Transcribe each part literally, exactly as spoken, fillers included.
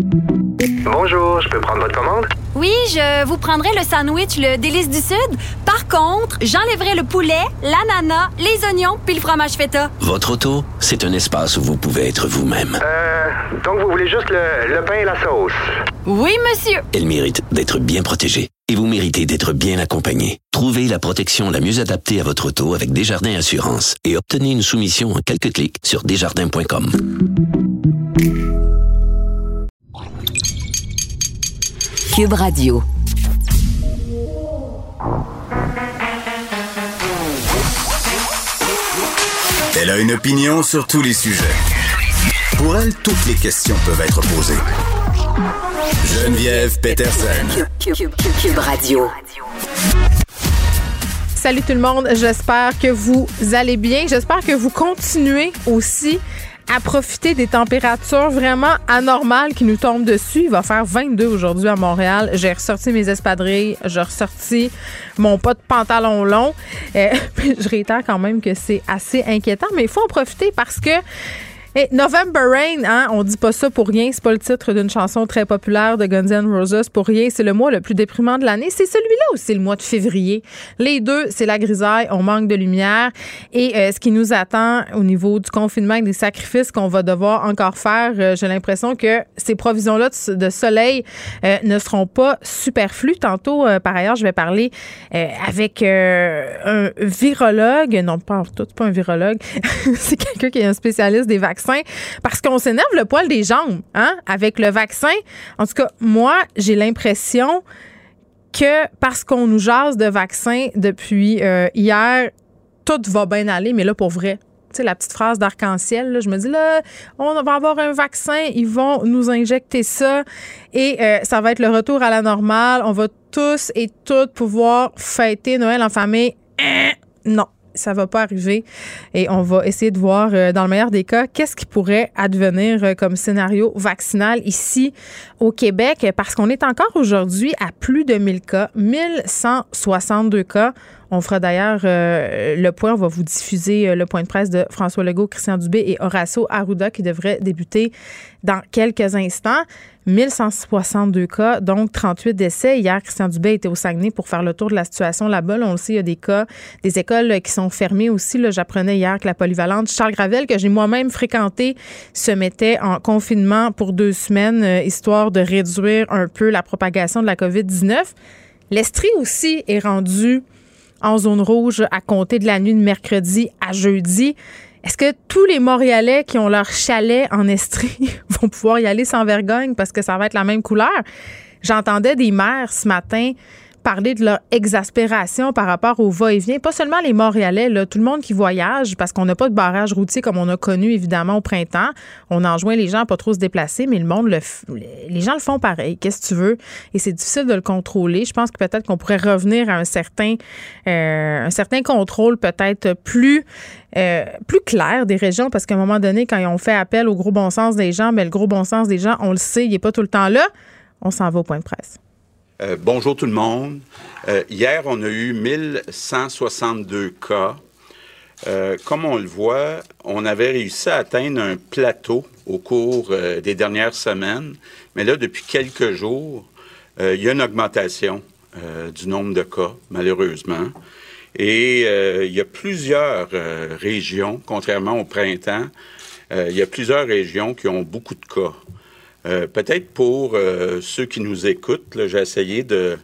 Bonjour, je peux prendre votre commande? Oui, je vous prendrai le sandwich, le délice du Sud. Par contre, j'enlèverai le poulet, l'ananas, les oignons puis le fromage feta. Votre auto, c'est un espace où vous pouvez être vous-même. Euh, donc vous voulez juste le, le pain et la sauce? Oui, monsieur. Elle mérite d'être bien protégée. Et vous méritez d'être bien accompagné. Trouvez la protection la mieux adaptée à votre auto avec Desjardins Assurance et obtenez une soumission en quelques clics sur desjardins point com. Cube Radio. Elle a une opinion sur tous les sujets. Pour elle, toutes les questions peuvent être posées. Geneviève Peterson. Cube, Cube, Cube, Cube Radio. Salut tout le monde, j'espère que vous allez bien. J'espère que vous continuez aussi à profiter des températures vraiment anormales qui nous tombent dessus. Il va faire vingt-deux aujourd'hui à Montréal. J'ai ressorti mes espadrilles, j'ai ressorti mon pas de pantalon long. Euh, je réitère quand même que c'est assez inquiétant, mais il faut en profiter parce que Hey, November Rain, hein, on dit pas ça pour rien. C'est pas le titre d'une chanson très populaire de Guns N' Roses pour rien. C'est le mois le plus déprimant de l'année. C'est celui-là ou c'est le mois de février? Les deux, c'est la grisaille. On manque de lumière. Et euh, ce qui nous attend au niveau du confinement et des sacrifices qu'on va devoir encore faire, euh, j'ai l'impression que ces provisions-là de, de soleil euh, ne seront pas superflues. Tantôt, euh, par ailleurs, je vais parler euh, avec euh, un virologue. Non, pas tout, pas un virologue. C'est quelqu'un qui est un spécialiste des vaccins. Parce qu'on s'énerve le poil des jambes, hein, avec le vaccin. En tout cas, moi, j'ai l'impression que parce qu'on nous jase de vaccins depuis euh, hier, tout va bien aller, mais là, pour vrai. Tu sais, la petite phrase d'arc-en-ciel, là, je me dis, là, on va avoir un vaccin, ils vont nous injecter ça et euh, ça va être le retour à la normale. On va tous et toutes pouvoir fêter Noël en famille. Euh, non. Ça va pas arriver et on va essayer de voir euh, dans le meilleur des cas qu'est-ce qui pourrait advenir euh, comme scénario vaccinal ici au Québec parce qu'on est encore aujourd'hui à plus de mille cas, mille cent soixante-deux cas. On fera d'ailleurs euh, le point, on va vous diffuser euh, le point de presse de François Legault, Christian Dubé et Horacio Arruda qui devrait débuter dans quelques instants. mille cent soixante-deux cas, donc trente-huit décès. Hier, Christian Dubé était au Saguenay pour faire le tour de la situation là-bas. Là, on le sait, il y a des cas, des écoles qui sont fermées aussi. Là, j'apprenais hier que la polyvalente Charles Gravel, que j'ai moi-même fréquentée, se mettait en confinement pour deux semaines, euh, histoire de réduire un peu la propagation de la covid dix-neuf. L'Estrie aussi est rendu en zone rouge à compter de la nuit de mercredi à jeudi. Est-ce que tous les Montréalais qui ont leur chalet en Estrie vont pouvoir y aller sans vergogne parce que ça va être la même couleur? J'entendais des maires ce matin parler de leur exaspération par rapport au va-et-vient. Pas seulement les Montréalais, là, tout le monde qui voyage parce qu'on n'a pas de barrage routier comme on a connu évidemment au printemps. On enjoint les gens à pas trop se déplacer, mais le monde, le f... les gens le font pareil. Qu'est-ce que tu veux? Et c'est difficile de le contrôler. Je pense que peut-être qu'on pourrait revenir à un certain, euh, un certain contrôle peut-être plus, euh, plus clair des régions parce qu'à un moment donné, quand on fait appel au gros bon sens des gens, mais le gros bon sens des gens, on le sait, il n'est pas tout le temps là. On s'en va au point de presse. Euh, bonjour tout le monde. Euh, hier, on a eu mille cent soixante-deux cas. Euh, comme on le voit, on avait réussi à atteindre un plateau au cours euh, des dernières semaines. Mais là, depuis quelques jours, euh, il y a une augmentation euh, du nombre de cas, malheureusement. Et euh, il y a plusieurs euh, régions, contrairement au printemps, euh, il y a plusieurs régions qui ont beaucoup de cas. Euh, peut-être pour euh, ceux qui nous écoutent, là, j'ai essayé de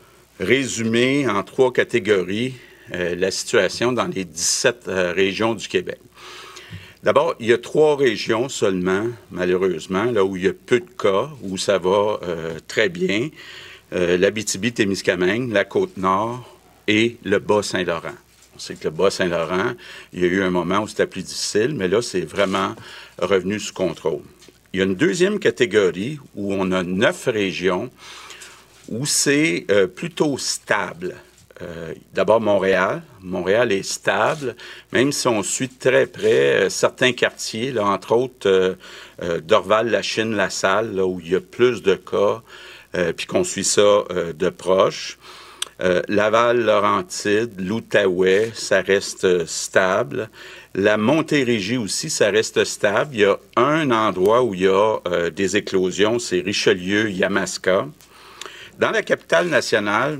résumer en trois catégories euh, la situation dans les dix-sept euh, régions du Québec. D'abord, il y a trois régions seulement, malheureusement, là où il y a peu de cas, où ça va euh, très bien. Euh, l'Abitibi-Témiscamingue, la Côte-Nord et le Bas-Saint-Laurent. On sait que le Bas-Saint-Laurent, il y a eu un moment où c'était plus difficile, mais là, c'est vraiment revenu sous contrôle. Il y a une deuxième catégorie où on a neuf régions où c'est euh, plutôt stable. Euh, d'abord, Montréal. Montréal est stable, même si on suit de très près euh, certains quartiers, là, entre autres euh, euh, Dorval, Lachine, La Salle, là, où il y a plus de cas, euh, puis qu'on suit ça euh, de proche. Euh, Laval, Laurentides, l'Outaouais, ça reste euh, stable. La Montérégie aussi, ça reste stable. Il y a un endroit où il y a euh, des éclosions, c'est Richelieu-Yamaska. Dans la capitale nationale,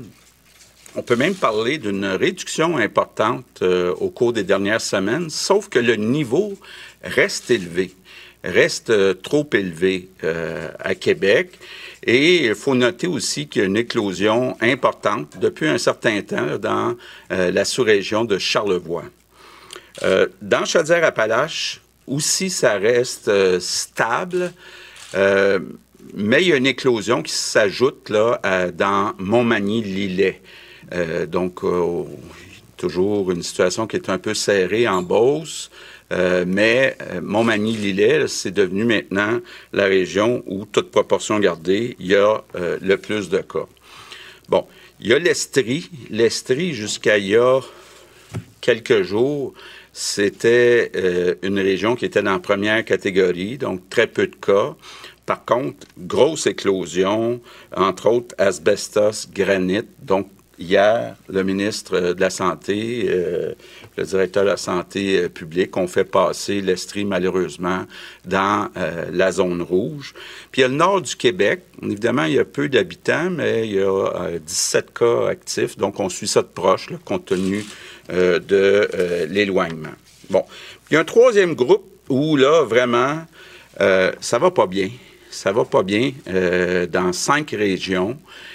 on peut même parler d'une réduction importante euh, au cours des dernières semaines, sauf que le niveau reste élevé, reste euh, trop élevé euh, à Québec. Et il faut noter aussi qu'il y a une éclosion importante depuis un certain temps là, dans euh, la sous-région de Charlevoix. Euh, dans Chaudière-Appalaches, aussi, ça reste euh, stable, euh, mais il y a une éclosion qui s'ajoute là, à, dans Montmagny-Lillet. Euh, donc, euh, toujours une situation qui est un peu serrée en Beauce, euh, mais euh, Montmagny-Lillet, là, c'est devenu maintenant la région où, toute proportion gardée, il y a euh, le plus de cas. Bon, il y a l'Estrie. L'Estrie, jusqu'à il y a quelques jours, c'était euh, une région qui était dans la première catégorie, donc très peu de cas. Par contre, grosse éclosion, entre autres asbestos, granit. Donc, hier, le ministre de la Santé, euh, le directeur de la Santé euh, publique ont fait passer l'Estrie, malheureusement, dans euh, la zone rouge. Puis il y a le nord du Québec. Évidemment, il y a peu d'habitants, mais il y a euh, dix-sept cas actifs. Donc, on suit ça de proche, là, compte tenu euh, de euh, l'éloignement. Bon. Il y a un troisième groupe où, là, vraiment, euh, ça va pas bien. Ça va pas bien euh, dans cinq régions.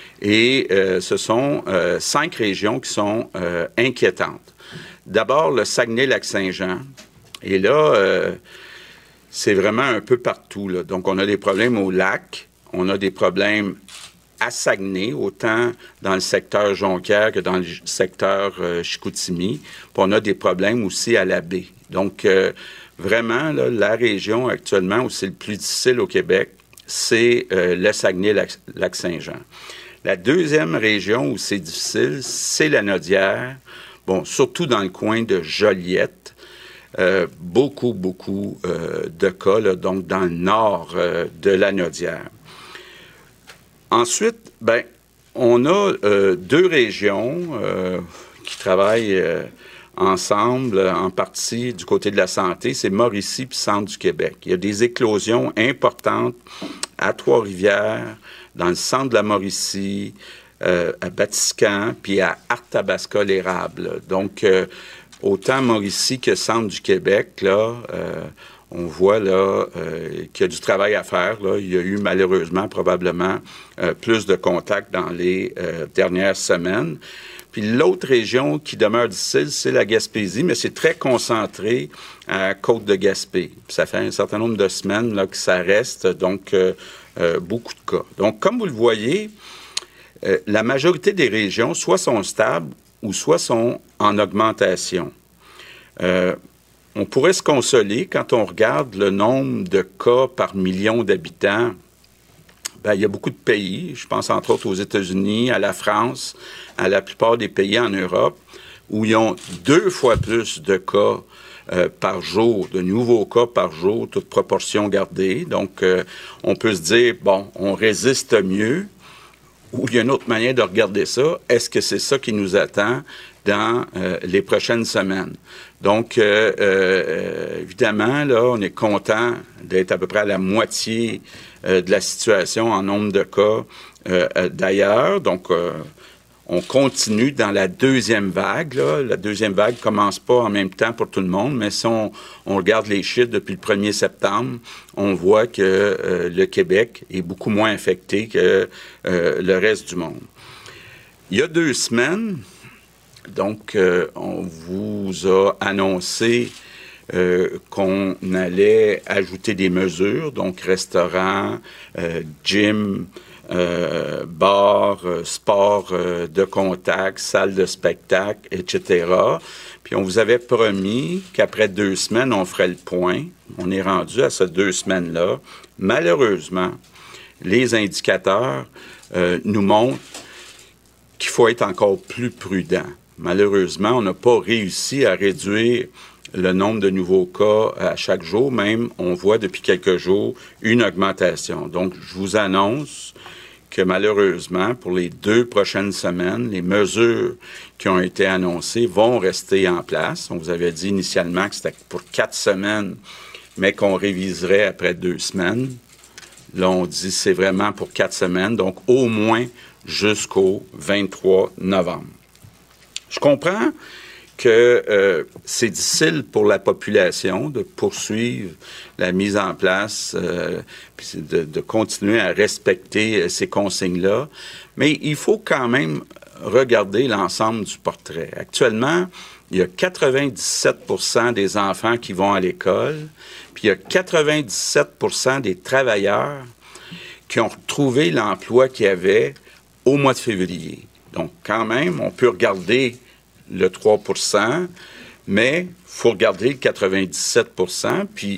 Et euh, ce sont euh, cinq régions qui sont euh, inquiétantes. D'abord, le Saguenay-Lac-Saint-Jean. Et là, euh, c'est vraiment un peu partout, là. Donc, on a des problèmes au lac, on a des problèmes à Saguenay, autant dans le secteur Jonquière que dans le secteur euh, Chicoutimi. Puis on a des problèmes aussi à la baie. Donc, euh, vraiment, là, la région actuellement où c'est le plus difficile au Québec, c'est euh, le Saguenay-Lac-Saint-Jean. La deuxième région où c'est difficile, c'est la Nodière. Bon, surtout dans le coin de Joliette. Euh, beaucoup, beaucoup euh, de cas, là, donc dans le nord euh, de la Nodière. Ensuite, ben, on a euh, deux régions euh, qui travaillent euh, ensemble, en partie du côté de la santé, c'est Mauricie puis Centre du Québec. Il y a des éclosions importantes à Trois-Rivières, dans le centre de la Mauricie, euh, à Batiscan, puis à Arthabasca-l'Érable. Donc, euh, autant Mauricie que Centre du Québec, là, euh, on voit là euh, qu'il y a du travail à faire. Là. Il y a eu malheureusement probablement euh, plus de contacts dans les euh, dernières semaines. Puis l'autre région qui demeure difficile, c'est la Gaspésie, mais c'est très concentré à Côte-de-Gaspé. Puis ça fait un certain nombre de semaines là, que ça reste, donc euh, euh, beaucoup de cas. Donc, comme vous le voyez, euh, la majorité des régions soit sont stables ou soit sont en augmentation. Euh, on pourrait se consoler quand on regarde le nombre de cas par million d'habitants. Bien, il y a beaucoup de pays, je pense entre autres aux États-Unis, à la France, à la plupart des pays en Europe, où ils ont deux fois plus de cas euh, par jour, de nouveaux cas par jour, toute proportion gardée. Donc, euh, on peut se dire, bon, on résiste mieux, ou il y a une autre manière de regarder ça. Est-ce que c'est ça qui nous attend dans euh, les prochaines semaines? Donc, euh, euh, évidemment, là, on est content d'être à peu près à la moitié euh, de la situation en nombre de cas euh, euh, d'ailleurs. Donc, euh, on continue dans la deuxième vague. Là. La deuxième vague ne commence pas en même temps pour tout le monde, mais si on, on regarde les chiffres depuis le premier septembre, on voit que euh, le Québec est beaucoup moins affecté que euh, le reste du monde. Il y a deux semaines, donc, euh, on vous a annoncé euh, qu'on allait ajouter des mesures, donc restaurants, euh, gym, euh, bar, euh, sport euh, de contact, salle de spectacle, et cetera. Puis on vous avait promis qu'après deux semaines, on ferait le point. On est rendu à ces deux semaines-là. Malheureusement, les indicateurs euh, nous montrent qu'il faut être encore plus prudent. Malheureusement, on n'a pas réussi à réduire le nombre de nouveaux cas à chaque jour. Même, on voit depuis quelques jours une augmentation. Donc, je vous annonce que malheureusement, pour les deux prochaines semaines, les mesures qui ont été annoncées vont rester en place. On vous avait dit initialement que c'était pour quatre semaines, mais qu'on réviserait après deux semaines. Là, on dit que c'est vraiment pour quatre semaines, donc au moins jusqu'au vingt-trois novembre. Je comprends que euh, c'est difficile pour la population de poursuivre la mise en place, euh, puis de, de continuer à respecter euh, ces consignes-là, mais il faut quand même regarder l'ensemble du portrait. Actuellement, il y a quatre-vingt-dix-sept pour cent des enfants qui vont à l'école, puis il y a quatre-vingt-dix-sept pour cent des travailleurs qui ont retrouvé l'emploi qu'ils avaient au mois de février. Donc, quand même, on peut regarder le trois pour cent, mais il faut regarder le quatre-vingt-dix-sept pour cent, puis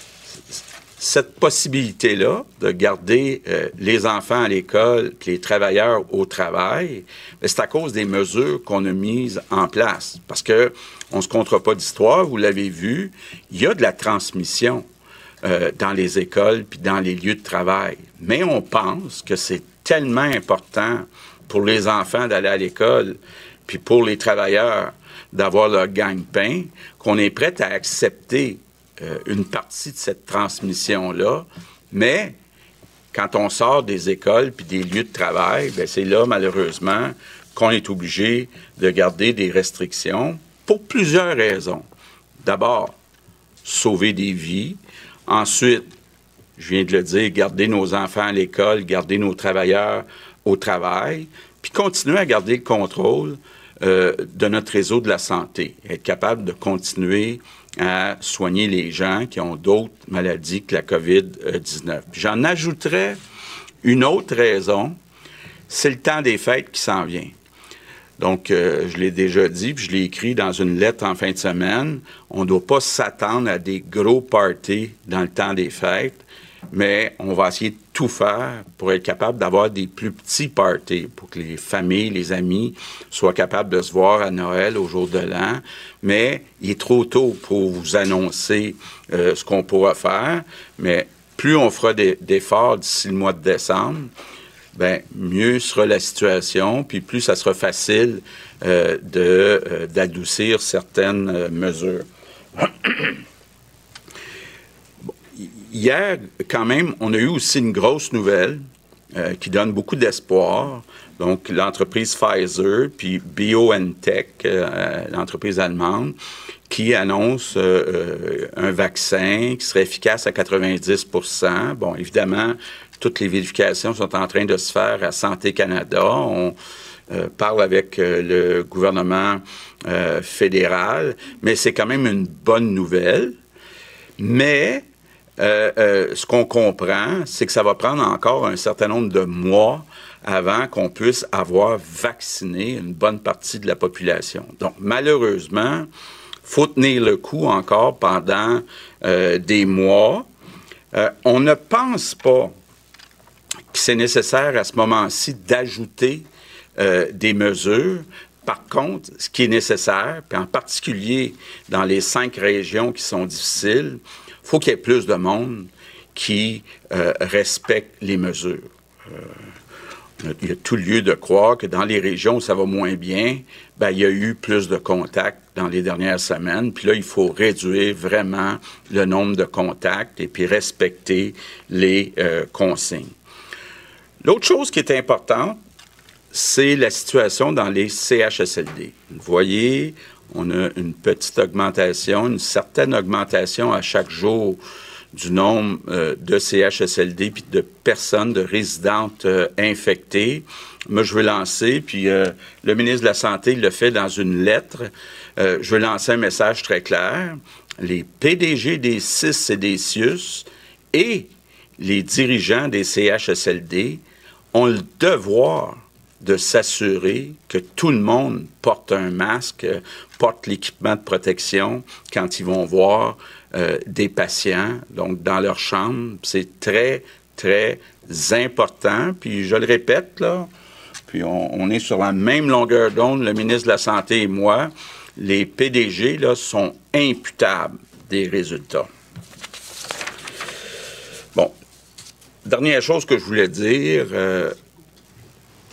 cette possibilité-là de garder euh, les enfants à l'école puis les travailleurs au travail, bien, c'est à cause des mesures qu'on a mises en place. Parce que on se comptera pas d'histoire, vous l'avez vu, il y a de la transmission euh, dans les écoles puis dans les lieux de travail. Mais on pense que c'est tellement important pour les enfants d'aller à l'école puis pour les travailleurs d'avoir leur gagne-pain qu'on est prêt à accepter Euh, une partie de cette transmission-là, mais quand on sort des écoles puis des lieux de travail, bien, c'est là, malheureusement, qu'on est obligé de garder des restrictions pour plusieurs raisons. D'abord, sauver des vies. Ensuite, je viens de le dire, garder nos enfants à l'école, garder nos travailleurs au travail, puis continuer à garder le contrôle euh, de notre réseau de la santé, être capable de continuer à soigner les gens qui ont d'autres maladies que la covid dix-neuf. Puis j'en ajouterais une autre raison, c'est le temps des fêtes qui s'en vient. Donc, euh, je l'ai déjà dit, puis je l'ai écrit dans une lettre en fin de semaine, on ne doit pas s'attendre à des gros parties dans le temps des fêtes, mais on va essayer de tout faire pour être capable d'avoir des plus petits parties, pour que les familles, les amis soient capables de se voir à Noël, au jour de l'an. Mais il est trop tôt pour vous annoncer euh, ce qu'on pourra faire. Mais plus on fera des, d'efforts d'ici le mois de décembre, bien, mieux sera la situation, puis plus ça sera facile euh, de, euh, d'adoucir certaines euh, mesures. Hier, quand même, on a eu aussi une grosse nouvelle euh, qui donne beaucoup d'espoir. Donc, l'entreprise Pfizer, puis BioNTech, euh, l'entreprise allemande, qui annonce euh, euh, un vaccin qui serait efficace à quatre-vingt-dix pour cent. Bon, évidemment, toutes les vérifications sont en train de se faire à Santé Canada. On euh, parle avec euh, le gouvernement euh, fédéral, mais c'est quand même une bonne nouvelle. Mais Euh, euh, ce qu'on comprend, c'est que ça va prendre encore un certain nombre de mois avant qu'on puisse avoir vacciné une bonne partie de la population. Donc, malheureusement, il faut tenir le coup encore pendant euh, des mois. Euh, on ne pense pas que c'est nécessaire à ce moment-ci d'ajouter euh, des mesures. Par contre, ce qui est nécessaire, puis en particulier dans les cinq régions qui sont difficiles, il faut qu'il y ait plus de monde qui euh, respecte les mesures. Euh, il y a tout lieu de croire que dans les régions où ça va moins bien, ben, il y a eu plus de contacts dans les dernières semaines. Puis là, il faut réduire vraiment le nombre de contacts et puis respecter les euh, consignes. L'autre chose qui est importante, c'est la situation dans les C H S L D. Vous voyez, on a une petite augmentation, une certaine augmentation à chaque jour du nombre euh, de C H S L D puis de personnes, de résidentes euh, infectées. Moi, je veux lancer, puis euh, le ministre de la Santé le fait dans une lettre, euh, je veux lancer un message très clair. Les P D G des C I S et des C I U S et les dirigeants des C H S L D ont le devoir de s'assurer que tout le monde porte un masque, porte l'équipement de protection quand ils vont voir euh, des patients, donc dans leur chambre. C'est très, très important. Puis je le répète, là, puis on, on est sur la même longueur d'onde, le ministre de la Santé et moi, les P D G là, sont imputables des résultats. Bon, dernière chose que je voulais dire, euh,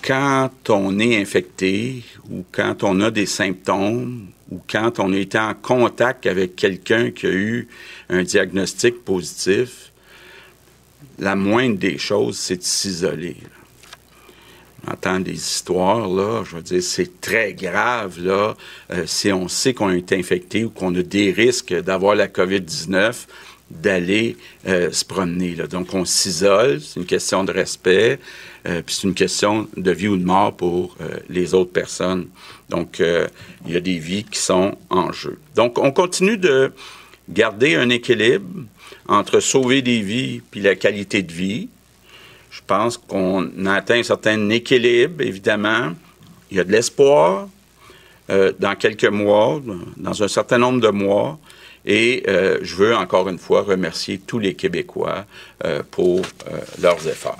quand on est infecté ou quand on a des symptômes ou quand on a été en contact avec quelqu'un qui a eu un diagnostic positif, la moindre des choses, c'est de s'isoler. On entend des histoires, là, je veux dire, c'est très grave, là, euh, si on sait qu'on a été infecté ou qu'on a des risques d'avoir la covid dix-neuf, d'aller euh, se promener, là. Donc, on s'isole, c'est une question de respect, euh, puis c'est une question de vie ou de mort pour euh, les autres personnes. Donc, euh, il y a des vies qui sont en jeu. Donc, on continue de garder un équilibre entre sauver des vies puis la qualité de vie. Je pense qu'on a atteint un certain équilibre, évidemment. Il y a de l'espoir euh, dans quelques mois, dans un certain nombre de mois. Et euh, je veux encore une fois remercier tous les Québécois euh, pour euh, leurs efforts.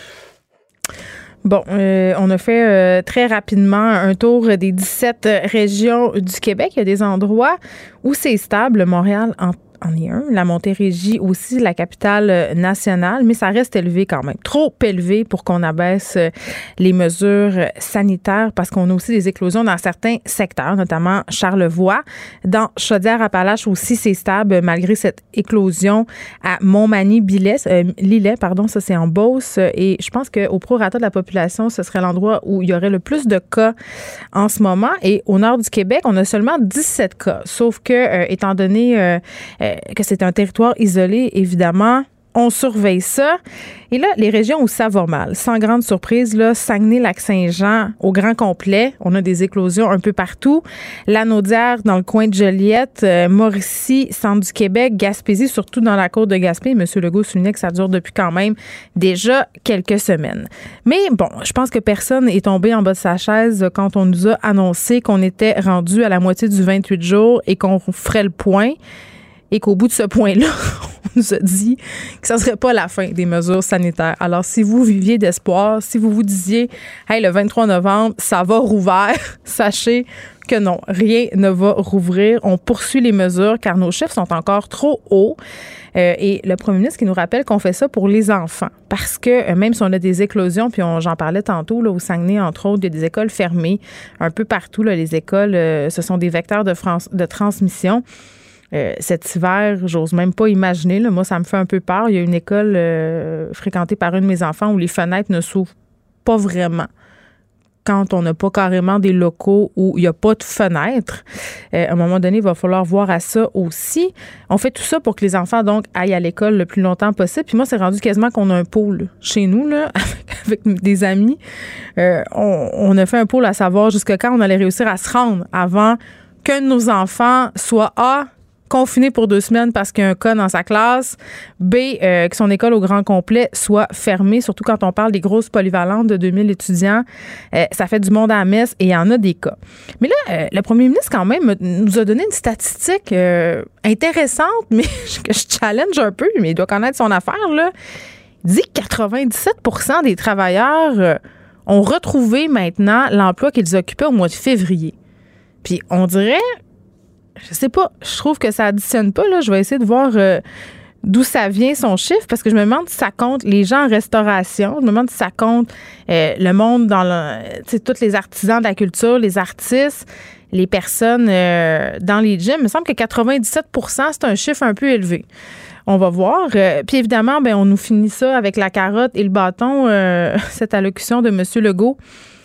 Bon, euh, on a fait euh, très rapidement un tour des dix-sept régions du Québec. Il y a des endroits où c'est stable. Montréal en en est un. La Montérégie aussi, la capitale nationale, mais ça reste élevé quand même. Trop élevé pour qu'on abaisse les mesures sanitaires parce qu'on a aussi des éclosions dans certains secteurs, notamment Charlevoix. Dans Chaudière-Appalaches aussi, c'est stable malgré cette éclosion à Montmagny-Lillet, euh, Lillet, pardon, ça c'est en Beauce. Et je pense qu'au prorata de la population, ce serait l'endroit où il y aurait le plus de cas en ce moment. Et au nord du Québec, on a seulement dix-sept cas. Sauf que, euh, étant donné euh, que c'est un territoire isolé, évidemment, on surveille ça. Et là, les régions où ça va mal, sans grande surprise, là, Saguenay-Lac-Saint-Jean, au grand complet, on a des éclosions un peu partout. Lanaudière, dans le coin de Joliette, euh, Mauricie, centre du Québec, Gaspésie, surtout dans la côte de Gaspé. M. Legault soulignait que ça dure depuis quand même déjà quelques semaines. Mais bon, je pense que personne est tombé en bas de sa chaise quand on nous a annoncé qu'on était rendu à la moitié du vingt-huit jours et qu'on ferait le point. Et qu'au bout de ce point-là, on nous a dit que ça ne serait pas la fin des mesures sanitaires. Alors, si vous viviez d'espoir, si vous vous disiez « Hey, le vingt-trois novembre, ça va rouvert », sachez que non, rien ne va rouvrir. On poursuit les mesures car nos chiffres sont encore trop hauts. Euh, et le premier ministre qui nous rappelle qu'on fait ça pour les enfants. Parce que euh, même si on a des éclosions, puis on, j'en parlais tantôt, là, au Saguenay, entre autres, il y a des écoles fermées un peu partout. Là, les écoles, euh, ce sont des vecteurs de, France, de transmission. Euh, cet hiver, j'ose même pas imaginer. Là, moi, ça me fait un peu peur. Il y a une école euh, fréquentée par un de mes enfants où les fenêtres ne s'ouvrent pas vraiment quand on n'a pas carrément des locaux où il n'y a pas de fenêtres. Euh, à un moment donné, il va falloir voir à ça aussi. On fait tout ça pour que les enfants, donc, aillent à l'école le plus longtemps possible. Puis moi, c'est rendu quasiment qu'on a un pôle chez nous, là, avec, avec des amis. Euh, on, on a fait un pôle à savoir jusqu'à quand on allait réussir à se rendre avant qu'un de nos enfants soit A, confiné pour deux semaines parce qu'il y a un cas dans sa classe, B, euh, que son école au grand complet soit fermée, surtout quand on parle des grosses polyvalentes de deux mille étudiants. Euh, ça fait du monde à la messe et il y en a des cas. Mais là, euh, le premier ministre, quand même, nous a donné une statistique euh, intéressante, mais que je challenge un peu, mais il doit connaître son affaire, là. Il dit que quatre-vingt-dix-sept pour cent des travailleurs euh, ont retrouvé maintenant l'emploi qu'ils occupaient au mois de février. Puis on dirait... Je sais pas, je trouve que ça additionne pas, là. Je vais essayer de voir euh, d'où ça vient son chiffre parce que je me demande si ça compte les gens en restauration, je me demande si ça compte euh, le monde dans le, tu sais, tous les artisans de la culture, les artistes, les personnes euh, dans les gyms. Il me semble que quatre-vingt-dix-sept pour cent, c'est un chiffre un peu élevé. On va voir. Euh, puis évidemment, ben, on nous finit ça avec la carotte et le bâton, euh, cette allocution de M. Legault.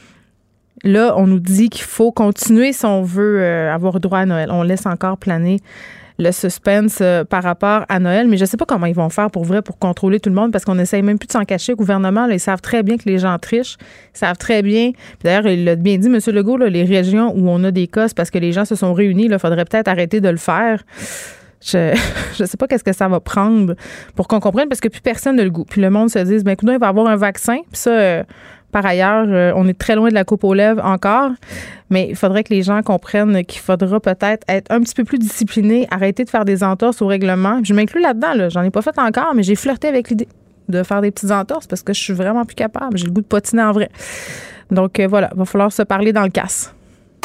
Là, on nous dit qu'il faut continuer si on veut euh, avoir droit à Noël. On laisse encore planer le suspense euh, par rapport à Noël, mais je ne sais pas comment ils vont faire pour vrai pour contrôler tout le monde parce qu'on n'essaye même plus de s'en cacher. Le gouvernement, là, ils savent très bien que les gens trichent. Ils savent très bien. Puis d'ailleurs, il l'a bien dit, M. Legault, là, les régions où on a des cas, c'est parce que les gens se sont réunis. Il faudrait peut-être arrêter de le faire. Je ne sais pas qu'est-ce que ça va prendre pour qu'on comprenne parce que plus personne n'a le goût. Puis le monde se dit, bien, écoute, il va y avoir un vaccin. Puis ça... Euh, Par ailleurs, euh, on est très loin de la coupe aux lèvres encore, mais il faudrait que les gens comprennent qu'il faudra peut-être être un petit peu plus discipliné, arrêter de faire des entorses au règlement. Je m'inclus là-dedans, là. J'en ai pas fait encore, mais j'ai flirté avec l'idée de faire des petites entorses parce que je suis vraiment plus capable. J'ai le goût de patiner en vrai. Donc euh, voilà, il va falloir se parler dans le casse.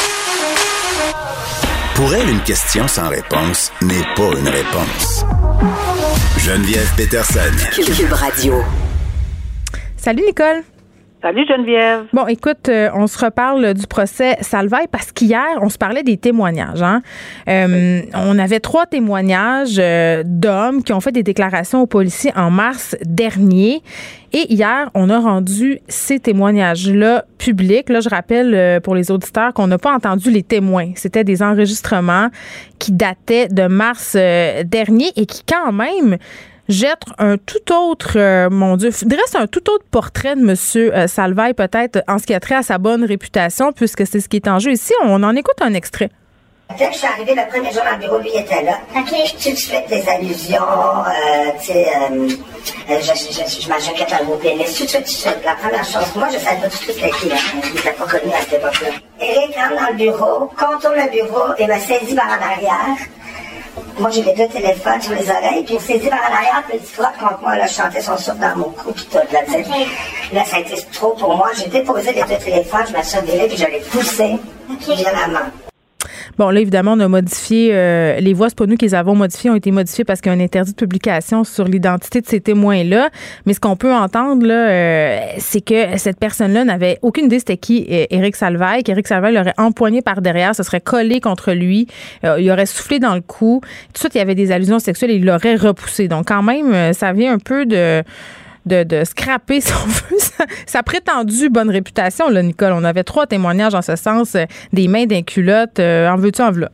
Pour elle, une question sans réponse n'est pas une réponse. Geneviève Peterson. Cube Radio. Salut Nicole. Salut Geneviève. Bon, écoute, euh, on se reparle du procès Salvaille parce qu'hier, on se parlait des témoignages. Hein? Euh, on avait trois témoignages euh, d'hommes qui ont fait des déclarations aux policiers en mars dernier. Et hier, on a rendu ces témoignages-là publics. Là, je rappelle euh, pour les auditeurs qu'on n'a pas entendu les témoins. C'était des enregistrements qui dataient de mars euh, dernier et qui, quand même, jette un tout autre, euh, mon Dieu, dresse un tout autre portrait de M. Euh, Salvaille, peut-être, en ce qui a trait à sa bonne réputation, puisque c'est ce qui est en jeu ici. On en écoute un extrait. Dès que je suis arrivée le premier jour dans le bureau, lui était là. OK. Tout de suite des allusions, euh, tu sais, euh, je, je, je, je m'inquiète à vos pénis. Tout de suite, tout de suite. La première chose, moi, je savais pas tout de suite qui là. Il n'était pas connu à cette époque-là. Eric rentre dans le bureau, contourne le bureau et me saisit par en arrière. Moi, j'ai les deux téléphones sur les oreilles, puis il me saisit par en arrière, puis il se frotte contre moi, là, je chantais son souffle dans mon cou, puis tout, là, tu sais. Là, ça a été trop pour moi. J'ai déposé les deux téléphones, je me suis revirée, puis je l'ai poussé, violemment. Bon, là, évidemment, on a modifié euh, les voix. C'est pas nous qui les avons modifiées, ont été modifiées parce qu'il y a un interdit de publication sur l'identité de ces témoins-là. Mais ce qu'on peut entendre, là, euh, c'est que cette personne-là n'avait aucune idée c'était qui euh, Éric Salvaille, qu'Éric Salvaille l'aurait empoigné par derrière, se serait collé contre lui, euh, il aurait soufflé dans le cou. Tout de suite, il y avait des allusions sexuelles et il l'aurait repoussé. Donc, quand même, ça vient un peu de... De, de scraper, si on veut, sa, sa prétendue bonne réputation, là, Nicole. On avait trois témoignages en ce sens, euh, des mains d'un culotte. Euh, en veux-tu, en v'là?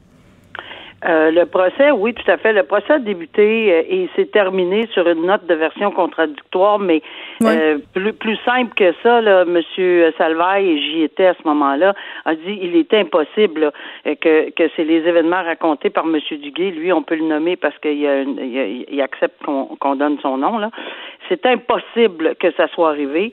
Euh, le procès, oui, tout à fait. Le procès a débuté euh, et s'est terminé sur une note de version contradictoire, mais ouais. euh, plus, plus simple que ça, là, Monsieur Salvaille, et j'y étais à ce moment-là, a dit il est impossible là, que, que c'est les événements racontés par Monsieur Duguay. Lui, on peut le nommer parce qu'il y a une, il, y a, il accepte qu'on, qu'on donne son nom, là. C'est impossible que ça soit arrivé.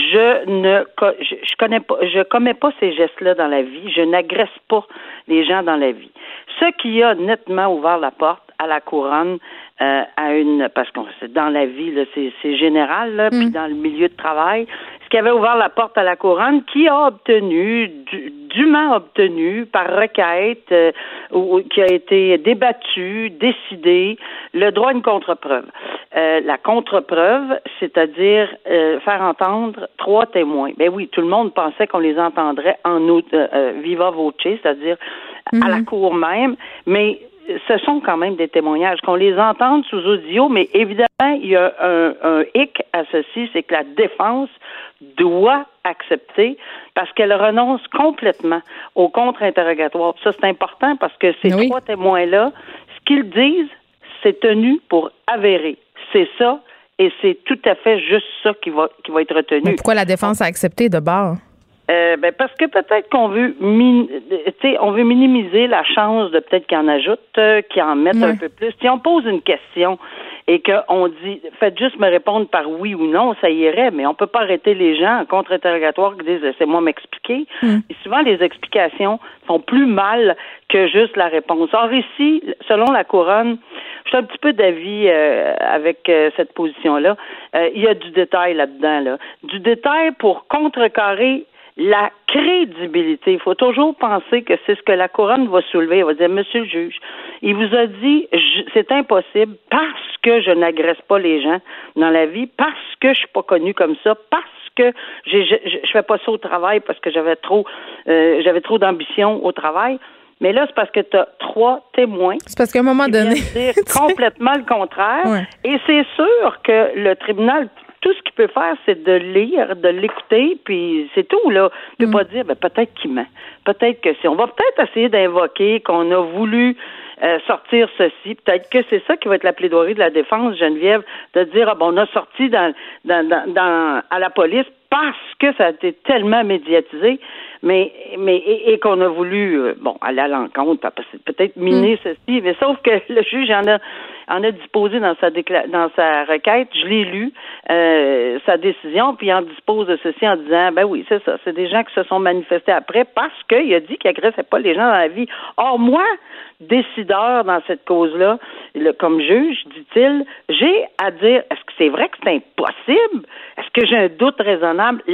Je ne, je, je connais pas, je commets pas ces gestes-là dans la vie. Je n'agresse pas les gens dans la vie. Ce qui a nettement ouvert la porte à la couronne, euh, à une, parce que c'est dans la vie, là, c'est, c'est général, là, mm. puis dans le milieu de travail, ce qui avait ouvert la porte à la couronne, qui a obtenu, du, dûment obtenu, par requête, euh, ou, qui a été débattu, décidé, le droit à une contre-preuve. Euh, la contre-preuve, c'est-à-dire euh, faire entendre trois témoins. Ben oui, tout le monde pensait qu'on les entendrait en euh, euh, viva voce, c'est-à-dire mm-hmm. à la cour même, mais ce sont quand même des témoignages, qu'on les entende sous audio, mais évidemment, il y a un, un hic à ceci, c'est que la défense doit accepter parce qu'elle renonce complètement au contre-interrogatoire. Ça, c'est important parce que ces oui. trois témoins-là, ce qu'ils disent, c'est tenu pour avéré. C'est ça, et c'est tout à fait juste ça qui va, qui va être retenu. Mais pourquoi la défense a accepté de bord? Euh, ben parce que peut-être qu'on veut min, on veut minimiser la chance de peut-être qu'ils en ajoutent, euh, qu'ils en mettent ouais. un peu plus. Si on pose une question et qu'on dit faites juste me répondre par oui ou non, ça irait, mais on peut pas arrêter les gens en contre-interrogatoire qui disent laissez-moi m'expliquer. Mm. Et souvent les explications font plus mal que juste la réponse. Or ici, selon la couronne, je suis un petit peu d'avis euh, avec euh, cette position-là. Euh, il y a du détail là-dedans, là. Du détail pour contrecarrer la crédibilité. Il faut toujours penser que c'est ce que la couronne va soulever. Elle va dire, monsieur le juge, il vous a dit, je, c'est impossible parce que je n'agresse pas les gens dans la vie, parce que je suis pas connue comme ça, parce que j'ai, je, je, je fais pas ça au travail parce que j'avais trop, euh, j'avais trop d'ambition au travail. Mais là, c'est parce que tu as trois témoins. C'est parce qu'à un moment donné, dire complètement le contraire. Ouais. Et c'est sûr que le tribunal, tout ce qu'il peut faire, c'est de lire, de l'écouter, puis c'est tout, là. Il ne peut mm. pas dire, ben, peut-être qu'il ment. Peut-être que si. On va peut-être essayer d'invoquer qu'on a voulu euh, sortir ceci. Peut-être que c'est ça qui va être la plaidoirie de la défense, Geneviève, de dire, ah bon, on a sorti dans, dans, dans, dans, à la police parce que ça a été tellement médiatisé, mais, mais et, et qu'on a voulu, euh, bon, aller à l'encontre, peut-être miner mm. ceci, mais sauf que le juge en a, en a disposé dans sa décla- dans sa requête, je l'ai lu, euh, sa décision, puis il en dispose de ceci en disant, ben oui, c'est ça, c'est des gens qui se sont manifestés après parce qu'il a dit qu'il agressait pas les gens dans la vie. Or, moi, décideur dans cette cause-là, le, comme juge, dit-il, j'ai à dire, est-ce que c'est vrai que c'est impossible? Est-ce que j'ai un doute raisonnable là-dessus?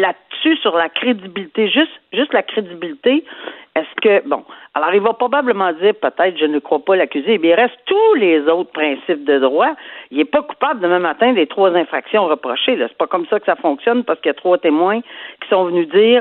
là-dessus, sur la crédibilité, juste, juste la crédibilité, est-ce que, bon, alors il va probablement dire, peut-être, je ne crois pas l'accusé, mais il reste tous les autres principes de droit. Il n'est pas coupable demain matin des trois infractions reprochées. Là. C'est pas comme ça que ça fonctionne, parce qu'il y a trois témoins qui sont venus dire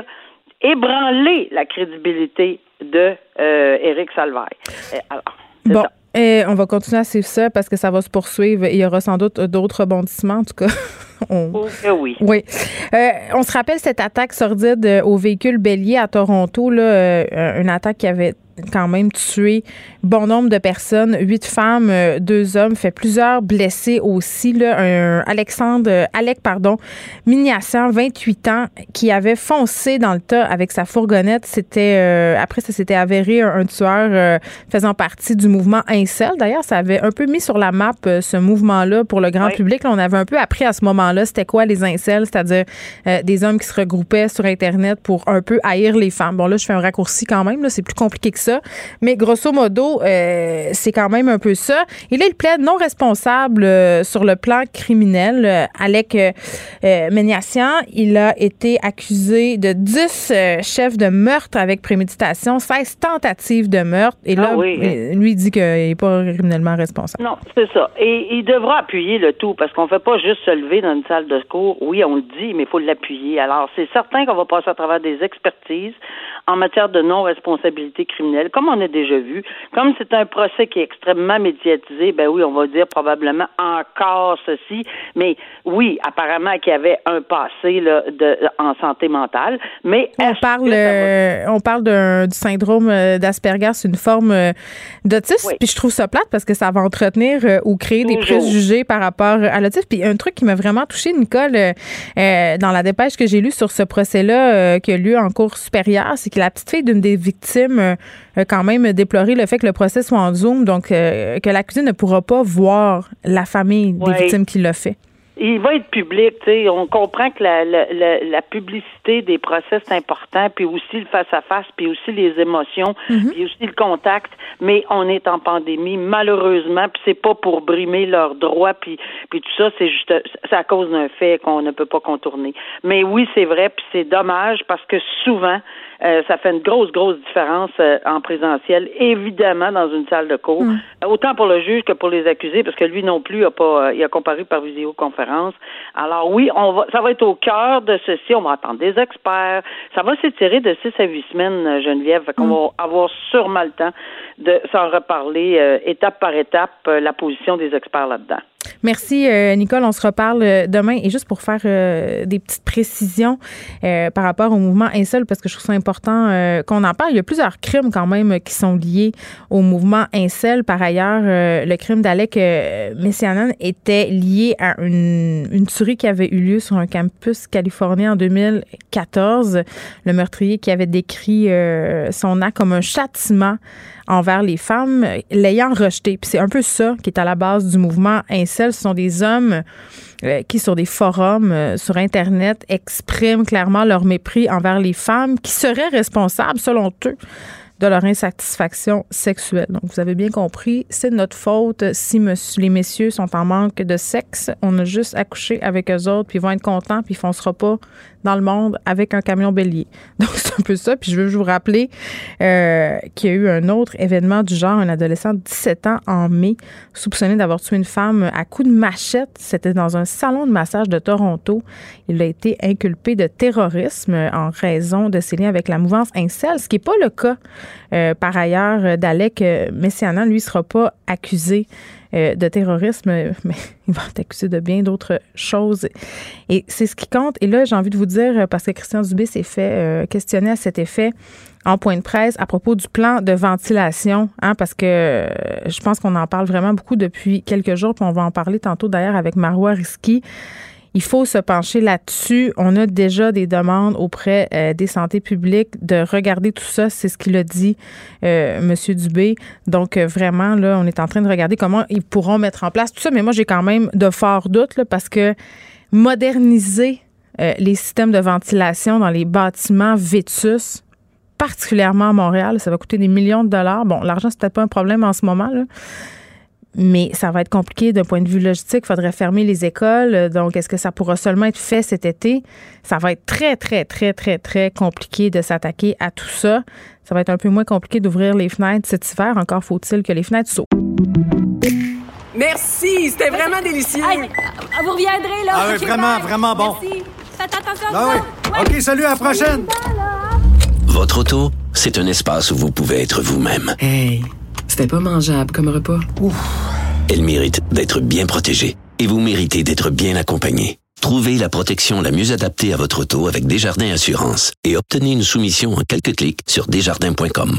ébranler la crédibilité de euh, Éric Salvaille. Alors, c'est bon. ça. Et on va continuer à suivre ça parce que ça va se poursuivre. Il y aura sans doute d'autres rebondissements, en tout cas. on... Oh, que oui. Oui. Euh, on se rappelle cette attaque sordide au véhicule bélier à Toronto, là, euh, une attaque qui avait quand même tué bon nombre de personnes, huit femmes, euh, deux hommes, fait plusieurs blessés aussi. Là, un Alexandre, Alec, pardon, Mignassian, vingt-huit ans, qui avait foncé dans le tas avec sa fourgonnette. C'était euh, après, ça s'était avéré un, un tueur euh, faisant partie du mouvement Incel. D'ailleurs, ça avait un peu mis sur la map euh, ce mouvement-là pour le grand oui. public. Là, on avait un peu appris à ce moment-là, c'était quoi les incels, c'est-à-dire euh, des hommes qui se regroupaient sur Internet pour un peu haïr les femmes. Bon, là, je fais un raccourci quand même. Là, c'est plus compliqué que ça. Ça. Mais grosso modo, euh, c'est quand même un peu ça. Et là, il plaide non responsable euh, sur le plan criminel. Euh, Alec euh, euh, Mignassian, il a été accusé de dix euh, chefs de meurtre avec préméditation, seize tentatives de meurtre. Et là, ah oui. lui, il dit qu'il n'est pas criminellement responsable. Non, c'est ça. Et il devra appuyer le tout, parce qu'on ne fait pas juste se lever dans une salle de secours. Oui, on le dit, mais il faut l'appuyer. Alors, c'est certain qu'on va passer à travers des expertises en matière de non-responsabilité criminelle, comme on a déjà vu. Comme c'est un procès qui est extrêmement médiatisé, ben oui, on va dire probablement encore ceci, mais oui, apparemment qu'il y avait un passé là, de, en santé mentale, mais on parle, euh, on parle d'un, du syndrome d'Asperger, c'est une forme euh, d'autisme, oui. Puis je trouve ça plate parce que ça va entretenir euh, ou créer Toujours. des préjugés par rapport à l'autisme. Puis un truc qui m'a vraiment touchée, Nicole, euh, euh, dans la dépêche que j'ai lue sur ce procès-là euh, qui a lieu en cour supérieure, c'est que la petite fille d'une des victimes euh, a quand même déploré le fait que le procès soit en Zoom, donc euh, que l'accusé ne pourra pas voir la famille des ouais. victimes qui l'a fait. Il va être public, tu sais. On comprend que la, la, la, la publicité des procès, c'est important, puis aussi le face-à-face, puis aussi les émotions, mm-hmm. puis aussi le contact. Mais on est en pandémie, malheureusement, puis c'est pas pour brimer leurs droits, puis, puis tout ça, c'est juste, c'est à cause d'un fait qu'on ne peut pas contourner. Mais oui, c'est vrai, puis c'est dommage parce que souvent, euh, ça fait une grosse, grosse différence euh, en présentiel, évidemment, dans une salle de cour, mm. autant pour le juge que pour les accusés, parce que lui non plus a pas, euh, il a comparé par vidéoconférence. Alors oui, on va, ça va être au cœur de ceci. On va attendre des experts. Ça va s'étirer de six à huit semaines, Geneviève. Fait qu'on mm. va avoir sûrement le temps de s'en reparler euh, étape par étape, euh, la position des experts là-dedans. Merci, euh, Nicole. On se reparle demain. Et juste pour faire euh, des petites précisions euh, par rapport au mouvement Incel, parce que je trouve ça important euh, qu'on en parle. Il y a plusieurs crimes quand même qui sont liés au mouvement Incel. Par ailleurs, euh, le crime d'Alec euh, Mignassian était lié à une, une tuerie qui avait eu lieu sur un campus californien en deux mille quatorze. Le meurtrier qui avait décrit euh, son acte comme un châtiment envers les femmes, l'ayant rejeté. Puis c'est un peu ça qui est à la base du mouvement Incel. Ce sont des hommes euh, qui, sur des forums, euh, sur Internet, expriment clairement leur mépris envers les femmes qui seraient responsables, selon eux, de leur insatisfaction sexuelle. Donc, vous avez bien compris, c'est de notre faute si monsieur, les messieurs sont en manque de sexe. On a juste à coucher avec eux autres, puis ils vont être contents, puis ils ne foncera pas dans le monde avec un camion bélier. Donc, c'est un peu ça. Puis, je veux vous rappeler euh, qu'il y a eu un autre événement du genre, un adolescent de dix-sept ans en mai, soupçonné d'avoir tué une femme à coups de machette. C'était dans un salon de massage de Toronto. Il a été inculpé de terrorisme en raison de ses liens avec la mouvance Incel, ce qui n'est pas le cas. Euh, par ailleurs, d'Alec Mignassian, lui, ne sera pas accusé euh, de terrorisme, mais il va être accusé de bien d'autres choses. Et c'est ce qui compte. Et là, j'ai envie de vous dire, parce que Christian Dubé s'est fait euh, questionner à cet effet en point de presse à propos du plan de ventilation, hein, parce que euh, je pense qu'on en parle vraiment beaucoup depuis quelques jours, puis on va en parler tantôt d'ailleurs avec Marois Risky. Il faut se pencher là-dessus. On a déjà des demandes auprès euh, des santé publiques de regarder tout ça. C'est ce qu'il a dit, euh, M. Dubé. Donc, euh, vraiment, là, on est en train de regarder comment ils pourront mettre en place tout ça. Mais moi, j'ai quand même de forts doutes là, parce que moderniser euh, les systèmes de ventilation dans les bâtiments vétus, particulièrement à Montréal, ça va coûter des millions de dollars. Bon, l'argent, c'est peut-être pas un problème en ce moment, là. mais ça va être compliqué d'un point de vue logistique. Il faudrait fermer les écoles. Donc, est-ce que ça pourra seulement être fait cet été? Ça va être très, très, très, très, très compliqué de s'attaquer à tout ça. Ça va être un peu moins compliqué d'ouvrir les fenêtres cet hiver. Encore faut-il que les fenêtres s'ouvrent. Merci, c'était vraiment délicieux. Hey, vous reviendrez, là. Ah oui, Okay, vraiment, bye. vraiment bon. Merci. Faites attention Ah à oui. vous. Ouais. OK, salut, à la prochaine. Votre auto, c'est un espace où vous pouvez être vous-même. Hey, c'était pas mangeable comme repas. Ouf. Elle mérite d'être bien protégée et vous méritez d'être bien accompagné. Trouvez la protection la mieux adaptée à votre auto avec Desjardins Assurance et obtenez une soumission en quelques clics sur desjardins point com.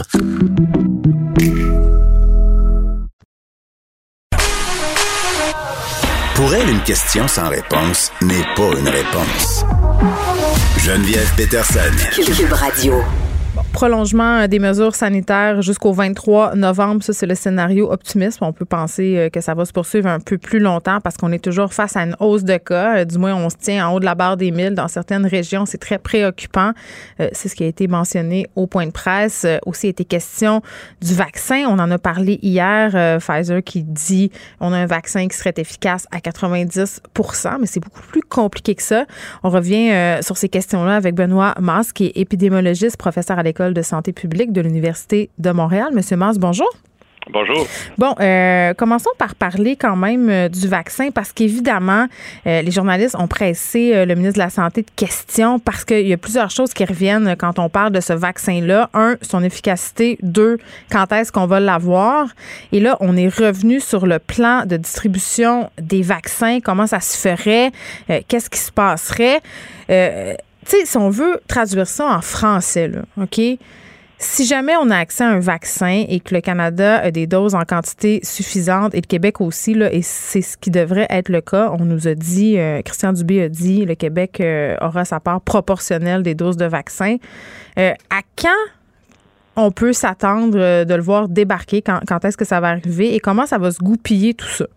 Pour elle, une question sans réponse n'est pas une réponse. Geneviève Peterson. Cube Radio. Prolongement des mesures sanitaires jusqu'au vingt-trois novembre. Ça, c'est le scénario optimiste. On peut penser que ça va se poursuivre un peu plus longtemps parce qu'on est toujours face à une hausse de cas. Du moins, on se tient en haut de la barre des mille. Dans certaines régions, c'est très préoccupant. C'est ce qui a été mentionné au point de presse. Aussi, il a été question du vaccin. On en a parlé hier. Pfizer qui dit on a un vaccin qui serait efficace à quatre-vingt-dix pour cent, mais c'est beaucoup plus compliqué que ça. On revient sur ces questions-là avec Benoît Masse, qui est épidémiologiste, professeur à l'École de santé publique de l'Université de Montréal. Monsieur Masse, bonjour. Bonjour. Bon, euh, commençons par parler quand même euh, du vaccin parce qu'évidemment, euh, les journalistes ont pressé euh, le ministre de la Santé de questions parce qu'il y a plusieurs choses qui reviennent quand on parle de ce vaccin-là. Un, son efficacité. Deux, quand est-ce qu'on va l'avoir? Et là, on est revenu sur le plan de distribution des vaccins. Comment ça se ferait? Euh, qu'est-ce qui se passerait? Euh, tu sais, si on veut traduire ça en français, là, OK? Si jamais on a accès à un vaccin et que le Canada a des doses en quantité suffisante et le Québec aussi, là, et c'est ce qui devrait être le cas, on nous a dit, euh, Christian Dubé a dit, le Québec euh, aura sa part proportionnelle des doses de vaccin. Euh, à quand on peut s'attendre euh, de le voir débarquer? Quand, quand est-ce que ça va arriver? Et comment ça va se goupiller tout ça?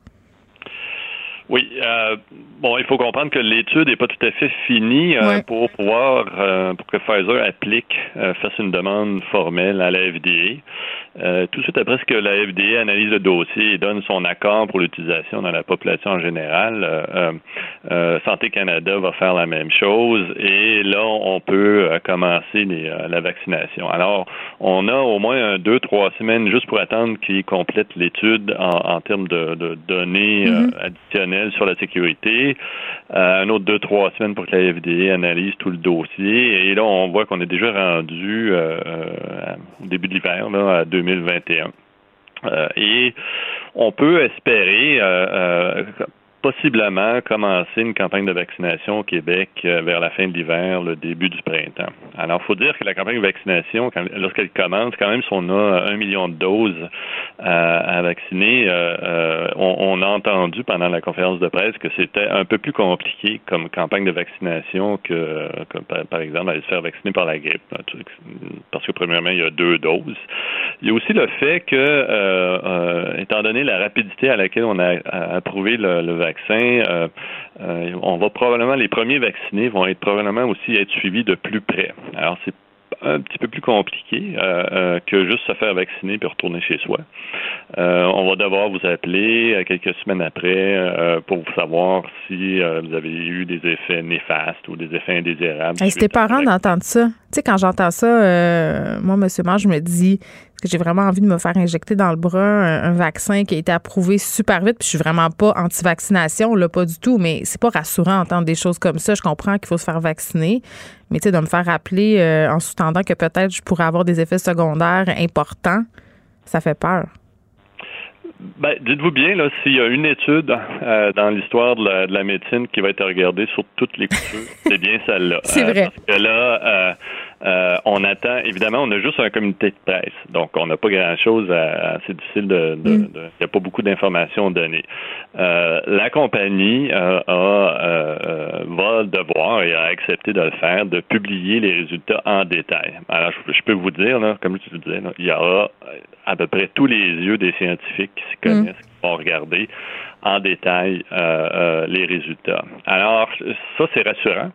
Oui, euh, bon, il faut comprendre que l'étude n'est pas tout à fait finie euh, ouais. pour pouvoir, euh, pour que Pfizer applique, euh, fasse une demande formelle à la F D A. Euh, tout de suite après ce que la F D A analyse le dossier et donne son accord pour l'utilisation dans la population en général, euh, euh, Santé Canada va faire la même chose et là, on peut euh, commencer les, euh, la vaccination. Alors, on a au moins un, deux, trois semaines juste pour attendre qu'ils complètent l'étude en, en termes de, de données mm-hmm. euh, additionnelles sur la sécurité, euh, un autre deux, trois semaines pour que la F D A analyse tout le dossier. Et là, on voit qu'on est déjà rendu euh, euh, au début de l'hiver, là, à deux mille vingt et un. Euh, et on peut espérer euh, euh, possiblement commencer une campagne de vaccination au Québec euh, vers la fin de l'hiver, le début du printemps. Alors, il faut dire que la campagne de vaccination, quand, lorsqu'elle commence, quand même, si on a un million de doses euh, à vacciner, euh, euh, on, on a entendu pendant la conférence de presse que c'était un peu plus compliqué comme campagne de vaccination que, que par, par exemple, aller se faire vacciner par la grippe. Parce que, premièrement, il y a deux doses. Il y a aussi le fait que, euh, euh, étant donné la rapidité à laquelle on a, a approuvé le, le vaccin, Euh, euh, on va probablement, les premiers vaccinés vont être probablement aussi être suivis de plus près. Alors, c'est un petit peu plus compliqué euh, euh, que juste se faire vacciner puis retourner chez soi. Euh, on va devoir vous appeler quelques semaines après euh, pour savoir si euh, vous avez eu des effets néfastes ou des effets indésirables. Hey, c'était parent d'entendre ça. Tu sais, quand j'entends ça, euh, moi, M. Mange, je me dis que j'ai vraiment envie de me faire injecter dans le bras un, un vaccin qui a été approuvé super vite. Puis je suis vraiment pas anti-vaccination, là, pas du tout. Mais c'est pas rassurant d'entendre des choses comme ça. Je comprends qu'il faut se faire vacciner. Mais tu sais, de me faire rappeler euh, en sous-tendant que peut-être je pourrais avoir des effets secondaires importants, ça fait peur. Ben, dites-vous bien, là, s'il y a une étude euh, dans l'histoire de la, de la médecine qui va être regardée sur toutes les coutures, c'est bien celle-là. C'est euh, vrai. Parce que là, euh, euh, on attend, évidemment, on a juste un communiqué de presse, donc on n'a pas grand-chose à, à c'est difficile de, de, mm. de, il n'y a pas beaucoup d'informations données. Euh, la compagnie euh, a, euh, va devoir et a accepté de le faire, de publier les résultats en détail. Alors, je, je peux vous dire, là, comme je vous disais, là, il y aura à peu près tous les yeux des scientifiques qui s'y connaissent, mm. qui vont regarder en détail euh, euh, les résultats. Alors, ça, c'est rassurant.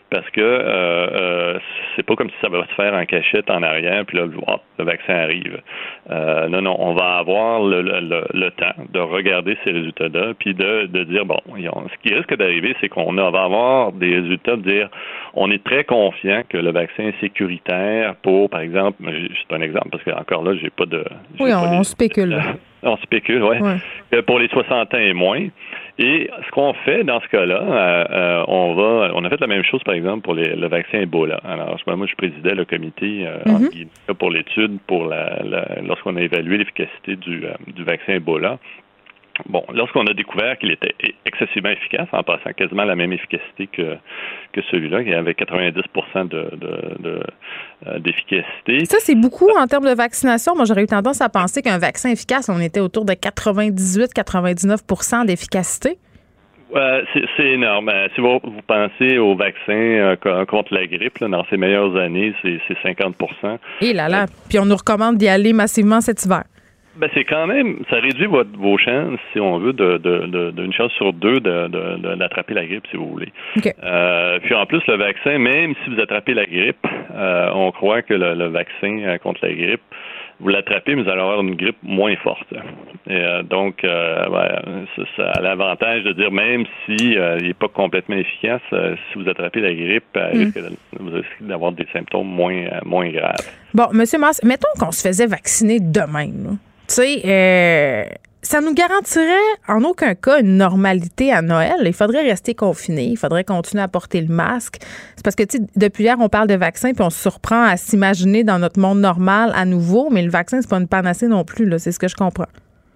parce que euh, euh, c'est pas comme si ça va se faire en cachette en arrière, puis là, hop, le vaccin arrive. Euh, non, non, on va avoir le, le, le temps de regarder ces résultats-là, puis de, de dire, bon, ce qui risque d'arriver, c'est qu'on va avoir des résultats de dire, on est très confiant que le vaccin est sécuritaire pour, par exemple, c'est un exemple, parce que encore là, j'ai pas de... J'ai oui, pas on les, spécule. Euh, on spécule, oui. Ouais. Que pour les soixante ans et moins. Et ce qu'on fait dans ce cas-là, euh, euh, on va, on a fait la même chose, par exemple, pour les, le vaccin Ebola. Alors, à ce moment, moi, je présidais le comité euh, mm-hmm. entre guillemets, pour l'étude pour la, la lorsqu'on a évalué l'efficacité du, euh, du vaccin Ebola. Bon, lorsqu'on a découvert qu'il était excessivement efficace, en passant quasiment la même efficacité que, que celui-là, qui avait quatre-vingt-dix pour cent de, de, de, euh, d'efficacité. Ça, c'est beaucoup en termes de vaccination. Moi, j'aurais eu tendance à penser qu'un vaccin efficace, on était autour de quatre-vingt-dix-huit à quatre-vingt-dix-neuf pour cent d'efficacité. Euh, c'est, c'est énorme. Si vous, vous pensez au vaccin euh, contre la grippe, là, dans ses meilleures années, c'est, c'est cinquante pour cent. Et là là, euh, puis on nous recommande d'y aller massivement cet hiver. Ben c'est quand même, ça réduit votre, vos chances, si on veut, de, de, de, d'une chance sur deux de, de, de, d'attraper la grippe, si vous voulez. Okay. Euh, puis en plus, le vaccin, même si vous attrapez la grippe, euh, on croit que le, le vaccin contre la grippe, vous l'attrapez, mais vous allez avoir une grippe moins forte. Et euh, donc, euh, ben, ça, ça a l'avantage de dire, même si euh, il n'est pas complètement efficace, euh, si vous attrapez la grippe, euh, mm. risque de, vous risquez d'avoir des symptômes moins, euh, moins graves. Bon, M. Masse, mettons qu'on se faisait vacciner demain, là. Tu sais, euh, ça nous garantirait en aucun cas une normalité à Noël. Il faudrait rester confiné, il faudrait continuer à porter le masque. C'est parce que, tu sais, depuis hier, on parle de vaccin puis on se surprend à s'imaginer dans notre monde normal à nouveau, mais le vaccin, c'est pas une panacée non plus, là, c'est ce que je comprends.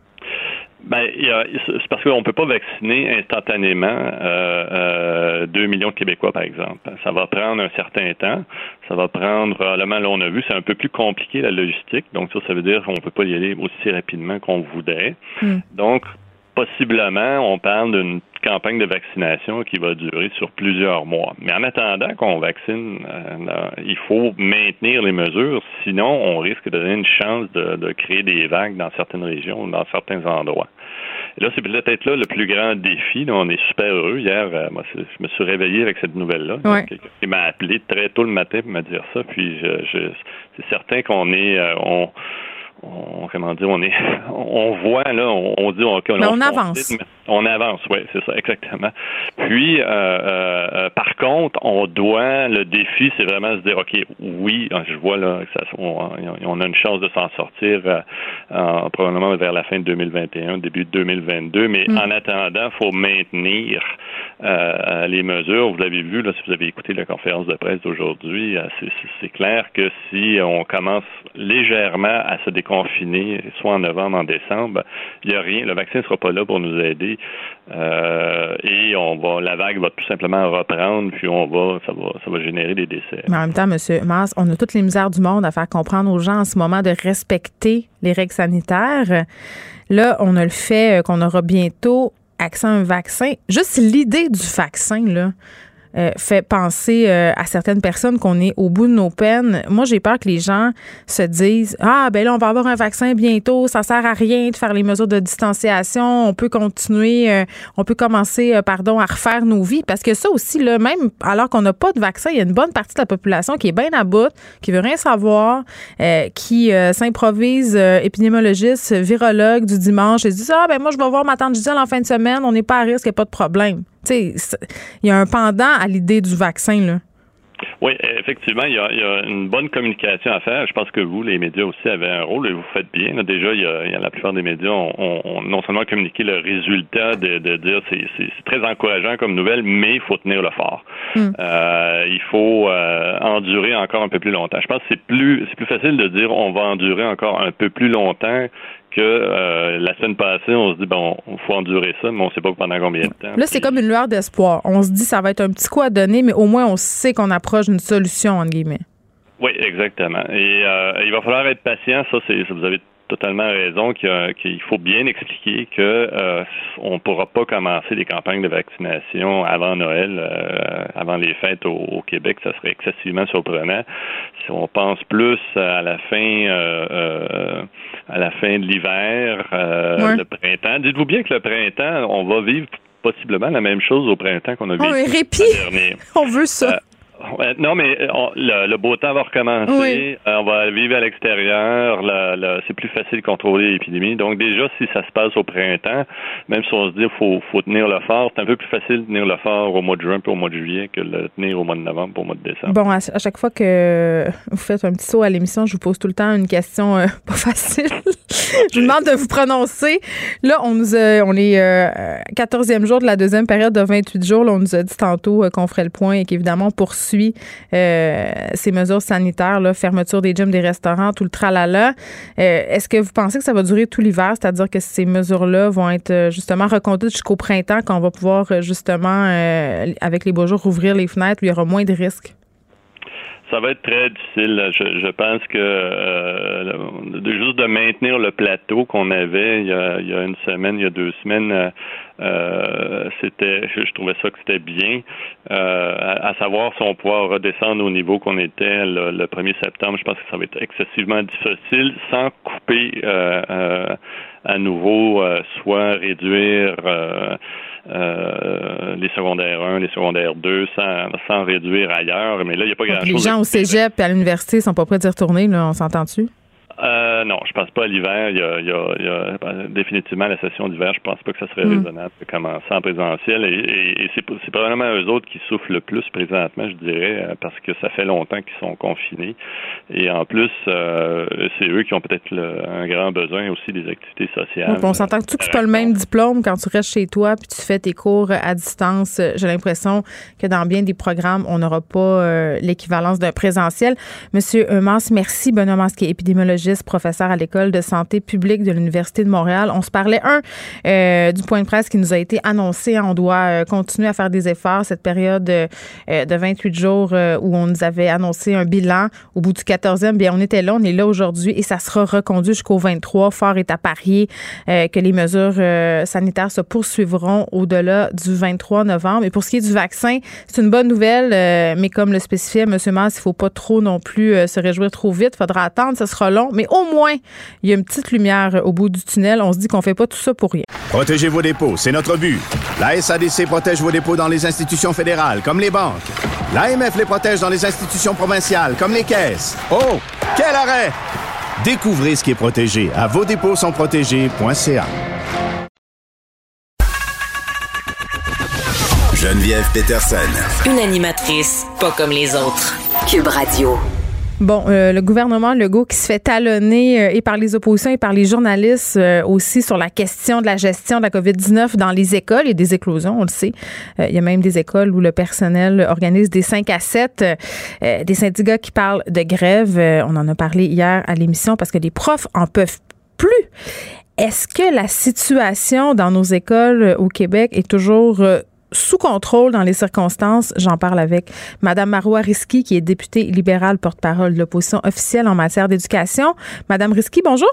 Ben, il y a, c'est parce qu'on ne peut pas vacciner instantanément euh, euh, deux millions de Québécois, par exemple. Ça va prendre un certain temps. Ça va prendre, probablement, là, on a vu, c'est un peu plus compliqué, la logistique. Donc, ça, ça veut dire qu'on ne peut pas y aller aussi rapidement qu'on voudrait. Mm. Donc, possiblement, on parle d'une campagne de vaccination qui va durer sur plusieurs mois. Mais en attendant qu'on vaccine, euh, il faut maintenir les mesures, sinon on risque de donner une chance de, de créer des vagues dans certaines régions, dans certains endroits. Et là, c'est peut-être là le plus grand défi. Là, on est super heureux. Hier, euh, moi, je me suis réveillé avec cette nouvelle-là. Ouais. Quelqu'un qui m'a appelé très tôt le matin pour me dire ça. Puis, je, je, c'est certain qu'on est... Euh, on, On, comment dire, on est, on voit là, on, on dit, okay, mais on, on avance. On avance, oui, c'est ça, exactement. Puis, euh, euh, par contre, on doit, le défi, c'est vraiment se dire, ok, oui, je vois là, que ça, on, on a une chance de s'en sortir euh, euh, probablement vers la fin de deux mille vingt et un, début de deux mille vingt-deux, mais mm. en attendant, il faut maintenir euh, les mesures. Vous l'avez vu là, si vous avez écouté la conférence de presse d'aujourd'hui, c'est, c'est clair que si on commence légèrement à se déconfiner, soit en novembre, en décembre, il n'y a rien. Le vaccin ne sera pas là pour nous aider. Euh, et on va, la vague va tout simplement reprendre, puis on va, ça va, ça va générer des décès. Mais en même temps, M. Masse, on a toutes les misères du monde à faire comprendre aux gens en ce moment de respecter les règles sanitaires. Là, on a le fait qu'on aura bientôt accès à un vaccin. Juste l'idée du vaccin, là, Euh, fait penser euh, à certaines personnes qu'on est au bout de nos peines. Moi, j'ai peur que les gens se disent « Ah, ben là, on va avoir un vaccin bientôt, ça sert à rien de faire les mesures de distanciation, on peut continuer, euh, on peut commencer, euh, pardon, à refaire nos vies. » Parce que ça aussi, là, même alors qu'on n'a pas de vaccin, il y a une bonne partie de la population qui est bien à bout, qui veut rien savoir, euh, qui euh, s'improvise euh, épidémiologiste, virologue du dimanche, et se dit « Ah, ben moi, je vais voir ma tante Gisèle en fin de semaine, on n'est pas à risque, il n'y a pas de problème. » Tu sais, il y a un pendant à l'idée du vaccin, là. Oui, effectivement, il y, a, il y a une bonne communication à faire. Je pense que vous, les médias aussi, avez un rôle et vous faites bien. Là, déjà, il y, a, il y a la plupart des médias ont, ont non seulement communiqué le résultat de, de dire c'est, c'est, c'est très encourageant comme nouvelle, mais il faut tenir le fort. Mm. Euh, il faut euh, endurer encore un peu plus longtemps. Je pense que c'est plus, c'est plus facile de dire on va endurer encore un peu plus longtemps que euh, la semaine passée, on se dit, bon, il faut endurer ça, mais on ne sait pas pendant combien de temps. Là, c'est comme une lueur d'espoir. On se dit, ça va être un petit coup à donner, mais au moins, on sait qu'on approche d'une solution, entre guillemets. Oui, exactement. Et euh, il va falloir être patient. Ça, c'est, vous avez totalement raison qu'il, a, qu'il faut bien expliquer que euh, on ne pourra pas commencer des campagnes de vaccination avant Noël, euh, avant les fêtes au, au Québec. Ça serait excessivement surprenant. Si on pense plus à la fin, euh, euh, à la fin de l'hiver, euh, ouais. le printemps. Dites-vous bien que le printemps, on va vivre possiblement la même chose au printemps qu'on a vécu oh, un répit. l'année dernière. On veut ça. Euh, Ouais, non, mais on, le, le beau temps va recommencer. Oui. Euh, on va vivre à l'extérieur. La, la, c'est plus facile de contrôler l'épidémie. Donc, déjà, si ça se passe au printemps, même si on se dit qu'il faut, faut tenir le fort, c'est un peu plus facile de tenir le fort au mois de juin puis au mois de juillet que de le tenir au mois de novembre puis au mois de décembre. Bon, à, à chaque fois que vous faites un petit saut à l'émission, je vous pose tout le temps une question euh, pas facile. Je vous demande de vous prononcer. Là, on nous a, on est euh, quatorzième jour de la deuxième période de vingt-huit jours. Là, on nous a dit tantôt euh, qu'on ferait le point et qu'évidemment, on poursuit euh, ces mesures sanitaires, là, fermeture des gyms, des restaurants, tout le tralala. Euh, est-ce que vous pensez que ça va durer tout l'hiver? C'est-à-dire que ces mesures-là vont être justement reconduites jusqu'au printemps, quand on va pouvoir justement, euh, avec les beaux jours, ouvrir les fenêtres où il y aura moins de risques? Ça va être très difficile. Je, je pense que euh, de, juste de maintenir le plateau qu'on avait il y, a, il y a une semaine, il y a deux semaines, euh, c'était, je, je trouvais ça que c'était bien. Euh, à, à savoir si on pourra redescendre au niveau qu'on était le, le premier septembre, je pense que ça va être excessivement difficile, sans couper euh, euh, à nouveau, euh, soit réduire euh, euh, les secondaires un, les secondaires deux, sans, sans réduire ailleurs. Mais là, il n'y a pas grand-chose. Les gens au cégep et à l'université ne sont pas prêts d'y retourner, là, on s'entend-tu? Euh, non, je pense pas à l'hiver. Il y a, il y a, il y a définitivement la session d'hiver. Je pense pas que ça serait mmh. raisonnable de commencer en présentiel. Et, et, et c'est, c'est probablement eux autres qui souffrent le plus présentement, je dirais, parce que ça fait longtemps qu'ils sont confinés. Et en plus, euh, c'est eux qui ont peut-être le, un grand besoin aussi des activités sociales. Oui, on s'entend que tu n'as pas le même diplôme quand tu restes chez toi puis tu fais tes cours à distance. J'ai l'impression que dans bien des programmes, on n'aura pas euh, l'équivalence d'un présentiel. Monsieur Mas, merci. Benoît Mas, qui est épidémiologiste, professeur à l'École de santé publique de l'Université de Montréal. On se parlait, un, euh, du point de presse qui nous a été annoncé. On doit euh, continuer à faire des efforts. Cette période euh, de vingt-huit jours euh, où on nous avait annoncé un bilan au bout du quatorzième, bien, on était là, on est là aujourd'hui et ça sera reconduit jusqu'au vingt-trois. Fort est à parier euh, que les mesures euh, sanitaires se poursuivront au-delà du vingt-trois novembre. Et pour ce qui est du vaccin, c'est une bonne nouvelle, euh, mais comme le spécifiait M. Mas, il ne faut pas trop non plus euh, se réjouir trop vite. Il faudra attendre, ce sera long. Mais au moins, il y a une petite lumière au bout du tunnel. On se dit qu'on fait pas tout ça pour rien. Protégez vos dépôts, c'est notre but. La S A D C protège vos dépôts dans les institutions fédérales, comme les banques. L'A M F les protège dans les institutions provinciales, comme les caisses. Oh, quel arrêt! Découvrez ce qui est protégé à vos dépôts sont protégés point c a. Geneviève Peterson. Une animatrice pas comme les autres. Cube Radio. Bon, euh, le gouvernement Legault qui se fait talonner euh, et par les oppositions et par les journalistes euh, aussi sur la question de la gestion de la covid dix-neuf dans les écoles. Il y a des éclosions, on le sait. Euh, il y a même des écoles où le personnel organise des cinq à sept. Euh, des syndicats qui parlent de grève. Euh, on en a parlé hier à l'émission parce que les profs en peuvent plus. Est-ce que la situation dans nos écoles au Québec est toujours euh, sous contrôle dans les circonstances? J'en parle avec Mme Marois Risky, qui est députée libérale porte-parole de l'opposition officielle en matière d'éducation. Mme Risky, bonjour.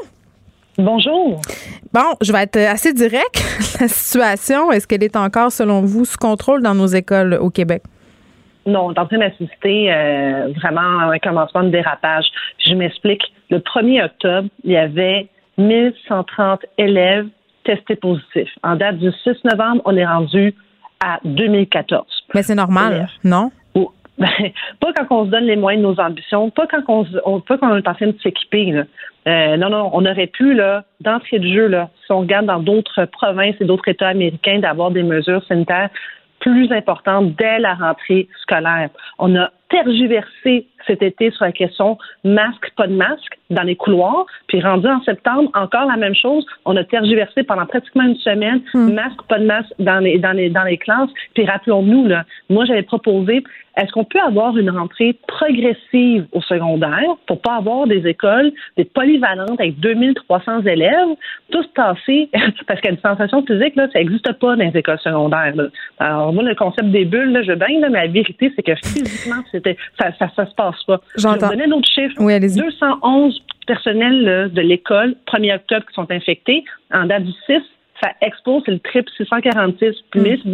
Bonjour. Bon, je vais être assez direct. La situation, est-ce qu'elle est encore, selon vous, sous contrôle dans nos écoles au Québec? Non, on est en train d'assister euh, vraiment à un commencement de dérapage. Je m'explique. Le premier octobre, il y avait mille cent trente élèves testés positifs. En date du six novembre, on est rendu à deux mille quatorze. Mais c'est normal, élèves. Non? Oh, ben, pas quand on se donne les moyens de nos ambitions, pas quand on, on, pas quand on est en train de s'équiper. Là. Euh, non, non, on aurait pu, là, d'entrée de jeu, là, si on regarde dans d'autres provinces et d'autres États américains, d'avoir des mesures sanitaires plus importantes dès la rentrée scolaire. On a tergiversé cet été sur la question masque, pas de masque dans les couloirs, puis rendu en septembre, encore la même chose. On a tergiversé pendant pratiquement une semaine, mmh. masque, pas de masque dans les dans les dans les classes. Puis rappelons-nous, là, moi j'avais proposé, est-ce qu'on peut avoir une rentrée progressive au secondaire pour pas avoir des écoles, des polyvalentes avec deux mille trois cents élèves, tous tassés, parce que la distanciation physique, là, ça n'existe pas dans les écoles secondaires. Là. Alors moi, le concept des bulles, là, je veux bien, là, mais la vérité, c'est que physiquement, c'était ça, ça, ça se passe pas. J'entends. Je vais vous donner d'autres chiffres. Oui, allez-y. deux cent onze personnels là, de l'école, premier octobre, qui sont infectés. En date du six, ça explose, c'est le triple six cent quarante-six. Puis, mm. mais il se dit,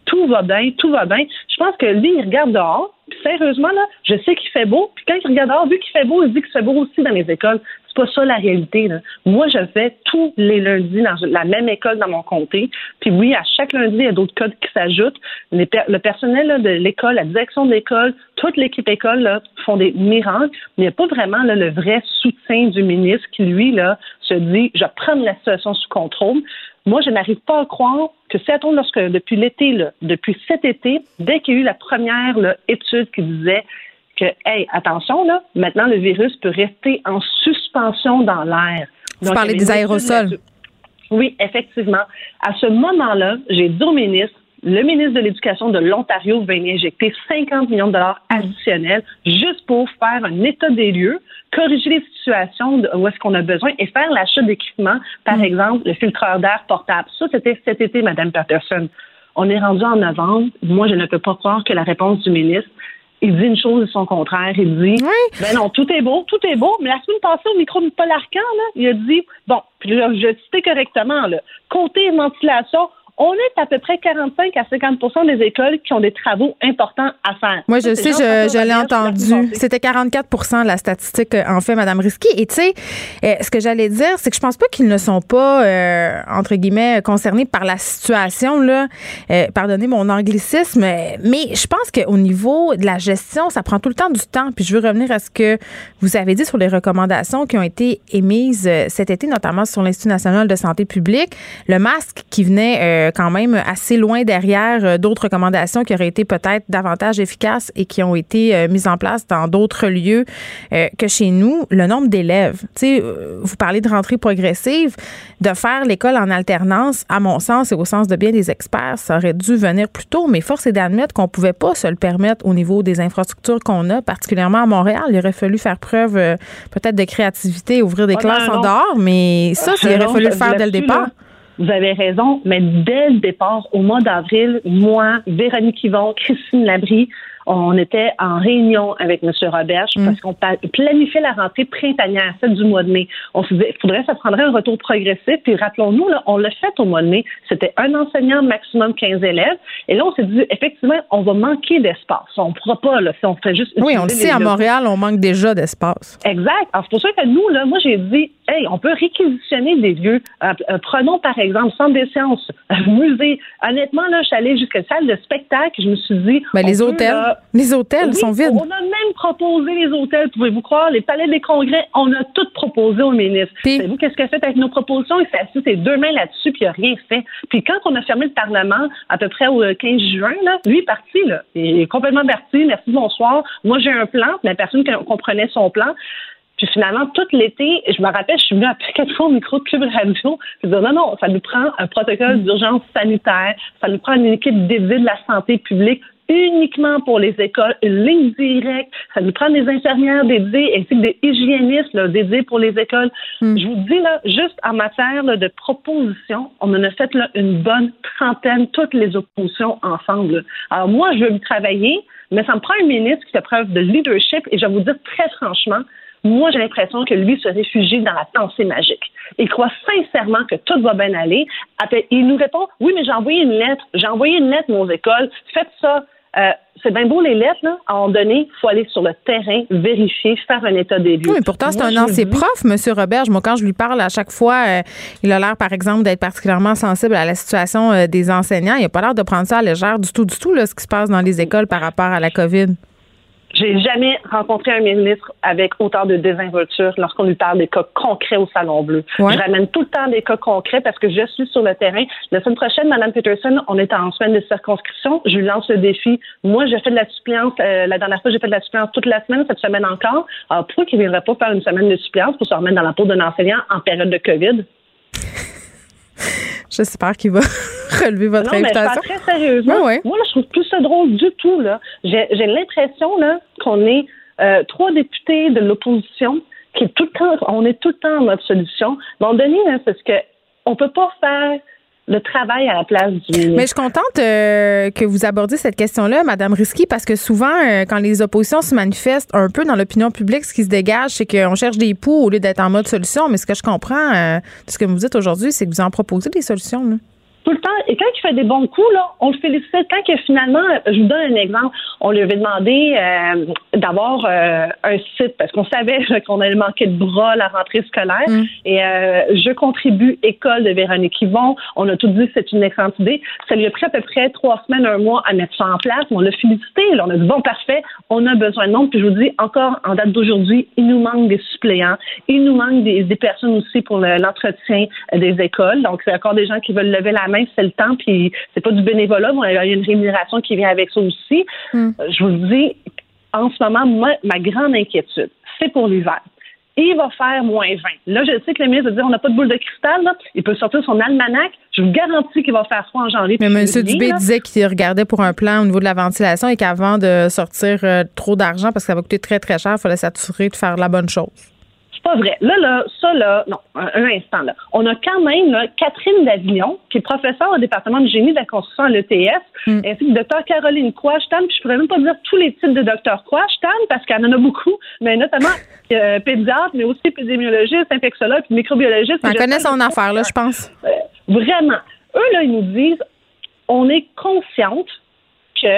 tout va bien, tout va bien. Je pense que lui, il regarde dehors, puis sérieusement, là, je sais qu'il fait beau, puis quand il regarde dehors, vu qu'il fait beau, il dit qu'il fait beau aussi dans les écoles. C'est pas ça la réalité, là. Moi, je fais tous les lundis dans la même école dans mon comté, puis oui, à chaque lundi, il y a d'autres codes qui s'ajoutent. Les per- le personnel là, de l'école, la direction de l'école, toute l'équipe école là, font des miracles, mais il n'y a pas vraiment là, le vrai soutien du ministre qui, lui, là, se dit « je prends la situation sous contrôle ». Moi, je n'arrive pas à croire que, c'est-on lorsque, depuis l'été, là, depuis cet été, dès qu'il y a eu la première là, étude qui disait que, hey, attention, là, maintenant, le virus peut rester en suspension dans l'air. Vous parlez des aérosols. Oui, effectivement. À ce moment-là, j'ai dit au ministre, le ministre de l'Éducation de l'Ontario va y injecter cinquante millions de dollars additionnels juste pour faire un état des lieux, corriger les situations de où est-ce qu'on a besoin et faire l'achat d'équipements, par mmh. exemple, le filtreur d'air portable. Ça, c'était cet été, Mme Patterson. On est rendu en novembre. Moi, je ne peux pas croire que la réponse du ministre, il dit une chose et son contraire. Il dit, oui. ben non, tout est beau, tout est beau. Mais la semaine passée, au micro de Paul Arcand, là, il a dit, bon, puis là, je citais correctement, là, côté ventilation, on est à peu près quarante-cinq à cinquante pour cent des écoles qui ont des travaux importants à faire. Moi, je sais, je, je l'ai entendu. C'était quarante-quatre pour cent la statistique, en fait, Mme Risky. Et tu sais, euh, ce que j'allais dire, c'est que je pense pas qu'ils ne sont pas, euh, entre guillemets, concernés par la situation, là. Euh, pardonnez mon anglicisme, mais je pense qu'au niveau de la gestion, ça prend tout le temps du temps. Puis je veux revenir à ce que vous avez dit sur les recommandations qui ont été émises cet été, notamment sur l'Institut national de santé publique. Le masque qui venait euh, quand même assez loin derrière d'autres recommandations qui auraient été peut-être davantage efficaces et qui ont été mises en place dans d'autres lieux euh, que chez nous. Le nombre d'élèves, tu sais, vous parlez de rentrée progressive, de faire l'école en alternance, à mon sens et au sens de bien des experts, ça aurait dû venir plus tôt, mais force est d'admettre qu'on pouvait pas se le permettre au niveau des infrastructures qu'on a, particulièrement à Montréal. Il aurait fallu faire preuve euh, peut-être de créativité, ouvrir des oh, classes non, en dehors, mais ça, euh, il aurait fallu le faire dès le départ. Là. Vous avez raison, mais dès le départ, au mois d'avril, moi, Véronique Yvon, Christine Labrie, on était en réunion avec M. Roberge mmh. parce qu'on planifiait la rentrée printanière, celle du mois de mai. On se disait, il faudrait, ça prendrait un retour progressif. Puis rappelons-nous, là, on l'a fait au mois de mai. C'était un enseignant, maximum quinze élèves. Et là, on s'est dit, effectivement, on va manquer d'espace. On ne pourra pas, là, si on fait juste... Oui, on le sait, à Montréal, on manque déjà d'espace. Exact. Alors, c'est pour ça que nous, là, moi, j'ai dit, hey, on peut réquisitionner des lieux. Euh, euh, prenons, par exemple, Centre des sciences, euh, musée. Honnêtement, là, je suis allée jusqu'à salle de spectacle. Je me suis dit... Ben, les hôtels. Peut, là, Les hôtels oui, sont vides. On a même proposé les hôtels, pouvez-vous croire, les palais des congrès, on a tout proposé au ministre. Savez-vous qu'est-ce qu'il a fait avec nos propositions? Il s'est assis ses deux mains là-dessus, puis il n'a rien fait. Puis quand on a fermé le Parlement, à peu près au quinze juin, là, lui est parti, là. Il est complètement parti. Merci, bonsoir. Moi, j'ai un plan. La personne qui comprenait son plan. Puis finalement, tout l'été, je me rappelle, je suis venue après quatre fois au micro de Cube Radio. Je disais, non, non, ça nous prend un protocole d'urgence sanitaire. Ça nous prend une équipe dédiée de la santé publique uniquement pour les écoles, une ligne directe. Ça nous prend des infirmières dédiées ainsi que des hygiénistes là, dédiés pour les écoles. Mm. Je vous dis, là, juste en matière là, de propositions, on en a fait là, une bonne trentaine, toutes les oppositions ensemble. Alors moi, je veux y travailler, mais ça me prend un ministre qui fait preuve de leadership et je vais vous dire très franchement, moi, j'ai l'impression que lui se réfugie dans la pensée magique. Il croit sincèrement que tout va bien aller. Après, il nous répond, oui, mais j'ai envoyé une lettre. J'ai envoyé une lettre aux écoles. Faites ça. Euh, c'est bien beau les lettres, là. À un moment donné, il faut aller sur le terrain, vérifier, faire un état des lieux. Oui, mais pourtant, c'est moi, un ancien dis... prof, M. Roberge. Moi, quand je lui parle à chaque fois, euh, il a l'air, par exemple, d'être particulièrement sensible à la situation euh, des enseignants. Il n'a pas l'air de prendre ça à légère du tout, du tout, là, ce qui se passe dans les écoles par rapport à la COVID. J'ai jamais rencontré un ministre avec autant de désinvolture lorsqu'on lui parle des cas concrets au Salon Bleu. Ouais. Je ramène tout le temps des cas concrets parce que je suis sur le terrain. La semaine prochaine, Mme Peterson, on est en semaine de circonscription. Je lui lance le défi. Moi, j'ai fait de la suppléance. Euh, la dernière fois, j'ai fait de la suppléance toute la semaine, cette semaine encore. Alors, pourquoi qu'il ne viendrait pas faire une semaine de suppléance pour se remettre dans la peau d'un enseignant en période de COVID? J'espère qu'il va relever votre non, invitation. Non, mais je parle très sérieusement. Oui, oui. Moi, là, je trouve plus ça drôle du tout. Là. J'ai, j'ai l'impression là, qu'on est euh, trois députés de l'opposition qui est tout le temps, on est tout le temps en mode solution. Mais à un moment donné, là, c'est parce que on peut pas faire le travail à la place du ministre. Mais je suis contente euh, que vous abordiez cette question-là, Mme Risky, parce que souvent, euh, quand les oppositions se manifestent un peu dans l'opinion publique, ce qui se dégage, c'est qu'on cherche des poux au lieu d'être en mode solution. Mais ce que je comprends euh, de ce que vous dites aujourd'hui, c'est que vous en proposez des solutions, là. tout le temps. Et quand il fait des bons coups, là, on le félicite. Quand que finalement, je vous donne un exemple, on lui avait demandé euh, d'avoir euh, un site, parce qu'on savait là, qu'on allait manquer de bras à la rentrée scolaire. Mm. Et euh, je contribue École de Véronique Yvon. On a tout dit que c'est une excellente idée. Ça lui a pris à peu près trois semaines, un mois à mettre ça en place. On l'a félicité. Là, on a dit, bon, parfait, on a besoin de monde. Puis je vous dis, encore en date d'aujourd'hui, il nous manque des suppléants. Il nous manque des, des personnes aussi pour le, l'entretien des écoles. Donc, c'est encore des gens qui veulent lever la main, c'est le temps, puis c'est pas du bénévolat, mais il y a une rémunération qui vient avec ça aussi. Mm. Je vous dis, en ce moment, moi, ma grande inquiétude, c'est pour l'hiver. Il va faire moins vingt. Là, je sais que le ministre va dire on n'a pas de boule de cristal, là. Il peut sortir son almanach. Je vous garantis qu'il va faire froid en janvier. Mais M. Dubé là. disait qu'il regardait pour un plan au niveau de la ventilation et qu'avant de sortir euh, trop d'argent, parce que ça va coûter très, très cher, il fallait s'assurer de faire la bonne chose. Pas vrai. Là, là, ça, là, non, un, un instant, là. On a quand même, là, Catherine Davignon, qui est professeure au département de génie de la construction à l'E T S, mm. ainsi que Dr Caroline Croix-Stan, puis je pourrais même pas dire tous les titres de Dr Croix-Stan, parce qu'elle en a beaucoup, mais notamment euh, pédiatre, mais aussi épidémiologiste, infectiologue, puis microbiologiste. Elle connaît son affaire, là, je pense. Euh, vraiment. Eux, là, ils nous disent, on est consciente que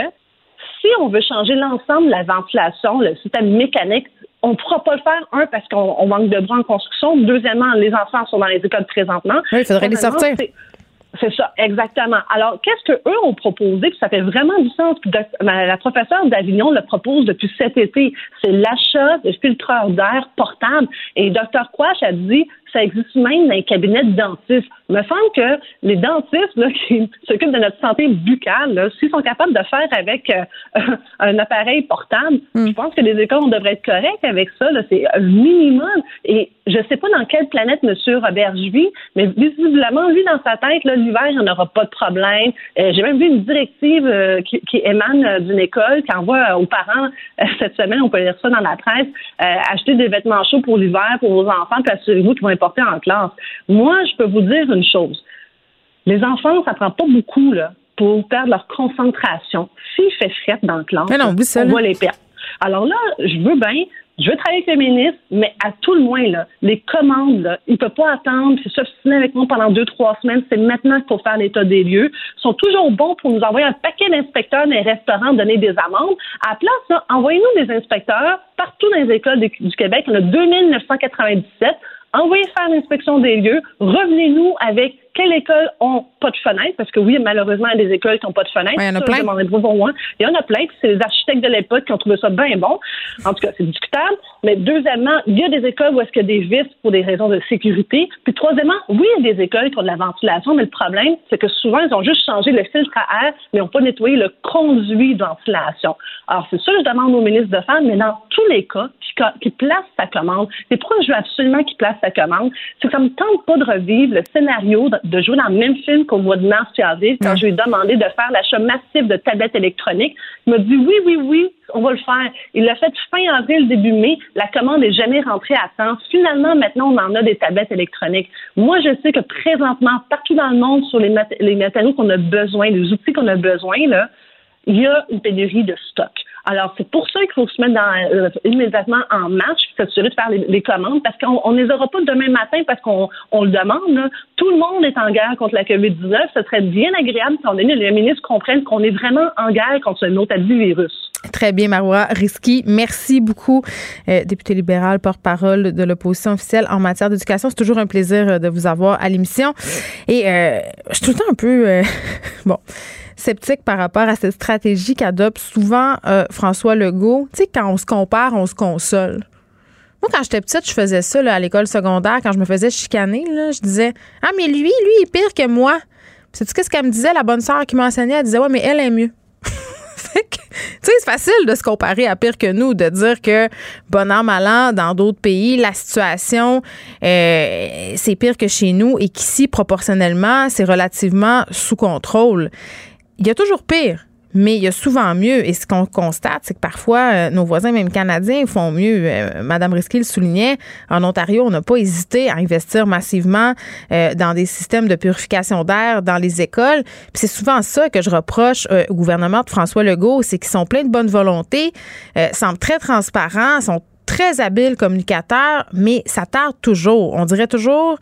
si on veut changer l'ensemble de la ventilation, le système mécanique, on ne pourra pas le faire, un, parce qu'on on manque de bras en construction. Deuxièmement, les enfants sont dans les écoles présentement. Oui, il faudrait les sortir. C'est, c'est ça, exactement. Alors, qu'est-ce qu'eux ont proposé? Puis ça fait vraiment du sens. Puis de, la professeure d'Avignon le propose depuis cet été. C'est l'achat de filtreurs d'air portables. Et Dr Quash a dit, ça existe même dans les cabinets de dentistes. Il me semble que les dentistes là, qui s'occupent de notre santé buccale, là, s'ils sont capables de faire avec euh, un appareil portable, mm. je pense que les écoles, on devrait être corrects avec ça. Là, c'est un minimum. Et je ne sais pas dans quelle planète M. Roberge vit, mais visiblement, lui, dans sa tête, là, l'hiver, il n'y en aura pas de problème. Euh, j'ai même vu une directive euh, qui, qui émane euh, d'une école, qui envoie euh, aux parents euh, cette semaine, on peut lire ça dans la presse, euh, acheter des vêtements chauds pour l'hiver, pour vos enfants, puis assurez-vous qu'ils vont être portés en classe. Moi, je peux vous dire une chose. Les enfants, ça prend pas beaucoup là, pour perdre leur concentration. S'il fait fret dans le classe, non, ça, on va les perdre. Alors là, je veux bien, je veux travailler avec le ministre, mais à tout le moins, là, les commandes, là, il ne peut pas attendre, puis s'obstiner avec moi pendant deux, trois semaines. C'est maintenant qu'il faut faire l'état des lieux. Ils sont toujours bons pour nous envoyer un paquet d'inspecteurs dans les restaurants, donner des amendes. À la place, là, envoyez-nous des inspecteurs partout dans les écoles du, du Québec. Il y en a deux mille neuf cent quatre-vingt-dix-sept. Envoyez faire l'inspection des lieux. Revenez-nous avec quelles écoles ont pas de fenêtres, parce que oui, malheureusement, il y a des écoles qui n'ont pas de fenêtres. Il y en a ça, plein. Il y en a plein, puis c'est les architectes de l'époque qui ont trouvé ça bien bon. En tout cas, c'est discutable. Mais deuxièmement, il y a des écoles où est-ce qu'il y a des vis pour des raisons de sécurité. Puis troisièmement, oui, il y a des écoles qui ont de la ventilation, mais le problème, c'est que souvent, ils ont juste changé le filtre à air, mais ils n'ont pas nettoyé le conduit de ventilation. Alors, c'est ça que je demande au ministre de faire, mais dans tous les cas, qui, qui place sa commande, et pourquoi je veux absolument qu'il place sa commande, c'est que ça me tente pas de revivre le scénario de, de jouer dans le même film qu'au mois de mars et avril, quand mmh. je lui ai demandé de faire l'achat massif de tablettes électroniques. Il m'a dit oui, oui, oui, on va le faire. Il l'a fait fin avril, début mai. La commande n'est jamais rentrée à temps. Finalement, maintenant, on en a des tablettes électroniques. Moi, je sais que présentement, partout dans le monde, sur les, mat- les matériaux qu'on a besoin, les outils qu'on a besoin, là, il y a une pénurie de stock. Alors, c'est pour ça qu'il faut se mettre dans, euh, immédiatement en marche, s'assurer de faire les, les commandes, parce qu'on ne les aura pas demain matin parce qu'on on le demande. Là. Tout le monde est en guerre contre la covid dix-neuf. Ce serait bien agréable si on donné le ministre comprenne qu'on est vraiment en guerre contre un autre virus. Très bien, Marois Risky. Merci beaucoup, euh, députée libérale, porte-parole de l'opposition officielle en matière d'éducation. C'est toujours un plaisir de vous avoir à l'émission. Et euh, je suis tout le temps un peu... Euh, bon... sceptique par rapport à cette stratégie qu'adopte souvent euh, François Legault. Tu sais, quand on se compare, on se console. Moi, quand j'étais petite, je faisais ça là, à l'école secondaire, quand je me faisais chicaner, là, je disais « Ah, mais lui, lui, il est pire que moi. » Sais-tu qu'est-ce qu'elle me disait, la bonne sœur qui m'enseignait? Elle disait « Ouais, mais elle est mieux. » Fait que, tu sais, c'est facile de se comparer à pire que nous, de dire que, bon an, mal an, dans d'autres pays, la situation, euh, c'est pire que chez nous et qu'ici, proportionnellement, c'est relativement sous contrôle. Il y a toujours pire, mais il y a souvent mieux. Et ce qu'on constate, c'est que parfois, euh, nos voisins, même canadiens, font mieux. Euh, Madame Risky le soulignait, en Ontario, on n'a pas hésité à investir massivement euh, dans des systèmes de purification d'air dans les écoles. Puis c'est souvent ça que je reproche euh, au gouvernement de François Legault, c'est qu'ils sont pleins de bonne volonté, euh, semblent très transparents, sont très habiles communicateurs, mais ça tarde toujours. On dirait toujours...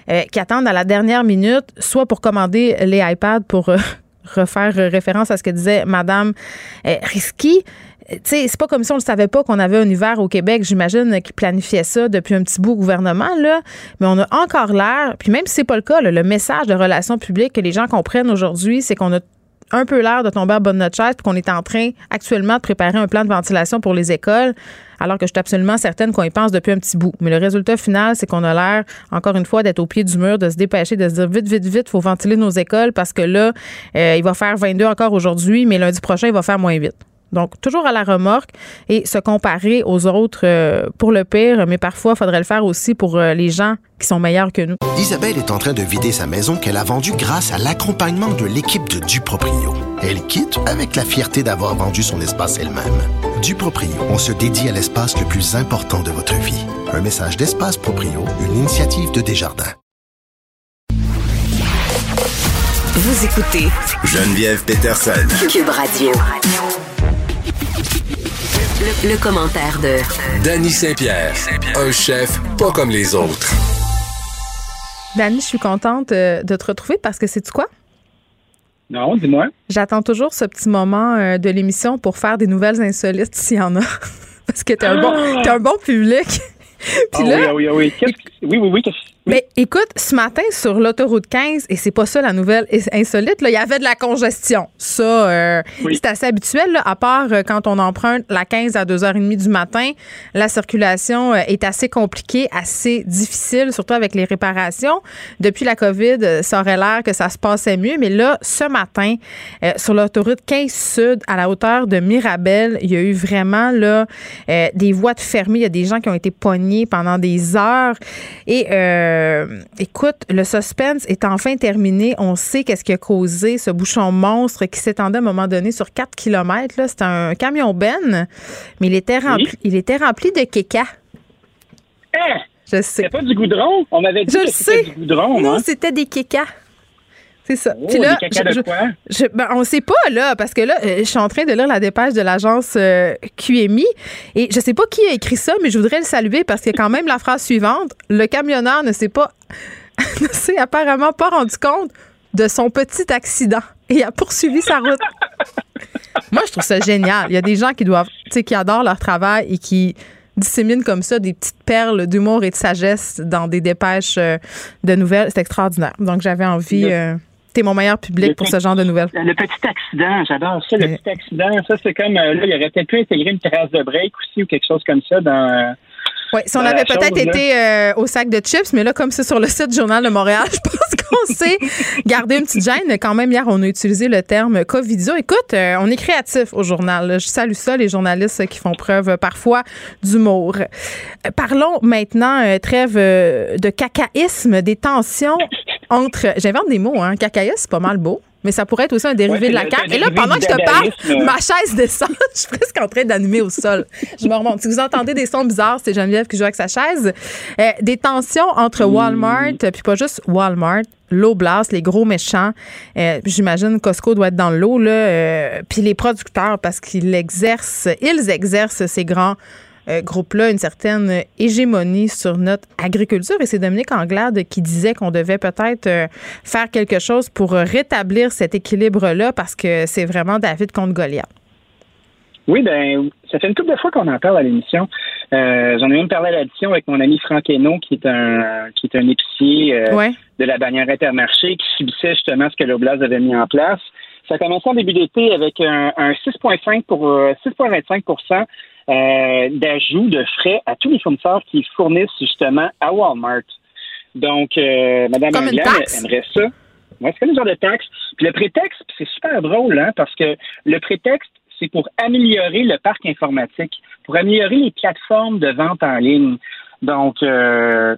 euh, qui attendent à la dernière minute, soit pour commander les iPads pour euh, refaire référence à ce que disait Mme euh, Risky. Tu sais, c'est pas comme si on ne savait pas qu'on avait un hiver au Québec. J'imagine qu'ils planifiaient ça depuis un petit bout au gouvernement, là. Mais on a encore l'air, puis même si c'est pas le cas, là, le message de relations publiques que les gens comprennent aujourd'hui, c'est qu'on a un peu l'air de tomber à bas de notre chaise puis qu'on est en train actuellement de préparer un plan de ventilation pour les écoles, alors que je suis absolument certaine qu'on y pense depuis un petit bout. Mais le résultat final, c'est qu'on a l'air, encore une fois, d'être au pied du mur, de se dépêcher, de se dire vite, vite, vite, il faut ventiler nos écoles parce que là, euh, il va faire vingt-deux encore aujourd'hui, mais lundi prochain, il va faire moins vite. Donc, toujours à la remorque et se comparer aux autres euh, pour le pire, mais parfois, il faudrait le faire aussi pour euh, les gens qui sont meilleurs que nous. Isabelle est en train de vider sa maison qu'elle a vendue grâce à l'accompagnement de l'équipe de Duproprio. Elle quitte avec la fierté d'avoir vendu son espace elle-même. Duproprio, on se dédie à l'espace le plus important de votre vie. Un message d'Espace Proprio, une initiative de Desjardins. Vous écoutez Geneviève Peterson. Cube Radio. Le, le commentaire de Dany Saint-Pierre, un chef pas comme les autres. Dany, je suis contente euh, de te retrouver parce que sais-tu quoi? Non, dis-moi. J'attends toujours ce petit moment euh, de l'émission pour faire des nouvelles insolites s'il y en a. Parce que t'es un bon, t'es un bon public. Puis ah là, oui, oui, oui. Qu'est-ce que, oui, oui, oui. Qu'est-ce, oui. Mais écoute, ce matin, sur l'autoroute quinze, et c'est pas ça la nouvelle insolite, là, il y avait de la congestion. Ça, euh, oui. c'est assez habituel, là, à part euh, quand on emprunte la quinze à deux heures trente du matin. La circulation euh, est assez compliquée, assez difficile, surtout avec les réparations. Depuis la COVID, ça aurait l'air que ça se passait mieux. Mais là, ce matin, euh, sur l'autoroute quinze Sud, à la hauteur de Mirabel, il y a eu vraiment là euh, des voies de fermées. Il y a des gens qui ont été pognés pendant des heures. Et euh, Euh, écoute, le suspense est enfin terminé. On sait qu'est-ce qui a causé ce bouchon monstre qui s'étendait à un moment donné sur quatre kilomètres. Là. C'était un camion Ben, mais il était rempli, oui. il était rempli de kéka. Hein? Je sais. C'était pas du goudron? On m'avait dit je que sais. c'était du goudron. Non, hein? c'était des kékas. C'est ça. Oh, Puis là, des caca je, de quoi? Je, je, ben, on ne sait pas, là, parce que là, je suis en train de lire la dépêche de l'agence euh, Q M I et je ne sais pas qui a écrit ça, mais je voudrais le saluer parce qu'il y a quand même la phrase suivante. Le camionneur ne s'est pas, ne s'est apparemment pas rendu compte de son petit accident et a poursuivi sa route. Moi, je trouve ça génial. Il y a des gens qui doivent, tu sais, qui adorent leur travail et qui disséminent comme ça des petites perles d'humour et de sagesse dans des dépêches euh, de nouvelles. C'est extraordinaire. Donc, j'avais envie... Euh, T'es mon meilleur public le pour petit, ce genre de nouvelles. Le petit accident, j'adore ça, le oui. petit accident. Ça, c'est comme, euh, là, il aurait peut-être pu intégrer une trace de break aussi ou quelque chose comme ça dans... Euh, oui, si on avait peut-être chose, été euh, au sac de chips, mais là, comme c'est sur le site du Journal de Montréal, je pense qu'on sait garder une petite gêne. Quand même, hier, on a utilisé le terme Covidio. Écoute, euh, on est créatif au journal. Je salue ça, les journalistes qui font preuve euh, parfois d'humour. Euh, parlons maintenant, euh, trêve euh, de cacaïsme, des tensions entre... J'invente des mots, hein. Cacaïsme, c'est pas mal beau. Mais ça pourrait être aussi un dérivé ouais, de la C A Q. Et là, pendant que je te parle, euh... ma chaise descend. Je suis presque en train d'animer au sol. Je me remonte. Si vous entendez des sons bizarres, c'est Geneviève qui joue avec sa chaise. Euh, des tensions entre Walmart, mmh. puis pas juste Walmart, l'Oblast, les gros méchants. Euh, j'imagine Costco doit être dans le lot, là. Euh, puis les producteurs, parce qu'ils exercent, ils exercent ces grands Euh, groupe-là une certaine hégémonie sur notre agriculture. Et c'est Dominique Anglade qui disait qu'on devait peut-être euh, faire quelque chose pour rétablir cet équilibre-là parce que c'est vraiment David contre Goliath. Oui, ben ça fait une couple de fois qu'on en parle à l'émission. Euh, j'en ai même parlé à l'addition avec mon ami Franck Hainaut, qui est un qui est un épicier euh, ouais. de la bannière Intermarché, qui subissait justement ce que l'Oblast avait mis en place. Ça a commencé en début d'été avec un, un six virgule cinq pour six virgule vingt-cinq pour cent Euh, d'ajout de frais à tous les fournisseurs qui fournissent justement à Walmart. Donc, euh, Mme Anglade aimerait ça. Ouais, c'est comme une genre de taxe. Puis le prétexte, c'est super drôle, hein, parce que le prétexte, c'est pour améliorer le parc informatique, pour améliorer les plateformes de vente en ligne. Donc, euh,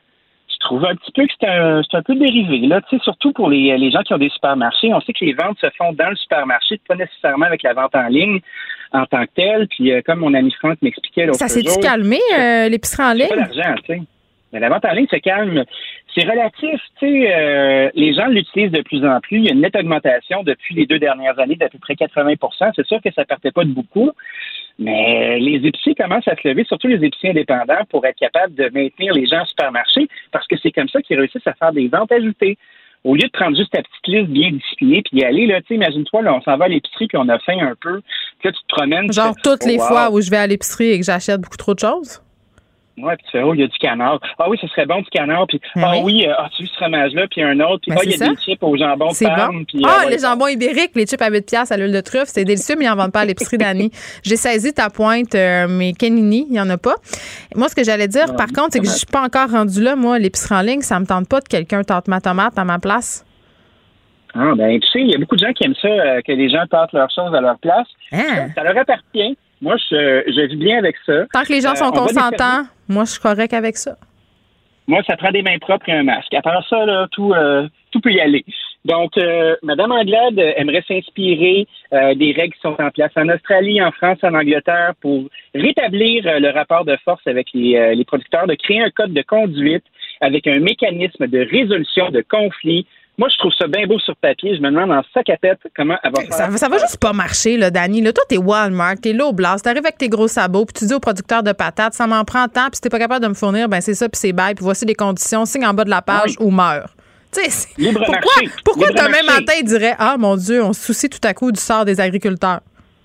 je trouve un petit peu que c'est un, c'est un peu dérivé, là, tu sais, surtout pour les, les gens qui ont des supermarchés. On sait que les ventes se font dans le supermarché, pas nécessairement avec la vente en ligne en tant que telle. Puis, euh, comme mon ami Franck m'expliquait l'autre jour... Ça s'est-tu calmé, euh, l'épicerie en ligne? C'est pas d'argent, tu sais. Mais la vente en ligne se calme. c'est relatif, tu sais, euh, les gens l'utilisent de plus en plus. Il y a une nette augmentation depuis les deux dernières années d'à peu près quatre-vingts pour cent. C'est sûr que ça partait pas de beaucoup, mais les épiciers commencent à se lever, surtout les épiciers indépendants, pour être capables de maintenir les gens en supermarché, parce que c'est comme ça qu'ils réussissent à faire des ventes ajoutées. Au lieu de prendre juste ta petite liste bien disciplinée puis y aller, là, tu sais, imagine-toi, là, on s'en va à l'épicerie puis on a faim un peu. Puis là, tu te promènes. Genre fais, toutes oh, les wow. fois où je vais à l'épicerie et que j'achète beaucoup trop de choses? Ouais, puis tu fais, oh, il y a du canard. Ah oui, ce serait bon du canard. Puis, oui. ah oui, euh, ah, tu veux ce fromage-là, puis un autre. Puis, ah, il y a ça? Des chips au jambon de Parme. Bon. Ah, euh, les jambons ibériques, les chips à huit piastres à l'huile de truffe, c'est délicieux, mais ils n'en vendent pas à l'épicerie d'Annie. J'ai saisi ta pointe, euh, mais Kenini, il n'y en a pas. Moi, ce que j'allais dire, ouais, par contre, c'est que je suis pas encore rendue là, moi, l'épicerie en ligne, ça me tente pas de quelqu'un tente ma tomate à ma place. Ah, ben, tu sais, il y a beaucoup de gens qui aiment ça, euh, que les gens tâtent leurs choses à leur place. Hein? Ça, ça leur appartient. Moi, je, je vis bien avec ça. Tant que les gens sont euh, consentants, moi, je suis correct avec ça. Moi, ça prend des mains propres et un masque. À part ça, là, tout, euh, tout peut y aller. Donc, euh, Mme Anglade aimerait s'inspirer euh, des règles qui sont en place en Australie, en France, en Angleterre pour rétablir euh, le rapport de force avec les, euh, les producteurs, de créer un code de conduite avec un mécanisme de résolution de conflits. Moi, je trouve ça bien beau sur papier. Je me demande en sac à tête comment elle va faire. Ça, ça va juste pas marcher, là, Dani. Là, toi, t'es Walmart, t'es Loblaws, t'arrives avec tes gros sabots, puis tu dis au producteur de patates, ça m'en prend tant, puis si t'es pas capable de me fournir, ben c'est ça, puis c'est bye, puis voici les conditions, signe en bas de la page oui. ou meurs. Tu sais, pourquoi, marché. pourquoi Libre demain marché. matin, il dirait, ah, mon Dieu, on se soucie tout à coup du sort des agriculteurs?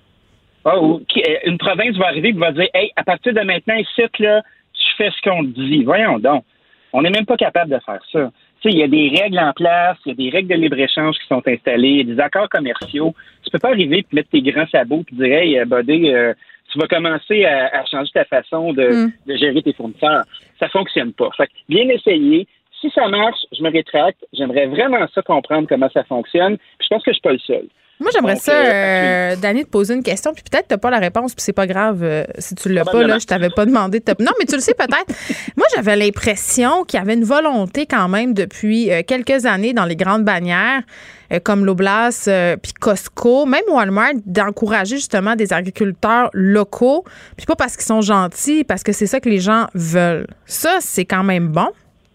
Oh, une province va arriver et va dire, hey, à partir de maintenant, ici, là, tu fais ce qu'on te dit. Voyons donc. On n'est même pas capable de faire ça. Il y a des règles en place, il y a des règles de libre-échange qui sont installées, il y a des accords commerciaux. Tu peux pas arriver et mettre tes grands sabots et dire, hey, buddy, euh, tu vas commencer à, à changer ta façon de, mm. de gérer tes fournisseurs. Ça fonctionne pas. Fait que bien essayé. Si ça marche, je me rétracte. J'aimerais vraiment ça comprendre comment ça fonctionne. Puis je pense que je suis pas le seul. Moi, j'aimerais Donc, ça, euh, Dani, te poser une question, puis peut-être t'as pas la réponse, puis c'est pas grave euh, si tu l'as pas, là, je t'avais pas demandé de te... Non, mais tu le sais peut-être. Moi, j'avais l'impression qu'il y avait une volonté quand même depuis euh, quelques années dans les grandes bannières, euh, comme Loblaws, euh, puis Costco, même Walmart, d'encourager justement des agriculteurs locaux, puis pas parce qu'ils sont gentils, parce que c'est ça que les gens veulent. Ça, c'est quand même bon.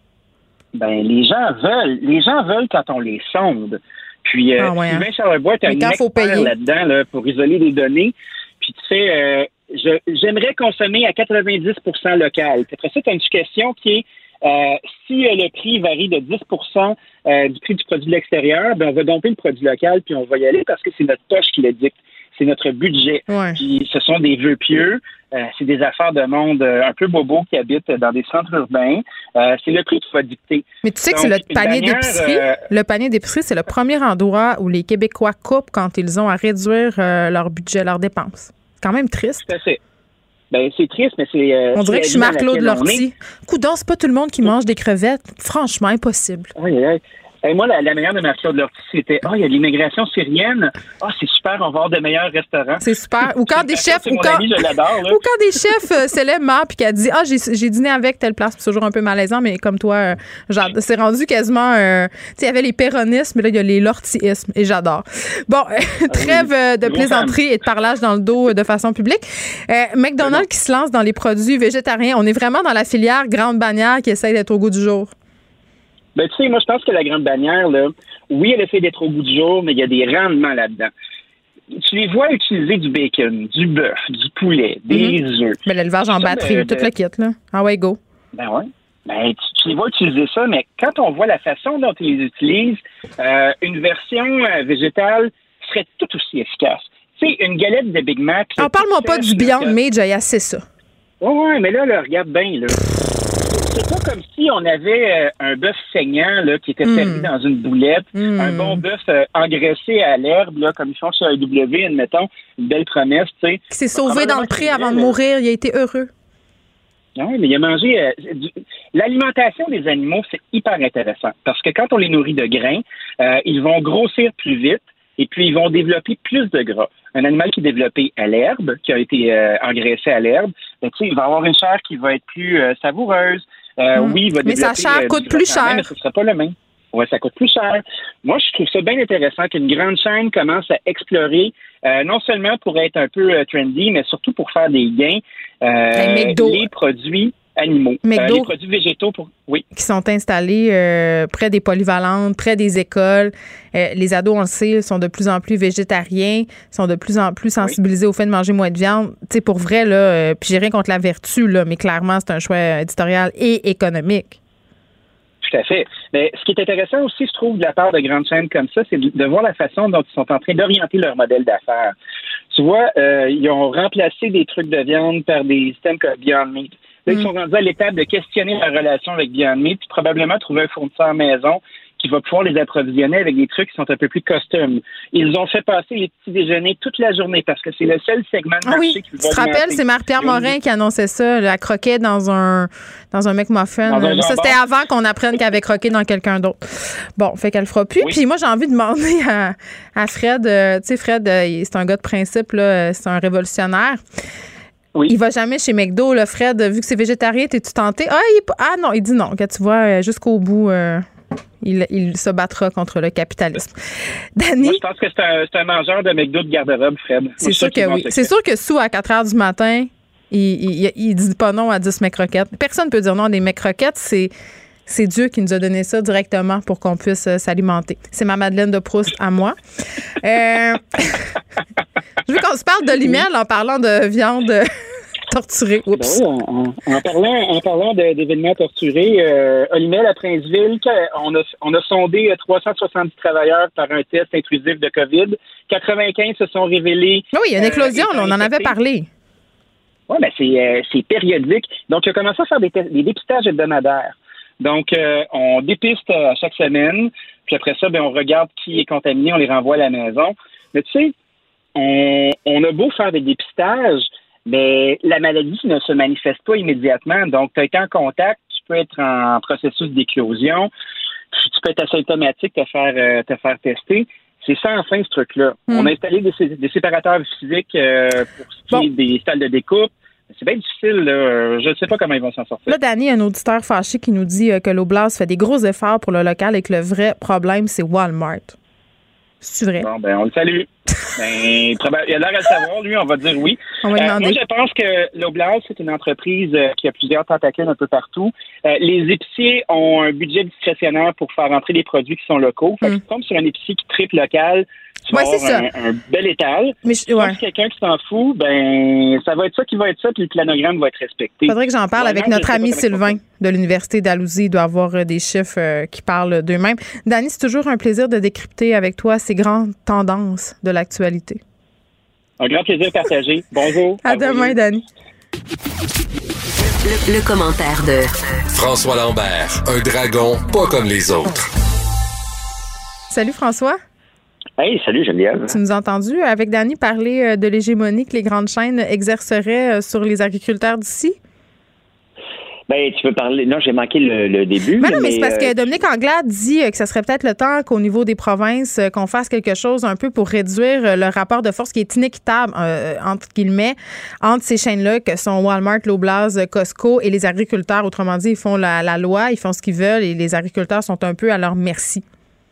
Ben, les gens veulent. Les gens veulent quand on les sonde. Puis, euh, ah ouais, Sylvain hein. Charlebois est un expert là-dedans là, pour isoler les données. Puis, tu sais, euh, je, j'aimerais consommer à quatre-vingt-dix pour cent local. Puis après ça, tu as une question qui est, euh, si euh, le prix varie de dix pour cent euh, du prix du produit de l'extérieur, ben on va domper le produit local, puis on va y aller parce que c'est notre poche qui le dicte. C'est notre budget. Ouais. Puis, ce sont des vœux pieux. Euh, c'est des affaires de monde euh, un peu bobo qui habitent dans des centres urbains. Euh, c'est le prix qui va dicter. Mais tu sais Donc, que c'est le panier bannière, d'épicerie. Euh, le panier d'épicerie, c'est le premier endroit où les Québécois coupent quand ils ont à réduire euh, leur budget, leurs dépenses. C'est quand même triste. Tout à fait. Ben, c'est triste, mais c'est... Euh, on dirait c'est que je suis Marc-Claude Lortie. Coudon, c'est pas tout le monde qui mange des crevettes. Franchement, impossible. Oui, oui. Et moi, la, la meilleure de Marc-Claude Lortie, c'était « Ah, oh, il y a l'immigration syrienne. Ah, oh, c'est super, on va avoir de meilleurs restaurants. » C'est super. Ou quand des chefs... Ou quand, ami, je l'adore, là. ou quand des chefs euh, célèbres meurent puis qu'elle dit « Ah, j'ai, j'ai dîné avec telle place. » C'est toujours un peu malaisant, mais comme toi, euh, genre, c'est rendu quasiment... Euh, tu sais, il y avait les péronismes, mais là, il y a les lortiismes. Et j'adore. Bon, euh, trêve euh, de plaisanterie et de parlage dans le dos euh, de façon publique. Euh, McDonald's qui se lance dans les produits végétariens. On est vraiment dans la filière grande bannière qui essaye d'être au goût du jour. Ben, tu sais, moi, je pense que la grande bannière, là, oui, elle essaie d'être au goût du jour, mais il y a des rendements là-dedans. Tu les vois utiliser du bacon, du bœuf, du poulet, des mm-hmm. œufs. Ben, l'élevage en batterie, ben, tout ben, le kit, là. Ah ouais, go. Ben ouais. Ben, tu, tu les vois utiliser ça, mais quand on voit la façon dont ils les utilisent, euh, une version euh, végétale serait tout aussi efficace. Tu sais, une galette de Big Mac... Ah, parle-moi pas du Beyond Meat, j'ai assez ça. Ouais, ouais, mais là, là regarde bien, là. C'est pas comme si on avait euh, un bœuf saignant là, qui était mm. servi dans une boulette, mm. un bon bœuf euh, engraissé à l'herbe, là, comme ils font chez A E W, admettons, une belle promesse, tu sais. Qui s'est sauvé dans le pré avant de mourir, il a été heureux. Oui, mais il a mangé... Euh, du... L'alimentation des animaux, c'est hyper intéressant, parce que quand on les nourrit de grains, euh, ils vont grossir plus vite, et puis ils vont développer plus de gras. Un animal qui est développé à l'herbe, qui a été euh, engraissé à l'herbe, ben, il va avoir une chair qui va être plus euh, savoureuse. Euh, mmh. Oui, il va mais sa chair euh, coûte plus cher. Mais ce ne sera pas le même. Oui, ça coûte plus cher. Moi, je trouve ça bien intéressant qu'une grande chaîne commence à explorer, euh, non seulement pour être un peu euh, trendy, mais surtout pour faire des gains, euh, les produits animaux. McDo, euh, les produits végétaux, pour oui. qui sont installés euh, près des polyvalentes, près des écoles. Euh, les ados, on le sait, sont de plus en plus végétariens, sont de plus en plus sensibilisés oui. au fait de manger moins de viande. Tu sais, pour vrai, là, euh, puis j'ai rien contre la vertu, là, mais clairement, c'est un choix éditorial et économique. Tout à fait. Mais ce qui est intéressant aussi, je trouve, de la part de grandes chaînes comme ça, c'est de, de voir la façon dont ils sont en train d'orienter leur modèle d'affaires. Tu vois, euh, ils ont remplacé des trucs de viande par des systèmes comme Beyond Meat. Là, mm. ils sont rendus à l'étape de questionner leur relation avec Beyond Meat, puis probablement trouver un fournisseur maison qui va pouvoir les approvisionner avec des trucs qui sont un peu plus custom. Ils ont fait passer les petits déjeuners toute la journée parce que c'est le seul segment de ah marché oui. qui va tu te rappelles, c'est Marie-Pierre Morin qui annonçait ça, la croquait dans un dans un McMuffin. Dans un ça, c'était avant qu'on apprenne qu'elle avait croqué dans quelqu'un d'autre. Bon, fait qu'elle le fera plus. Oui. Puis moi, j'ai envie de demander à, à Fred, euh, tu sais, Fred, euh, c'est un gars de principe, là, c'est un révolutionnaire. Oui. Il va jamais chez McDo, là, Fred, vu que c'est végétarien, t'es-tu tenté? Ah, il, ah non, il dit non, que tu vois, jusqu'au bout... Euh, Il, il se battra contre le capitalisme. Danny? Moi, je pense que c'est un, c'est un mangeur de McDo de garde-robe, Fred. Moi, c'est sûr que oui. C'est sûr que sous à quatre heures du matin, il, il, il dit pas non à dix McRoquettes. Personne ne peut dire non à des McRoquettes. C'est, c'est Dieu qui nous a donné ça directement pour qu'on puisse euh, s'alimenter. C'est ma Madeleine de Proust à moi. euh, je veux qu'on se parle de l'I-M E L en parlant de viande... torturé. Oups. Ben oui, en, en parlant, en parlant de, d'événements torturés, euh, Olimel à Princeville, on a, on a sondé trois cent soixante-dix travailleurs par un test intrusif de COVID. quatre-vingt-quinze se sont révélés. Oui, il y a une éclosion, euh, là, on en avait parlé. Oui, ben c'est, euh, c'est périodique. Donc, il a commencé à faire des, des dépistages hebdomadaires. Donc, euh, on dépiste à chaque semaine, puis après ça, ben, on regarde qui est contaminé, on les renvoie à la maison. Mais tu sais, on, on a beau faire des dépistages, mais la maladie ne se manifeste pas immédiatement. Donc, tu as été en contact, tu peux être en processus d'éclosion, tu peux être asymptomatique, te faire, euh, te faire tester. C'est ça, enfin, ce truc-là. Mm. On a installé des, des séparateurs physiques euh, pour ce qui est bon. des salles de découpe. C'est bien difficile, là. Je ne sais pas comment ils vont s'en sortir. Là, Danny, un auditeur fâché qui nous dit que l'Oblast fait des gros efforts pour le local et que le vrai problème, c'est Walmart. C'est vrai? Bon, ben, on le salue. Ben, il a l'air à le savoir, lui, on va dire oui. On va euh, moi, je pense que l'Oblast, c'est une entreprise euh, qui a plusieurs tentacules un peu partout. Euh, les épiciers ont un budget discrétionnaire pour faire entrer des produits qui sont locaux. Fait que mm. tu tombes sur un épicier qui triple local, tu vas ouais, avoir un, un bel étal. Mais je, ouais. Si quelqu'un qui s'en fout, ben ça va être ça qui va être ça, puis le planogramme va être respecté. Faudrait que j'en parle ouais, avec non, notre ami Sylvain de l'Université d'Alousie. Il doit avoir des chiffres euh, qui parlent d'eux-mêmes. Danny, c'est toujours un plaisir de décrypter avec toi ces grandes tendances de l'actualité. Un grand plaisir partagé. Bonjour. À, à demain, Danny. Le, le commentaire de François Lambert, un dragon pas comme les autres. Salut François. Hey, salut Geneviève. Tu nous as entendu avec Danny parler de l'hégémonie que les grandes chaînes exerceraient sur les agriculteurs d'ici? Ben, tu veux parler... Non, j'ai manqué le, le début. Ben non, mais, mais c'est parce euh, que Dominique Anglade dit que ça serait peut-être le temps qu'au niveau des provinces, qu'on fasse quelque chose un peu pour réduire le rapport de force qui est inéquitable, euh, entre guillemets, entre ces chaînes-là que sont Walmart, Loblaws, Costco et les agriculteurs. Autrement dit, ils font la, la loi, ils font ce qu'ils veulent et les agriculteurs sont un peu à leur merci.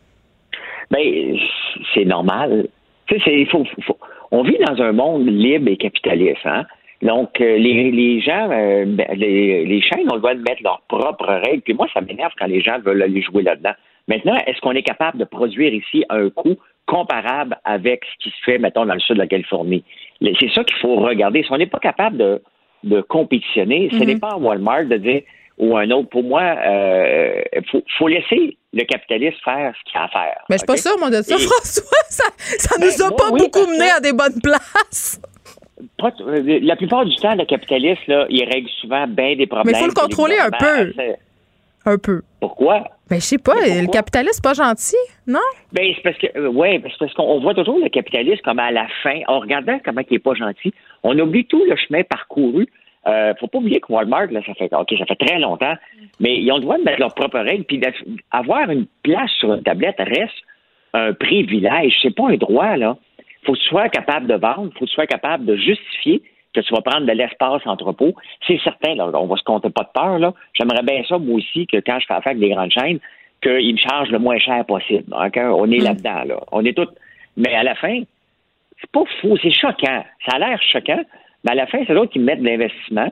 Ben, c'est normal. Tu sais, c'est, faut, faut, on vit dans un monde libre et capitaliste, hein? Donc, euh, les, les gens, euh, les, les chaînes, on doit mettre leurs propres règles. Puis moi, ça m'énerve quand les gens veulent aller jouer là-dedans. Maintenant, est-ce qu'on est capable de produire ici à un coût comparable avec ce qui se fait, mettons, dans le sud de la Californie? C'est ça qu'il faut regarder. Si on n'est pas capable de, de compétitionner, mm-hmm. ce n'est pas à Walmart de dire, ou un autre, pour moi, il euh, faut, faut laisser le capitaliste faire ce qu'il a à faire. Mais je suis okay? pas sûre, moi, de ça, Et... François. Ça, ça ben, nous a pas oui, beaucoup mené à des bonnes places. Pas, la plupart du temps, le capitaliste, là, il règle souvent bien des problèmes. Mais il faut le contrôler un peu. Un peu. Pourquoi? Ben, je sais pas. Le capitaliste, c'est pas gentil, non? Ben, c'est parce que, euh, ouais, c'est parce qu'on voit toujours le capitaliste comme à la fin, en regardant comment il est pas gentil, on oublie tout le chemin parcouru. Euh, faut pas oublier que Walmart, là, ça fait, ok, ça fait très longtemps, mais ils ont le droit de mettre leurs propres règles, puis avoir une place sur une tablette reste un privilège. C'est pas un droit, là. Faut que tu sois capable de vendre, faut que tu sois capable de justifier que tu vas prendre de l'espace entrepôt. C'est certain, là, on va se compter pas de peur, là. J'aimerais bien ça, moi aussi, que quand je fais affaire avec des grandes chaînes, qu'ils me chargent le moins cher possible. Okay? On est mmh. là-dedans, là. On est tous. Mais à la fin, c'est pas fou, c'est choquant. Ça a l'air choquant, mais à la fin, c'est d'autres qui mettent de l'investissement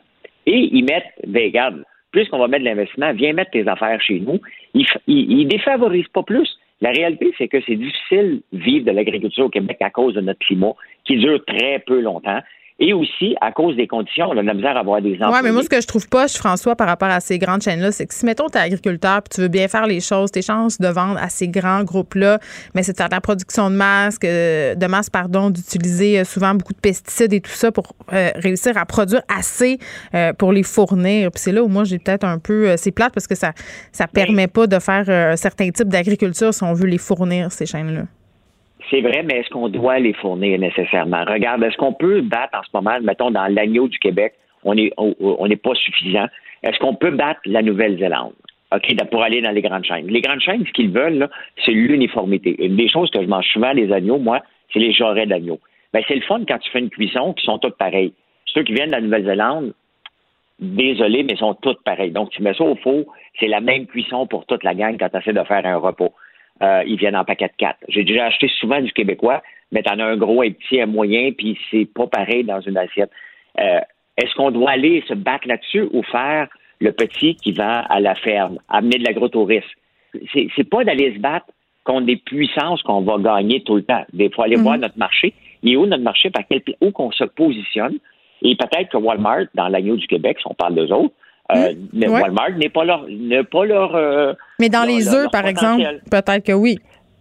Et ils mettent, ben, regarde, puisqu'on va mettre de l'investissement, viens mettre tes affaires chez nous. Ils ne défavorisent pas plus. La réalité, c'est que c'est difficile de vivre de l'agriculture au Québec à cause de notre climat, qui dure très peu longtemps. Et aussi, à cause des conditions, on a de la misère à avoir des employés. Oui, mais moi, ce que je trouve pas, François, par rapport à ces grandes chaînes-là, c'est que si, mettons, tu es agriculteur puis tu veux bien faire les choses, tes chances de vendre à ces grands groupes-là, mais c'est de faire de la production de masques, de masse, pardon, d'utiliser souvent beaucoup de pesticides et tout ça pour euh, réussir à produire assez euh, pour les fournir. Puis c'est là où moi, j'ai peut-être un peu... Euh, c'est plate parce que ça ça permet pas de faire euh, un certain type d'agriculture si on veut les fournir, ces chaînes-là. C'est vrai, mais est-ce qu'on doit les fournir nécessairement? Regarde, est-ce qu'on peut battre en ce moment, mettons, dans l'agneau du Québec, on n'est on n'est pas suffisant. Est-ce qu'on peut battre la Nouvelle-Zélande? OK, pour aller dans les grandes chaînes. Les grandes chaînes, ce qu'ils veulent, là, c'est l'uniformité. Une des choses que je mange souvent, les agneaux, moi, c'est les jarrets d'agneau. Ben, c'est le fun quand tu fais une cuisson qui sont toutes pareilles. Ceux qui viennent de la Nouvelle-Zélande, désolé, mais sont toutes pareilles. Donc, tu mets ça au four, c'est la même cuisson pour toute la gang quand tu essaies de faire un repas. Euh, ils viennent en paquet de quatre. J'ai déjà acheté souvent du québécois, mais t'en as un gros, un petit, un moyen, puis c'est pas pareil dans une assiette. Euh, est-ce qu'on doit aller se battre là-dessus ou faire le petit qui va à la ferme, amener de l'agrotourisme? C'est, c'est pas d'aller se battre contre des puissances qu'on va gagner tout le temps. Il faut aller mmh. voir notre marché. Il est où notre marché, par quel où qu'on se positionne? Et peut-être que Walmart, dans l'agneau du Québec, si on parle d'eux autres, Euh, mmh, ouais. Walmart n'est pas leur, n'est pas leur. Euh, Mais dans leur, les œufs, par exemple, peut-être que oui.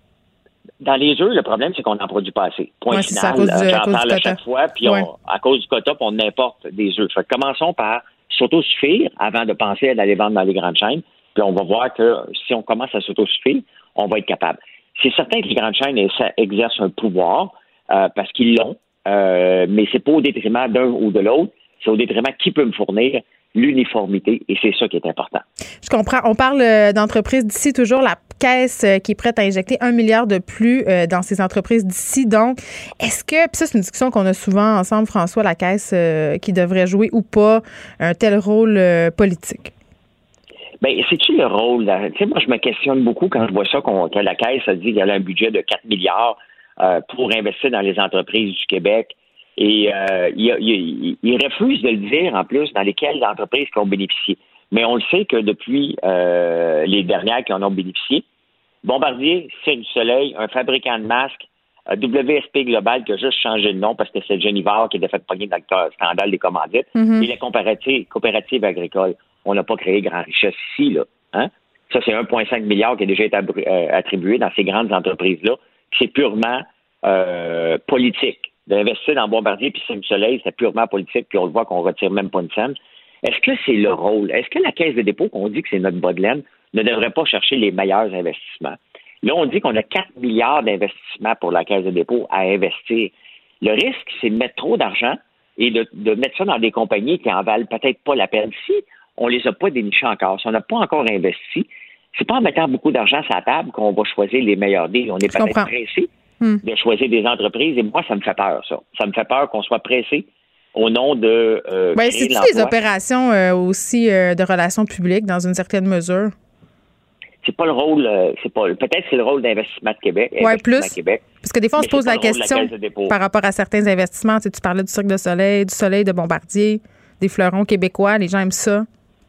Dans les œufs, le problème, c'est qu'on n'en produit pas assez. Point ouais, final. C'est à cause du, J'en à cause parle du à chaque fois, puis ouais. on, à cause du quota, puis on importe des œufs. Fait que commençons par s'autosuffire avant de penser à aller vendre dans les grandes chaînes. Puis on va voir que si on commence à s'autosuffire, on va être capable. C'est certain que les grandes chaînes exercent un pouvoir euh, parce qu'ils l'ont, euh, mais c'est pas au détriment d'un ou de l'autre. C'est au détriment qui peut me fournir l'uniformité, et c'est ça qui est important. Je comprends. On parle euh, d'entreprises d'ici, toujours la Caisse euh, qui est prête à injecter un milliard de plus euh, dans ces entreprises d'ici. Donc, est-ce que, puis ça, c'est une discussion qu'on a souvent ensemble, François, la Caisse euh, qui devrait jouer ou pas un tel rôle euh, politique? Bien, c'est-tu le rôle? Tu sais, moi, je me questionne beaucoup quand je vois ça, qu'on, que la Caisse a dit qu'elle a un budget de quatre milliards euh, pour investir dans les entreprises du Québec. Et euh, il, il, il refuse de le dire, en plus, dans lesquelles entreprises qui ont bénéficié. Mais on le sait que depuis euh, les dernières qui en ont bénéficié, Bombardier, Cirque du Soleil, un fabricant de masques, euh, W S P Global qui a juste changé de nom parce que c'est Genivard qui était fait pogner dans le scandale des commandites, mm-hmm. et les coopératives, coopératives agricoles. On n'a pas créé grande richesse ici, là. Hein? Ça, c'est un virgule cinq milliard qui a déjà été attribué dans ces grandes entreprises-là. C'est purement euh, politique. D'investir dans Bombardier puis Cirque du Soleil, c'est purement politique, puis on le voit qu'on retire même pas une scène. Est-ce que c'est le rôle? Est-ce que la Caisse de dépôt, qu'on dit que c'est notre bas de laine, ne devrait pas chercher les meilleurs investissements? Là, on dit qu'on a quatre milliards d'investissements pour la Caisse de dépôt à investir. Le risque, c'est de mettre trop d'argent et de, de mettre ça dans des compagnies qui en valent peut-être pas la peine. Si on les a pas dénichés encore, si on n'a pas encore investi, c'est pas en mettant beaucoup d'argent sur la table qu'on va choisir les meilleurs deals. On est peut-être pressé Hmm. de choisir des entreprises. Et moi, ça me fait peur, ça. Ça me fait peur qu'on soit pressé au nom de euh, ben, c'est-tu des opérations euh, aussi euh, de relations publiques dans une certaine mesure? C'est pas le rôle, euh, c'est pas peut-être c'est le rôle d'Investissement de Québec. Oui, plus. Québec, parce que des fois, on se pose la question la par rapport à certains investissements. Tu sais, tu parlais du Cirque de Soleil, du Soleil de Bombardier, des fleurons québécois. Les gens aiment ça.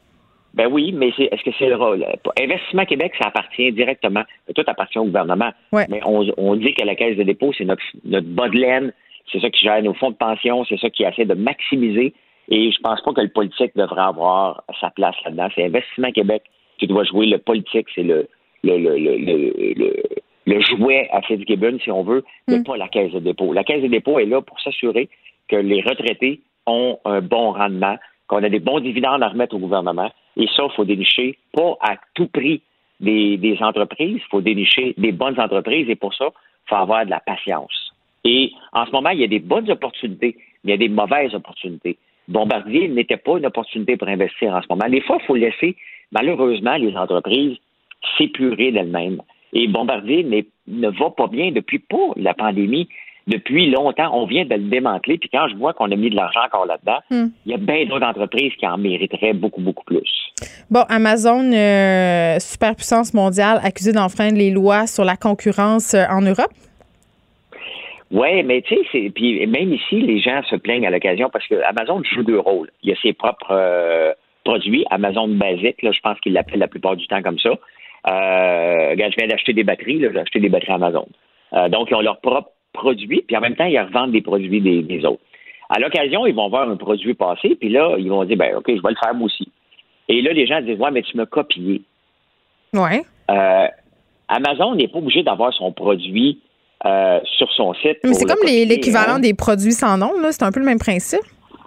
Ben oui, mais c'est, est-ce que c'est le rôle? Investissement Québec, ça appartient directement. Tout appartient au gouvernement. Ouais. Mais on, on dit que la Caisse de dépôt, c'est notre, notre bas de laine. C'est ça qui gère nos fonds de pension. C'est ça qui essaie de maximiser. Et je pense pas que le politique devrait avoir sa place là-dedans. C'est Investissement Québec qui doit jouer. Le politique, c'est le, le, le, le, le, le, le jouet à Fitzgibbon, si on veut, mais mm. pas la Caisse de dépôt. La Caisse de dépôt est là pour s'assurer que les retraités ont un bon rendement, qu'on a des bons dividendes à remettre au gouvernement. Et ça, il faut dénicher, pas à tout prix des, des entreprises, il faut dénicher des bonnes entreprises. Et pour ça, il faut avoir de la patience. Et en ce moment, il y a des bonnes opportunités, mais il y a des mauvaises opportunités. Bombardier n'était pas une opportunité pour investir en ce moment. Des fois, il faut laisser, malheureusement, les entreprises s'épurer d'elles-mêmes. Et Bombardier ne va pas bien depuis pas la pandémie. Depuis longtemps, on vient de le démanteler. Puis quand je vois qu'on a mis de l'argent encore là-dedans, il mm. y a bien d'autres entreprises qui en mériteraient beaucoup, beaucoup plus. Bon, Amazon, euh, superpuissance mondiale, accusée d'enfreindre les lois sur la concurrence euh, en Europe? Oui, mais tu sais, puis même ici, les gens se plaignent à l'occasion parce que Amazon joue deux rôles. Il y a ses propres euh, produits, Amazon basique, là, je pense qu'ils l'appellent la plupart du temps comme ça. Euh, regarde, je viens d'acheter des batteries, là, j'ai acheté des batteries Amazon. Euh, donc, ils ont leurs propres produits, puis en même temps, ils revendent des produits des, des autres. À l'occasion, ils vont voir un produit passer, puis là, ils vont dire, ben OK, je vais le faire moi aussi. Et là, les gens disent, ouais, mais tu m'as copié. Ouais. Euh, Amazon n'est pas obligé d'avoir son produit euh, sur son site. Mais c'est comme copier, l'équivalent hein? des produits sans nom, là. C'est un peu le même principe.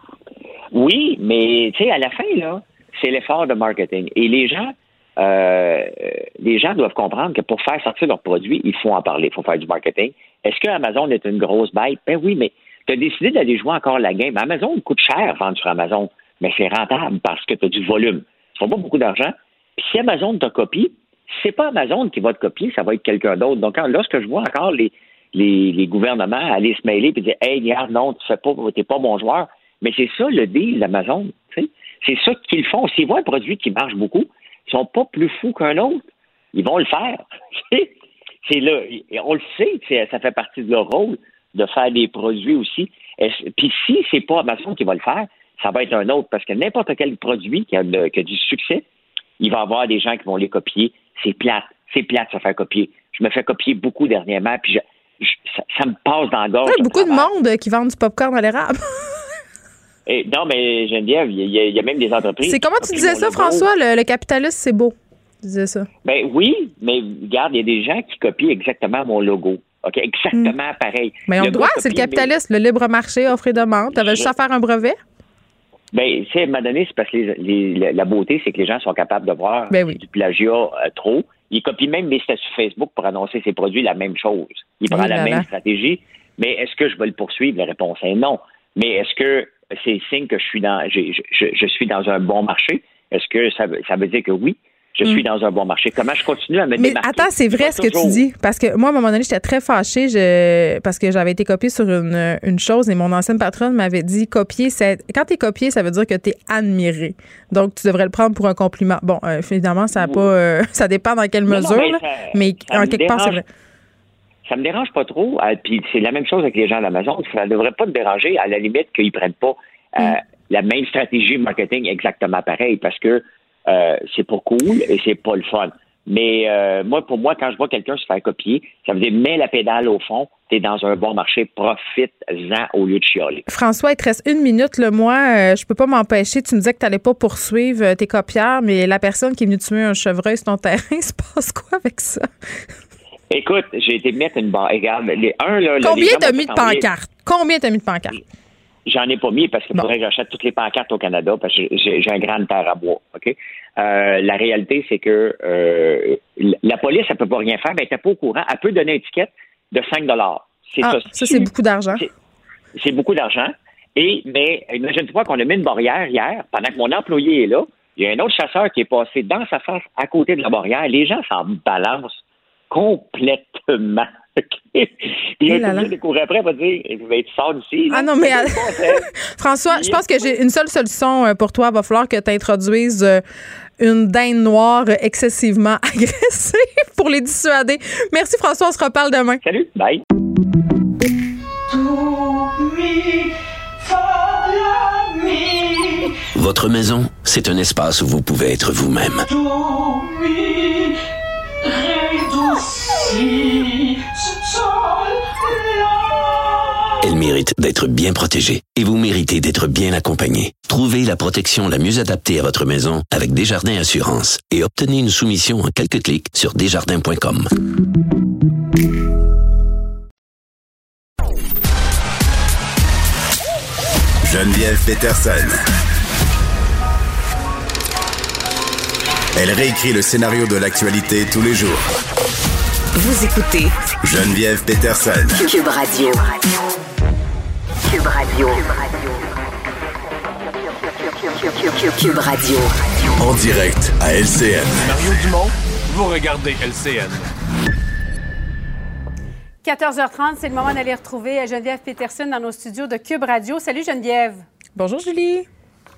Oui, mais tu sais, à la fin, là, c'est l'effort de marketing. Et les gens, euh, les gens doivent comprendre que pour faire sortir leurs produits, il faut en parler, il faut faire du marketing. Est-ce que Amazon est une grosse bête? Ben oui, mais tu as décidé d'aller jouer encore la game. Amazon coûte cher vendre sur Amazon, mais c'est rentable parce que tu as du volume. Tu ne fais pas beaucoup d'argent. Puis si Amazon te copie, c'est pas Amazon qui va te copier, ça va être quelqu'un d'autre. Donc, quand, lorsque je vois encore les, les, les gouvernements aller se mêler et dire « Hey, regarde, non, tu n'es pas, pas bon joueur », mais c'est ça le deal d'Amazon. Tu sais? C'est ça qu'ils font. S'ils voient un produit qui marche beaucoup, ils sont pas plus fous qu'un autre. Ils vont le faire. C'est là, on le sait, ça fait partie de leur rôle de faire des produits aussi. Puis si c'est pas Amazon qui va le faire, ça va être un autre, parce que n'importe quel produit qui a, de, qui a du succès, il va y avoir des gens qui vont les copier. C'est plate. C'est plate de se faire copier. Je me fais copier beaucoup dernièrement, puis je, je, ça, ça me passe dans la gorge. Il y a beaucoup de monde qui vendent du popcorn à l'érable. Et, non, mais Geneviève, il y, y, y a même des entreprises... C'est comment tu disais ça, François? Le, le capitalisme, c'est beau. Tu disais ça. Ben oui, mais regarde, il y a des gens qui copient exactement mon logo. OK? Exactement mm. pareil. Mais on le doit, c'est le capitalisme, le libre marché, offre et demande. Tu avais juste à faire un brevet? Ben, tu sais, à un moment donné, c'est parce que les, les, la beauté, c'est que les gens sont capables de voir ben oui. du plagiat euh, trop. Ils copient même mes statuts Facebook pour annoncer ses produits la même chose. Ils prennent oui, la même stratégie. Mais est-ce que je vais le poursuivre? La réponse est non. Mais est-ce que c'est signe que je suis dans je, je, je suis dans un bon marché? Est-ce que ça, ça veut dire que oui? Je suis mm. dans un bon marché. Comment je continue à me Mais démarquer? attends, c'est vrai ce que toujours... tu dis. Parce que moi, à un moment donné, j'étais très fâchée je... parce que j'avais été copiée sur une, une chose et mon ancienne patronne m'avait dit copier, c'est... quand t'es copié, ça veut dire que t'es admiré. Donc, tu devrais le prendre pour un compliment. Bon, euh, évidemment, ça a pas, euh, ça dépend dans quelle mesure, non, non, mais, ça, mais ça en quelque dérange, part, c'est vrai. Ça me dérange pas trop. Euh, puis c'est la même chose avec les gens d'Amazon. Ça ne devrait pas te déranger, à la limite, qu'ils prennent pas euh, mm. la même stratégie marketing exactement pareil, parce que Euh, c'est pas cool et c'est pas le fun. Mais euh, moi, pour moi, quand je vois quelqu'un se faire copier, ça veut dire mets la pédale au fond, t'es dans un bon marché, profite-en au lieu de chialer. François, il te reste une minute. Là, moi, euh, je peux pas m'empêcher. Tu me disais que t'allais pas poursuivre euh, tes copieurs, mais la personne qui est venue tuer un chevreuil sur ton terrain, il se passe quoi avec ça? Écoute, j'ai été mettre une barre. Regarde, les un là. Combien t'as mis de pancartes? Combien t'as mis de pancartes? J'en ai pas mis parce que bon. faudrait que j'achète toutes les pancartes au Canada parce que j'ai, j'ai un grand terre à bois. OK? Euh, la réalité, c'est que euh, la police, elle peut pas rien faire, mais elle n'était pas au courant. Elle peut donner une étiquette de cinq dollars. C'est ah, ça. Ça, c'est beaucoup d'argent. C'est, c'est beaucoup d'argent. Et, mais, imagine-toi qu'on a mis une barrière hier, pendant que mon employé est là. Il y a un autre chasseur qui est passé dans sa face à côté de la barrière. Les gens s'en balancent complètement. Il y a un couple de courir après, il va dire, il va être sort d'ici. Ah non, mais François, je pense que j'ai une seule solution pour toi. Il va falloir que tu introduises une dinde noire excessivement agressive pour les dissuader. Merci François, on se reparle demain. Salut, bye. Votre maison, c'est un espace où vous pouvez être vous-même. Elle mérite d'être bien protégée et vous méritez d'être bien accompagnée. Trouvez la protection la mieux adaptée à votre maison avec Desjardins Assurance et obtenez une soumission en quelques clics sur desjardins point com. Geneviève Peterson. Elle réécrit le scénario de l'actualité tous les jours. Vous écoutez Geneviève Peterson. Cube Radio. Cube Radio. Cube Radio. En direct à L C N. Mario Dumont, vous regardez L C N. quatorze heures trente, c'est le moment d'aller retrouver Geneviève Peterson dans nos studios de Cube Radio. Salut Geneviève. Bonjour Julie.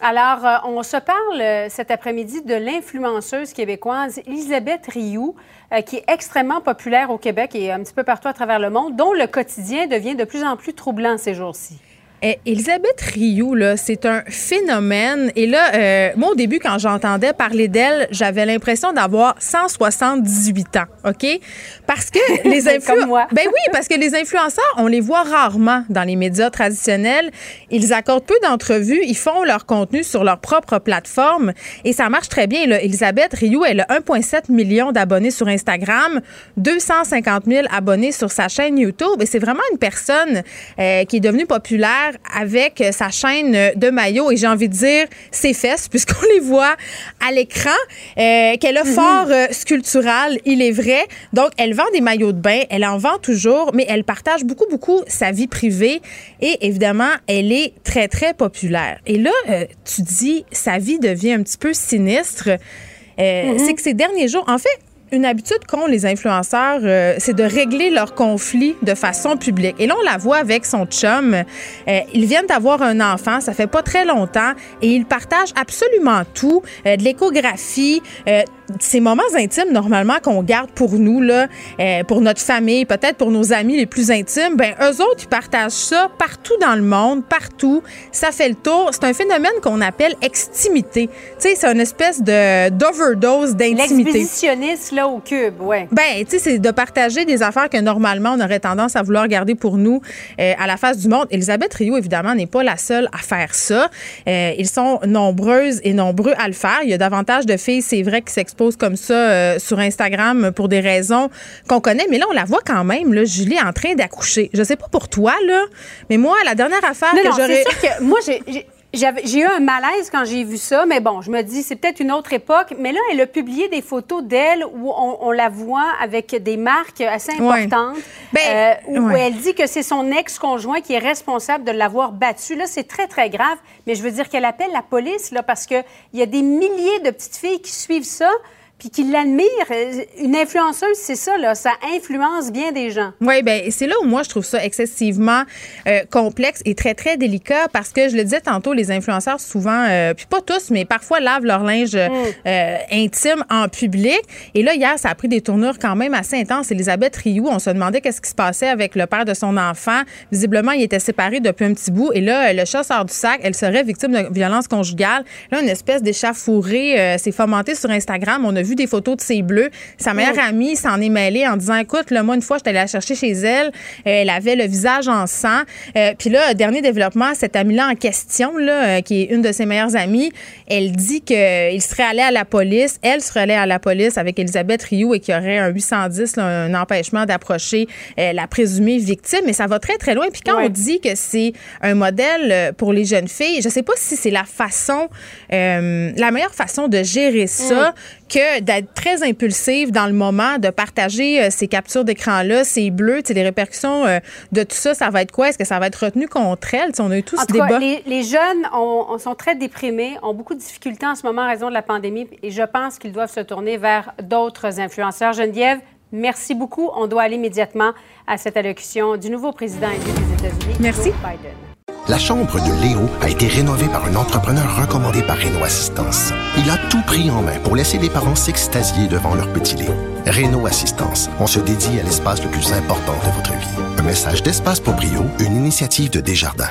Alors, euh, on se parle euh, cet après-midi de l'influenceuse québécoise Elisabeth Rioux, euh, qui est extrêmement populaire au Québec et un petit peu partout à travers le monde, dont le quotidien devient de plus en plus troublant ces jours-ci. Eh, Elisabeth Rioux, là, c'est un phénomène. Et là, euh, moi, au début, quand j'entendais parler d'elle, j'avais l'impression d'avoir cent soixante-dix-huit ans, OK? Parce que les influenceurs... Ben oui, parce que les influenceurs, on les voit rarement dans les médias traditionnels. Ils accordent peu d'entrevues. Ils font leur contenu sur leur propre plateforme. Et ça marche très bien, là. Elisabeth Rioux, elle a un virgule sept million d'abonnés sur Instagram, deux cent cinquante mille abonnés sur sa chaîne YouTube. Et c'est vraiment une personne euh, qui est devenue populaire avec sa chaîne de maillots et j'ai envie de dire ses fesses puisqu'on les voit à l'écran, euh, qu'elle a fort euh, sculptural, il est vrai. Donc, elle vend des maillots de bain, elle en vend toujours, mais elle partage beaucoup, beaucoup sa vie privée et évidemment, elle est très, très populaire. Et là, euh, tu dis, sa vie devient un petit peu sinistre. Euh, mm-hmm. C'est que ces derniers jours, en fait, une habitude qu'ont les influenceurs, euh, c'est de régler leurs conflits de façon publique. Et là, on la voit avec son chum. Euh, ils viennent d'avoir un enfant, ça fait pas très longtemps, et ils partagent absolument tout, euh, de l'échographie, euh, ces moments intimes, normalement, qu'on garde pour nous, là, euh, pour notre famille, peut-être pour nos amis les plus intimes, ben eux autres, ils partagent ça partout dans le monde, partout. Ça fait le tour. C'est un phénomène qu'on appelle extimité. Tu sais, c'est une espèce de d'overdose d'intimité. L'exhibitionniste, là, au cube, ouais. Ben, tu sais, c'est de partager des affaires que normalement, on aurait tendance à vouloir garder pour nous euh, à la face du monde. Elisabeth Rioux, évidemment, n'est pas la seule à faire ça. Euh, ils sont nombreuses et nombreux à le faire. Il y a davantage de filles, c'est vrai, qui s'exposent comme ça euh, sur Instagram pour des raisons qu'on connaît. Mais là, on la voit quand même, là, Julie, en train d'accoucher. Je sais pas pour toi, là, mais moi, la dernière affaire non, que non, j'aurais... c'est sûr que moi, j'ai... j'ai... J'avais, j'ai eu un malaise quand j'ai vu ça, mais bon, je me dis, c'est peut-être une autre époque. Mais là, elle a publié des photos d'elle où on, on la voit avec des marques assez importantes, ouais. ben, euh, où ouais. elle dit que c'est son ex-conjoint qui est responsable de l'avoir battue. Là, c'est très, très grave. Mais je veux dire qu'elle appelle la police, là, parce qu'il y a des milliers de petites filles qui suivent ça puis qui l'admirent. Une influenceuse, c'est ça, là, ça influence bien des gens. Oui, bien, c'est là où moi, je trouve ça excessivement euh, complexe et très, très délicat parce que, je le disais tantôt, les influenceurs, souvent, euh, puis pas tous, mais parfois lavent leur linge mm. euh, intime en public. Et là, hier, ça a pris des tournures quand même assez intenses. Elisabeth Rioux, on se demandait qu'est-ce qui se passait avec le père de son enfant. Visiblement, il était séparé depuis un petit bout. Et là, le chat sort du sac. Elle serait victime de violence conjugale. Là, une espèce d'échauffourée euh, s'est fomentée sur Instagram. On a vu des photos de ses bleus. Sa meilleure mmh. amie s'en est mêlée en disant, écoute, là, moi, une fois, je suis allée la chercher chez elle. Euh, elle avait le visage en sang. Euh, Puis là, dernier développement, cette amie-là en question, là, euh, qui est une de ses meilleures amies, elle dit qu'il serait allé à la police. Elle serait allée à la police avec Elisabeth Rioux et qu'il y aurait un huit cent dix, là, un empêchement d'approcher euh, la présumée victime. Mais ça va très, très loin. Puis quand ouais. on dit que c'est un modèle pour les jeunes filles, je sais pas si c'est la façon, euh, la meilleure façon de gérer ça mmh. que d'être très impulsive dans le moment, de partager euh, ces captures d'écran-là, ces bleus, les répercussions euh, de tout ça, ça va être quoi? Est-ce que ça va être retenu contre elle? T'sais, on a eu tout en ce tout débat. Cas, les, les jeunes ont, ont, sont très déprimés, ont beaucoup de difficultés en ce moment en raison de la pandémie et je pense qu'ils doivent se tourner vers d'autres influenceurs. Geneviève, merci beaucoup. On doit aller immédiatement à cette allocution du nouveau président élu des États-Unis, merci. Joe Biden. La chambre de Léo a été rénovée par un entrepreneur recommandé par Réno Assistance. Il a tout pris en main pour laisser les parents s'extasier devant leur petit Léo. Réno Assistance, on se dédie à l'espace le plus important de votre vie. Un message d'Espace Proprio, une initiative de Desjardins.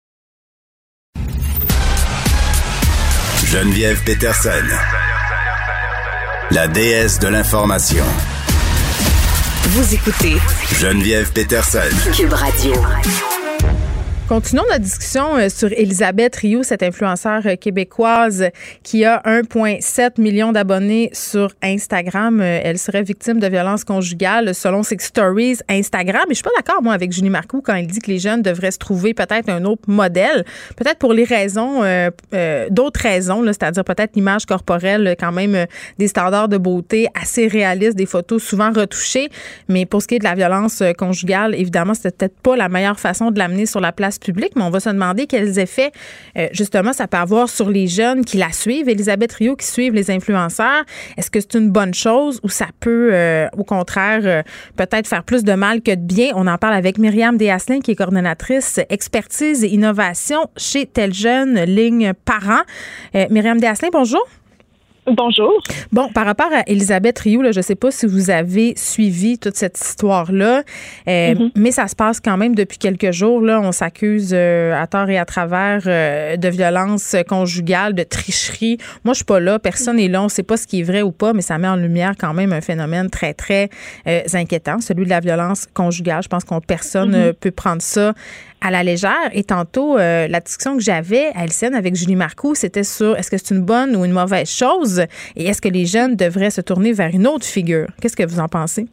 Geneviève Peterson, la déesse de l'information. Vous écoutez Geneviève Peterson, Cube Radio. Continuons notre discussion sur Elisabeth Rioux, cette influenceure québécoise qui a un virgule sept million d'abonnés sur Instagram. Elle serait victime de violences conjugales selon ses stories Instagram. Et je suis pas d'accord, moi, avec Julie Marcoux quand elle dit que les jeunes devraient se trouver peut-être un autre modèle. Peut-être pour les raisons, euh, euh, d'autres raisons, là, c'est-à-dire peut-être l'image corporelle, quand même euh, des standards de beauté assez réalistes, des photos souvent retouchées. Mais pour ce qui est de la violence conjugale, évidemment, c'était peut-être pas la meilleure façon de l'amener sur la place place publique, mais on va se demander quels effets, euh, justement, ça peut avoir sur les jeunes qui la suivent. Élisabeth Rioux, qui suivent les influenceurs. Est-ce que c'est une bonne chose ou ça peut, euh, au contraire, euh, peut-être faire plus de mal que de bien? On en parle avec Myriam Deshaslin, qui est coordonnatrice expertise et innovation chez Tel Jeune, ligne parents. Euh, Myriam Deshaslin, bonjour. Bonjour. Bon, par rapport à Élisabeth Rioux, là, je ne sais pas si vous avez suivi toute cette histoire-là, euh, mm-hmm. mais ça se passe quand même depuis quelques jours. Là, on s'accuse euh, à tort et à travers euh, de violence conjugale, de tricherie. Moi, je suis pas là, personne n'est là, on ne sait pas ce qui est vrai ou pas, mais ça met en lumière quand même un phénomène très, très euh, inquiétant, celui de la violence conjugale. Je pense qu'on personne mm-hmm. euh, peut prendre ça à la légère. Et tantôt, euh, la discussion que j'avais à L C N avec Julie Marcoux, c'était sur est-ce que c'est une bonne ou une mauvaise chose et est-ce que les jeunes devraient se tourner vers une autre figure? Qu'est-ce que vous en pensez?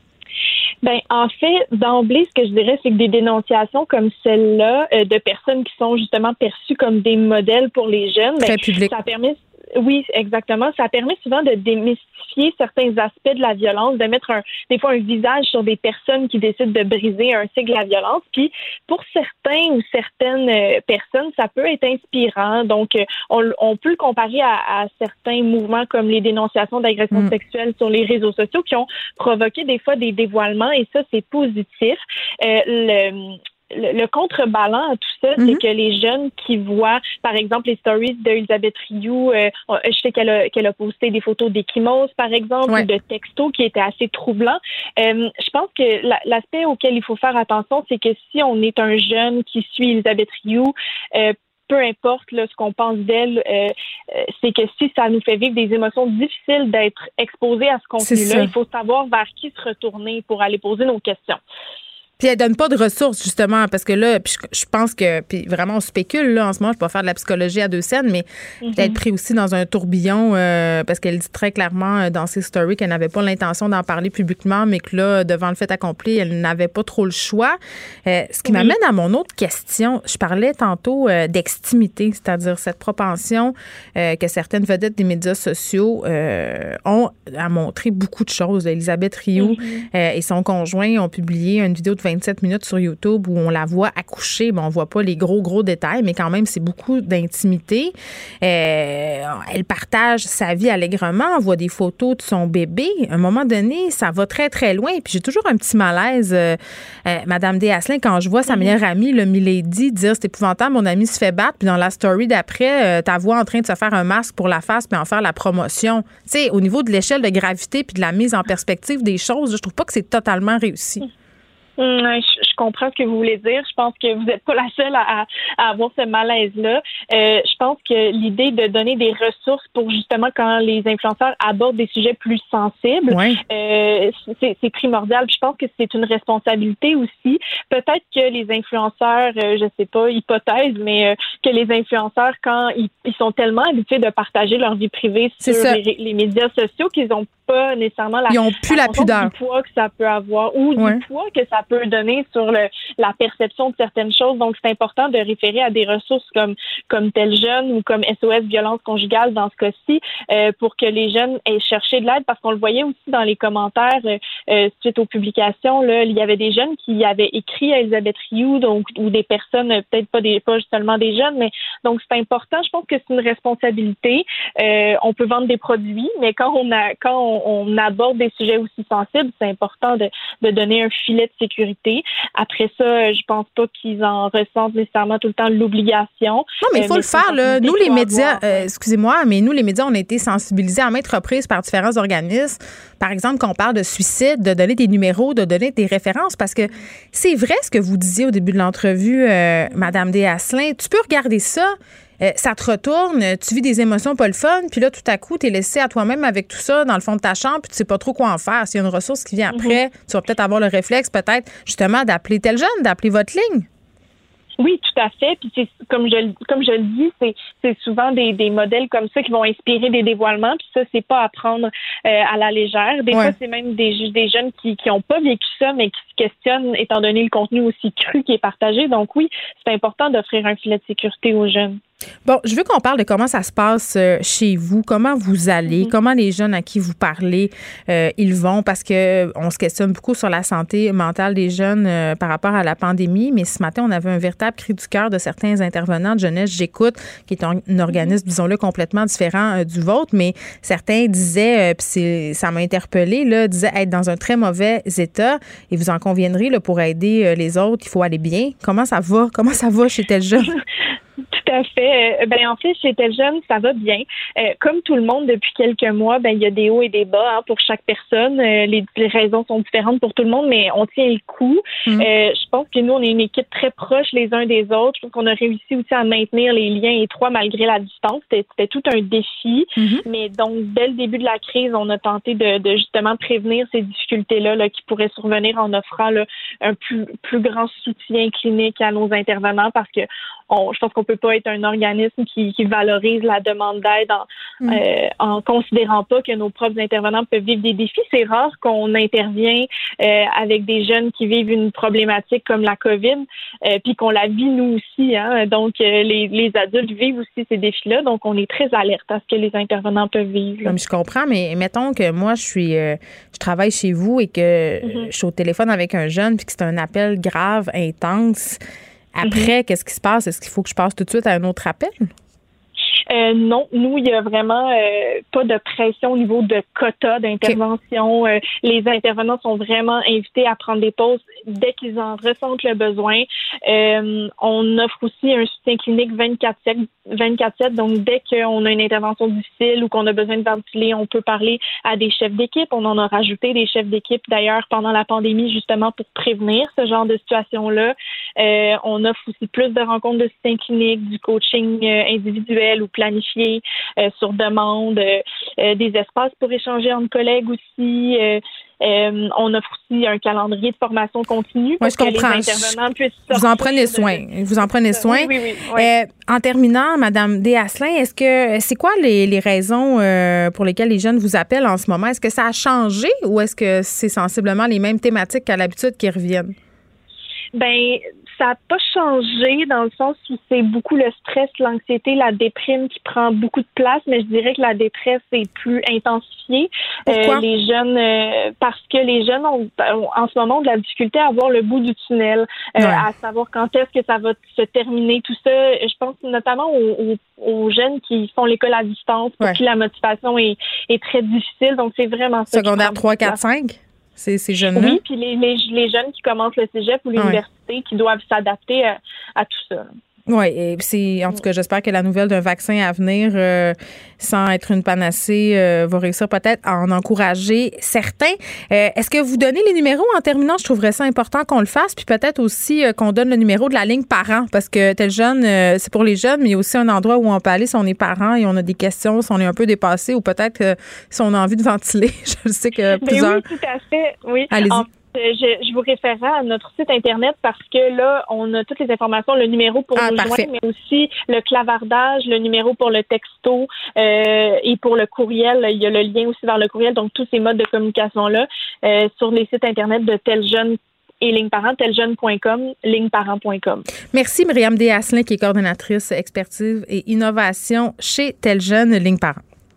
Ben, en fait, d'emblée, ce que je dirais, c'est que des dénonciations comme celle-là, euh, de personnes qui sont justement perçues comme des modèles pour les jeunes, Très ben, public. ça permet... Oui, exactement. Ça permet souvent de démystifier certains aspects de la violence, de mettre un, des fois un visage sur des personnes qui décident de briser un cycle de la violence. Puis, pour certains ou certaines euh, personnes, ça peut être inspirant. Donc, euh, on, on peut le comparer à, à certains mouvements comme les dénonciations d'agressions mmh. sexuelles sur les réseaux sociaux qui ont provoqué des fois des dévoilements et ça, c'est positif. Euh, le Le, le contrebalan à tout ça, mm-hmm. c'est que les jeunes qui voient, par exemple, les stories d'Élisabeth Rioux, euh, je sais qu'elle a, qu'elle a posté des photos d'échymoses, par exemple, ouais. ou de textos qui étaient assez troublants. Euh, je pense que la, l'aspect auquel il faut faire attention, c'est que si on est un jeune qui suit Élisabeth Rioux, euh, peu importe là, ce qu'on pense d'elle, euh, euh, c'est que si ça nous fait vivre des émotions difficiles d'être exposés à ce contenu-là, il faut savoir vers qui se retourner pour aller poser nos questions. Puis elle donne pas de ressources, justement, parce que là, puis je, je pense que, puis vraiment, on spécule, là, en ce moment, je peux pas faire de la psychologie à deux scènes, mais mm-hmm. peut-être pris aussi dans un tourbillon, euh, parce qu'elle dit très clairement dans ses stories qu'elle n'avait pas l'intention d'en parler publiquement, mais que là, devant le fait accompli, elle n'avait pas trop le choix. Euh, ce qui oui. m'amène à mon autre question. Je parlais tantôt euh, d'extimité, c'est-à-dire cette propension euh, que certaines vedettes des médias sociaux euh, ont à montrer beaucoup de choses. Élisabeth Rioux mm-hmm. euh, et son conjoint ont publié une vidéo de vingt-sept minutes sur YouTube où on la voit accoucher. Bon, on voit pas les gros, gros détails, mais quand même, c'est beaucoup d'intimité. Euh, elle partage sa vie allègrement, on voit des photos de son bébé. À un moment donné, ça va très, très loin. Puis j'ai toujours un petit malaise, euh, euh, Madame Deshaslin, quand je vois sa meilleure amie, le Milady, dire c'est épouvantable, mon ami se fait battre, puis dans la story d'après, euh, ta voix en train de se faire un masque pour la face puis en faire la promotion. Tu sais, au niveau de l'échelle de gravité puis de la mise en perspective des choses, je trouve pas que c'est totalement réussi. Mmh, je, je comprends ce que vous voulez dire. Je pense que vous n'êtes pas la seule à, à avoir ce malaise-là. Euh, je pense que l'idée de donner des ressources pour justement quand les influenceurs abordent des sujets plus sensibles, ouais. euh, c'est, c'est primordial. Je pense que c'est une responsabilité aussi. Peut-être que les influenceurs, euh, je sais pas, hypothèse, mais euh, que les influenceurs, quand ils, ils sont tellement habitués de partager leur vie privée sur les, les médias sociaux qu'ils ont pas nécessairement la, ils ont plus la, la pudeur du poids que ça peut avoir ou ouais. du poids que ça peut donner sur le, la perception de certaines choses. Donc, c'est important de référer à des ressources comme comme Tel Jeune ou comme S O S Violence Conjugale dans ce cas-ci euh, pour que les jeunes aient cherché de l'aide parce qu'on le voyait aussi dans les commentaires euh, suite aux publications. Là, il y avait des jeunes qui avaient écrit à Élisabeth Rioux donc, ou des personnes, peut-être pas, des, pas seulement des jeunes, mais donc c'est important. Je pense que c'est une responsabilité. Euh, on peut vendre des produits, mais quand on a quand on on aborde des sujets aussi sensibles, c'est important de, de donner un filet de sécurité. Après ça, je pense pas qu'ils en ressentent nécessairement tout le temps l'obligation. Non, mais il faut euh, le faire, là. Nous, les médias, euh, excusez-moi, mais nous, les médias, on a été sensibilisés à maintes reprises par différents organismes. Par exemple, quand on parle de suicide, de donner des numéros, de donner des références, parce que c'est vrai ce que vous disiez au début de l'entrevue, euh, Madame Deshaslin. Tu peux regarder ça. Euh, ça te retourne, tu vis des émotions pas le fun, puis là, tout à coup, tu es laissé à toi-même avec tout ça dans le fond de ta chambre, puis tu sais pas trop quoi en faire. S'il y a une ressource qui vient après, mm-hmm. tu vas peut-être avoir le réflexe, peut-être, justement, d'appeler tel jeune, d'appeler votre ligne. Oui, tout à fait. Puis c'est comme je comme je le dis, c'est c'est souvent des, des modèles comme ça qui vont inspirer des dévoilements. Puis ça, c'est pas à prendre euh, à la légère. Des ouais. fois, c'est même des des jeunes qui qui ont pas vécu ça, mais qui se questionnent étant donné le contenu aussi cru qui est partagé. Donc oui, c'est important d'offrir un filet de sécurité aux jeunes. Bon, je veux qu'on parle de comment ça se passe euh, chez vous, comment vous allez, mm-hmm. comment les jeunes à qui vous parlez, euh, ils vont, parce que on se questionne beaucoup sur la santé mentale des jeunes euh, par rapport à la pandémie, mais ce matin, on avait un véritable cri du cœur de certains intervenants de Jeunesse J'écoute, qui est un, un organisme, disons-le, complètement différent euh, du vôtre, mais certains disaient, euh, puis c'est, ça m'a interpellé, là, disaient être dans un très mauvais état, et vous en conviendrez, là, pour aider euh, les autres, il faut aller bien. Comment ça va? Comment ça va chez tel jeune? Tout à fait. Euh, ben en fait, chez tel jeune, ça va bien. Euh, comme tout le monde depuis quelques mois, ben il y a des hauts et des bas hein, pour chaque personne. Euh, les, les raisons sont différentes pour tout le monde, mais on tient le coup. Mmh. Euh, je pense que nous, on est une équipe très proche les uns des autres. Je pense qu'on a réussi aussi à maintenir les liens étroits malgré la distance. C'était, c'était tout un défi. Mmh. Mais donc, dès le début de la crise, on a tenté de, de justement prévenir ces difficultés-là là, qui pourraient survenir en offrant là, un plus, plus grand soutien clinique à nos intervenants parce que on, je pense qu'on peut pas être un organisme qui, qui valorise la demande d'aide en, mmh. euh, en considérant pas que nos propres intervenants peuvent vivre des défis. C'est rare qu'on intervient euh, avec des jeunes qui vivent une problématique comme la COVID, euh, puis qu'on la vit nous aussi. Hein. Donc, euh, les, les adultes vivent aussi ces défis-là. Donc, on est très alerte à ce que les intervenants peuvent vivre. Comme je comprends, mais mettons que moi, je suis, euh, je travaille chez vous et que mmh. je suis au téléphone avec un jeune puis que c'est un appel grave, intense. Après, mm-hmm. qu'est-ce qui se passe? Est-ce qu'il faut que je passe tout de suite à un autre appel? Euh, non, nous, il y a vraiment euh, pas de pression au niveau de quota d'intervention. Okay. Euh, les intervenants sont vraiment invités à prendre des pauses dès qu'ils en ressentent le besoin. Euh, on offre aussi un soutien clinique vingt-quatre sept, donc dès qu'on a une intervention difficile ou qu'on a besoin de ventiler, on peut parler à des chefs d'équipe. On en a rajouté des chefs d'équipe, d'ailleurs, pendant la pandémie, justement pour prévenir ce genre de situation-là. Euh, on offre aussi plus de rencontres de soutien clinique, du coaching euh, individuel ou planifié euh, sur demande, euh, euh, des espaces pour échanger entre collègues aussi. Euh, euh, on offre aussi un calendrier de formation continue pour oui, je que comprends. les intervenants puissent Vous en prenez soin. De... Vous en prenez soin. Oui, oui, oui, oui. Euh, en terminant, Madame Desasselin, est-ce que c'est quoi les, les raisons euh, pour lesquelles les jeunes vous appellent en ce moment? Est-ce que ça a changé ou est-ce que c'est sensiblement les mêmes thématiques qu'à l'habitude qui reviennent? Ben, ça n'a pas changé dans le sens où c'est beaucoup le stress, l'anxiété, la déprime qui prend beaucoup de place, mais je dirais que la détresse est plus intensifiée. Pourquoi? Euh, les jeunes, euh, parce que les jeunes ont, ont en ce moment de la difficulté à voir le bout du tunnel, euh, ouais. à savoir quand est-ce que ça va se terminer, tout ça. Je pense notamment aux, aux, aux jeunes qui font l'école à distance, pour ouais. qui la motivation est, est très difficile. Donc, c'est vraiment ça. Secondaire trois, quatre, cinq? Ces, ces jeunes-là? Oui, puis les, les, les jeunes qui commencent le cégep ou l'université ouais. qui doivent s'adapter à, à tout ça. Oui, et c'est en tout cas, j'espère que la nouvelle d'un vaccin à venir, euh, sans être une panacée, euh, va réussir peut-être à en encourager certains. Euh, est-ce que vous donnez les numéros en terminant? Je trouverais ça important qu'on le fasse, puis peut-être aussi euh, qu'on donne le numéro de la ligne parents, parce que tel jeune, euh, c'est pour les jeunes, mais il y a aussi un endroit où on peut aller si on est parent et on a des questions, si on est un peu dépassé, ou peut-être euh, si on a envie de ventiler. Je sais que plusieurs... Mais oui, tout à fait, oui. Allez-y. En... Je, je vous référerai à notre site Internet parce que là, on a toutes les informations, le numéro pour ah, nous parfait. joindre, mais aussi le clavardage, le numéro pour le texto euh, et pour le courriel. Il y a le lien aussi vers le courriel, donc tous ces modes de communication-là euh, sur les sites Internet de Tel Jeune et Ligne Parent, teljeune point com, ligne parent point com. Merci, Myriam Desasselin, qui est coordonnatrice expertise et innovation chez Tel Jeune, Ligne Parent.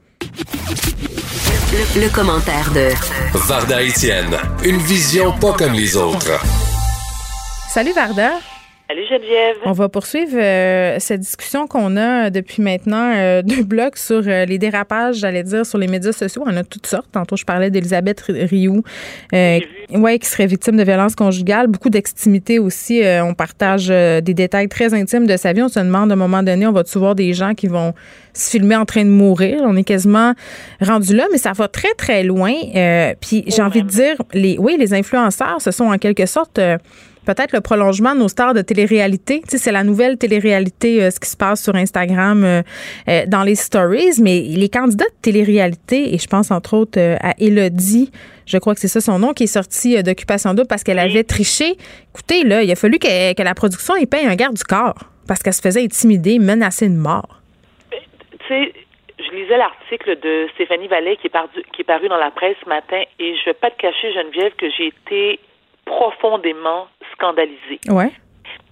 Le, le commentaire de Varda Étienne, une vision pas comme les autres. Salut Varda. Salut Geneviève. On va poursuivre euh, cette discussion qu'on a depuis maintenant euh, deux blocs sur euh, les dérapages, j'allais dire, sur les médias sociaux. On a toutes sortes. Tantôt, je parlais d'Elisabeth Rioux, euh, ouais, qui serait victime de violences conjugales. Beaucoup d'extimité aussi. Euh, on partage euh, des détails très intimes de sa vie. On se demande à un moment donné, on va-tu voir des gens qui vont se filmer en train de mourir? On est quasiment rendu là, mais ça va très, très loin. Euh, puis oh, j'ai envie même. de dire, les, oui, les influenceurs, ce sont en quelque sorte... Euh, peut-être le prolongement de nos stars de télé-réalité. Tu sais, c'est la nouvelle télé-réalité, euh, ce qui se passe sur Instagram euh, euh, dans les stories, mais les candidats de télé-réalité, et je pense entre autres euh, à Élodie, je crois que c'est ça son nom, qui est sortie euh, d'Occupation Double parce qu'elle avait triché. Écoutez, là, il a fallu que, que la production y paye un garde du corps parce qu'elle se faisait intimider, menacer de mort. Tu sais, je lisais l'article de Stéphanie Vallet qui est, paru, qui est paru dans la presse ce matin et je ne vais pas te cacher, Geneviève, que j'ai été profondément scandalisée. Ouais.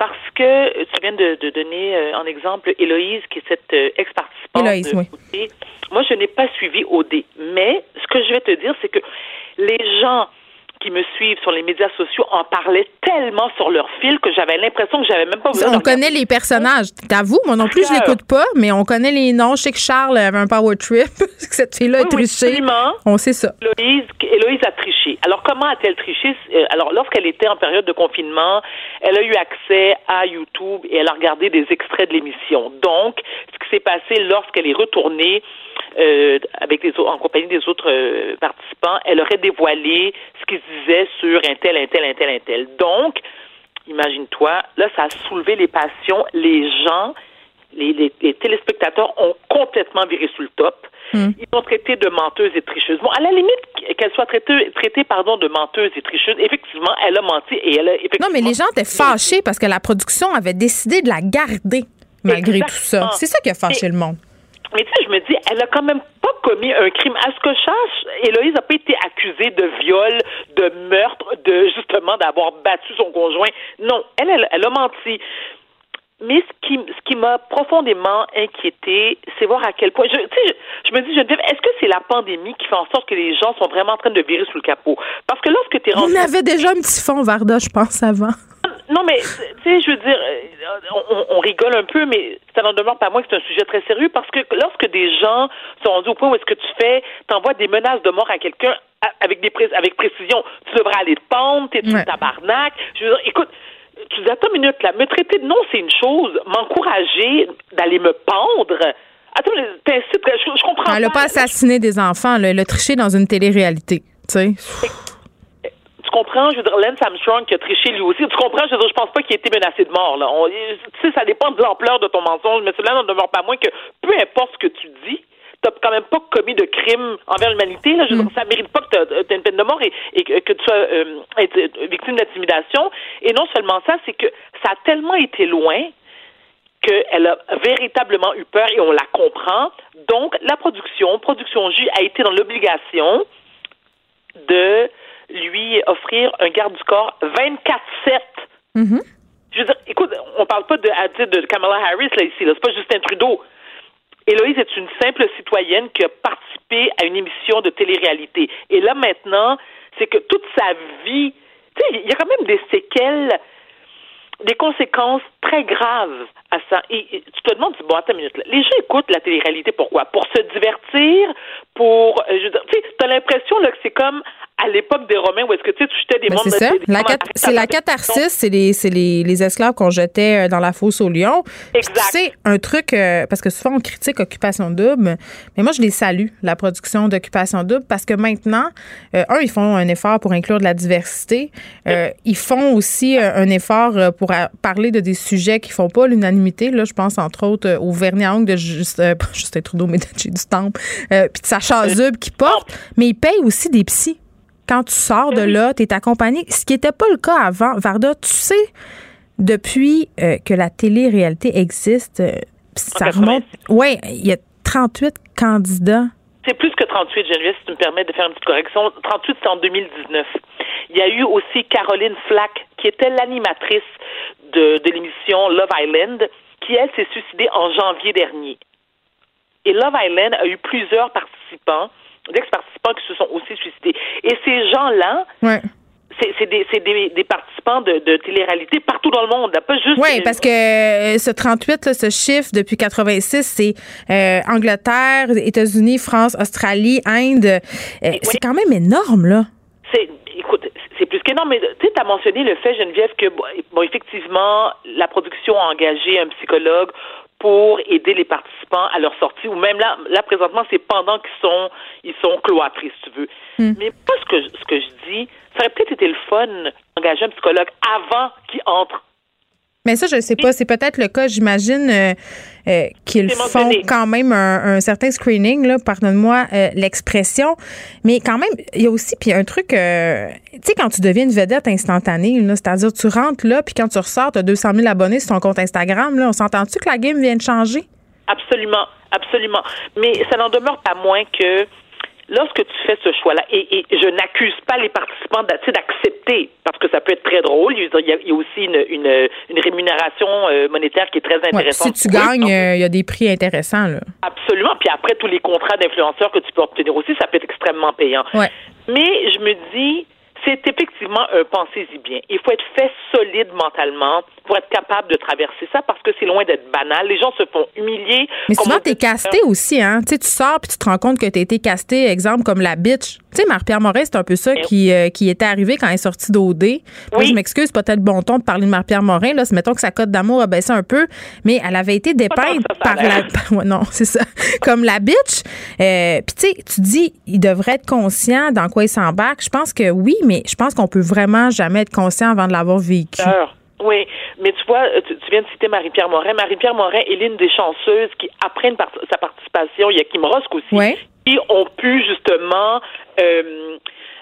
parce que tu viens de, de donner euh, en exemple Héloïse, qui est cette euh, ex-participante Héloïse, de oui. O D. Moi, je n'ai pas suivi O D, mais ce que je vais te dire, c'est que les gens qui me suivent sur les médias sociaux en parlaient tellement sur leur fil que j'avais l'impression que j'avais même pas besoin On de connaît les personnages. T'avoues, moi non plus, je l'écoute pas, mais on connaît les noms. Je sais que Charles avait un power trip, que cette fille-là oui, est trichée. Oui, on sait ça. Héloïse, Héloïse a triché. Alors, comment a-t-elle triché? Alors, lorsqu'elle était en période de confinement, elle a eu accès à YouTube et elle a regardé des extraits de l'émission. Donc, ce qui s'est passé lorsqu'elle est retournée euh, avec les, en compagnie des autres euh, participants, elle aurait dévoilé ce qui se disait sur un tel, un tel, un tel, un tel. Donc, imagine-toi, là, ça a soulevé les passions. Les gens, les, les, les téléspectateurs ont complètement viré sur le top. Mm. Ils l'ont traitée de menteuse et tricheuse. Bon, à la limite, qu'elle soit traitée, traitée pardon, de menteuse et tricheuse, effectivement, elle a menti et elle a effectivement... Non, mais les gens étaient fâchés parce que la production avait décidé de la garder malgré Exactement. tout ça. C'est ça qui a fâché et, le monde. Mais tu sais, je me dis, elle a quand même pas commis un crime. À ce que je sache, Héloïse n'a pas été accusée de viol, de meurtre, de justement d'avoir battu son conjoint. Non, elle, elle, elle a menti. Mais ce qui, ce qui m'a profondément inquiétée, c'est voir à quel point... Je, tu sais, je, je me dis, Geneviève, est-ce que c'est la pandémie qui fait en sorte que les gens sont vraiment en train de virer sous le capot? Parce que lorsque tu es rendu... On avait déjà un petit fond, Varda, je pense, avant. Non, mais, tu sais, je veux dire, on, on rigole un peu, mais ça n'en demeure pas moins que c'est un sujet très sérieux parce que lorsque des gens sont rendus au point où est-ce que tu fais, t'envoies des menaces de mort à quelqu'un avec des pré- avec précision, tu devrais aller te pendre, t'es une ouais. tabarnak. Je veux dire, écoute, tu dis, attends une minute, là, me traiter de non, c'est une chose, m'encourager d'aller me pendre... Attends, t'incites, je, je comprends pas. Elle n'a pas assassiné des enfants, là, elle a triché dans une télé-réalité, tu sais. Tu comprends? Je veux dire, Lance Armstrong qui a triché lui aussi. Tu comprends? Je veux dire, je pense pas qu'il ait été menacé de mort, là. On, tu sais, ça dépend de l'ampleur de ton mensonge, mais cela n'en demeure pas moins que peu importe ce que tu dis, t'as quand même pas commis de crime envers l'humanité, là. Je veux dire, ça mérite pas que t'aies, t'aies une peine de mort et, et que tu sois euh, victime d'intimidation. Et non seulement ça, c'est que ça a tellement été loin qu'elle a véritablement eu peur et on la comprend. Donc, la production, Production J, a été dans l'obligation de lui offrir un garde du corps vingt-quatre sept. Mm-hmm. Je veux dire, écoute, on parle pas de, de Kamala Harris, là, ici, là. C'est pas Justin Trudeau. Héloïse est une simple citoyenne qui a participé à une émission de télé-réalité. Et là, maintenant, c'est que toute sa vie, tu sais, il y a quand même des séquelles, des conséquences très graves à ça. Et, et tu te demandes, bon, attends une minute, là. Les gens écoutent la télé-réalité pourquoi? Pour se divertir, pour, euh, je veux dire, tu sais, t'as l'impression, là, que c'est comme à l'époque des Romains où est-ce que, tu sais, tu jetais des ben mondes... C'est ça. Des, des la cat- c'est la catharsis, c'est les, c'est les, les esclaves qu'on jetait dans la fosse au lion. Exact. Tu sais, un truc, euh, parce que souvent on critique Occupation Double, mais moi je les salue, la production d'Occupation Double, parce que maintenant, euh, un, ils font un effort pour inclure de la diversité. Euh, ils font aussi euh, un effort pour a- parler de des sujets qui font pas l'unanimité. Là, je pense entre autres euh, au vernis à ongles de Just, euh, pas Justin Trudeau, mais de J. du Temple, euh, puis de Sacha Zub qui porte, mais ils payent aussi des psys. Quand tu sors de là, tu es accompagné. Ce qui n'était pas le cas avant. Varda, tu sais, depuis euh, que la télé-réalité existe, euh, ça remonte... Oui, il y a trente-huit candidats. C'est plus que trente-huit, Geneviève, si tu me permets de faire une petite correction. trente-huit, c'est en deux mille dix-neuf. Il y a eu aussi Caroline Flack, qui était l'animatrice de, de l'émission Love Island, qui, elle, s'est suicidée en janvier dernier. Et Love Island a eu plusieurs participants, d'ex-participants qui se sont aussi suicidés. Et ces gens-là, ouais. c'est, c'est, des, c'est des, des participants de, de télé-réalité partout dans le monde, pas juste... Oui, parce que ce trente-huit, là, ce chiffre, depuis quatre-vingt-six, c'est euh, Angleterre, États-Unis, France, Australie, Inde. Euh, oui. C'est quand même énorme, là. C'est, écoute, c'est plus qu'énorme, mais tu sais, tu as mentionné le fait, Geneviève, que, bon, effectivement, la production a engagé un psychologue pour aider les participants à leur sortie, ou même là, là présentement, c'est pendant qu'ils sont, ils sont cloîtrés, si tu veux. Mm. Mais moi, ce que, ce que je dis, ça aurait peut-être été le fun d'engager un psychologue avant qu'ils entrent. Mais ça, je ne sais pas. C'est peut-être le cas, j'imagine, euh, euh, qu'ils font quand même un, un certain screening, là, pardonne-moi euh, l'expression. Mais quand même, il y a aussi puis un truc, euh, tu sais, quand tu deviens une vedette instantanée, là, c'est-à-dire tu rentres là, puis quand tu ressors, tu as deux cent mille abonnés sur ton compte Instagram, là, on s'entend-tu que la game vient de changer? Absolument, absolument. Mais ça n'en demeure pas moins que lorsque tu fais ce choix-là, et, et je n'accuse pas les participants d'accepter, parce que ça peut être très drôle, il y a, il y a aussi une, une, une rémunération euh, monétaire qui est très intéressante. Ouais, si tu gagnes, il euh, y a des prix intéressants. Là. Absolument. Puis après, tous les contrats d'influenceurs que tu peux obtenir aussi, ça peut être extrêmement payant. Ouais. Mais je me dis, c'est effectivement un pensez-y bien. Il faut être fait solide mentalement pour être capable de traverser ça parce que c'est loin d'être banal. Les gens se font humilier. Mais souvent, t'es casté aussi, hein. Tu sais, tu sors puis tu te rends compte que t'as été casté, exemple, comme la bitch. Tu sais, Marie-Pierre Morin, c'est un peu ça qui, euh, qui était arrivé quand elle est sortie d'O D. Moi, oui. Je m'excuse, c'est pas peut-être bon ton de parler de Marie-Pierre Morin, là. Mettons que sa cote d'amour a baissé un peu, mais elle avait été dépeinte par la... Ouais, non, c'est ça. Comme la bitch. Euh, puis tu sais, tu dis, il devrait être conscient dans quoi il s'embarque. Je pense que oui, mais je pense qu'on peut vraiment jamais être conscient avant de l'avoir vécu. Alors. Oui, mais tu vois, tu, tu viens de citer Marie-Pierre Morin. Marie-Pierre Morin est l'une des chanceuses qui, après une part- sa participation, il y a Kim Rosk aussi, ouais. qui ont pu justement... Euh,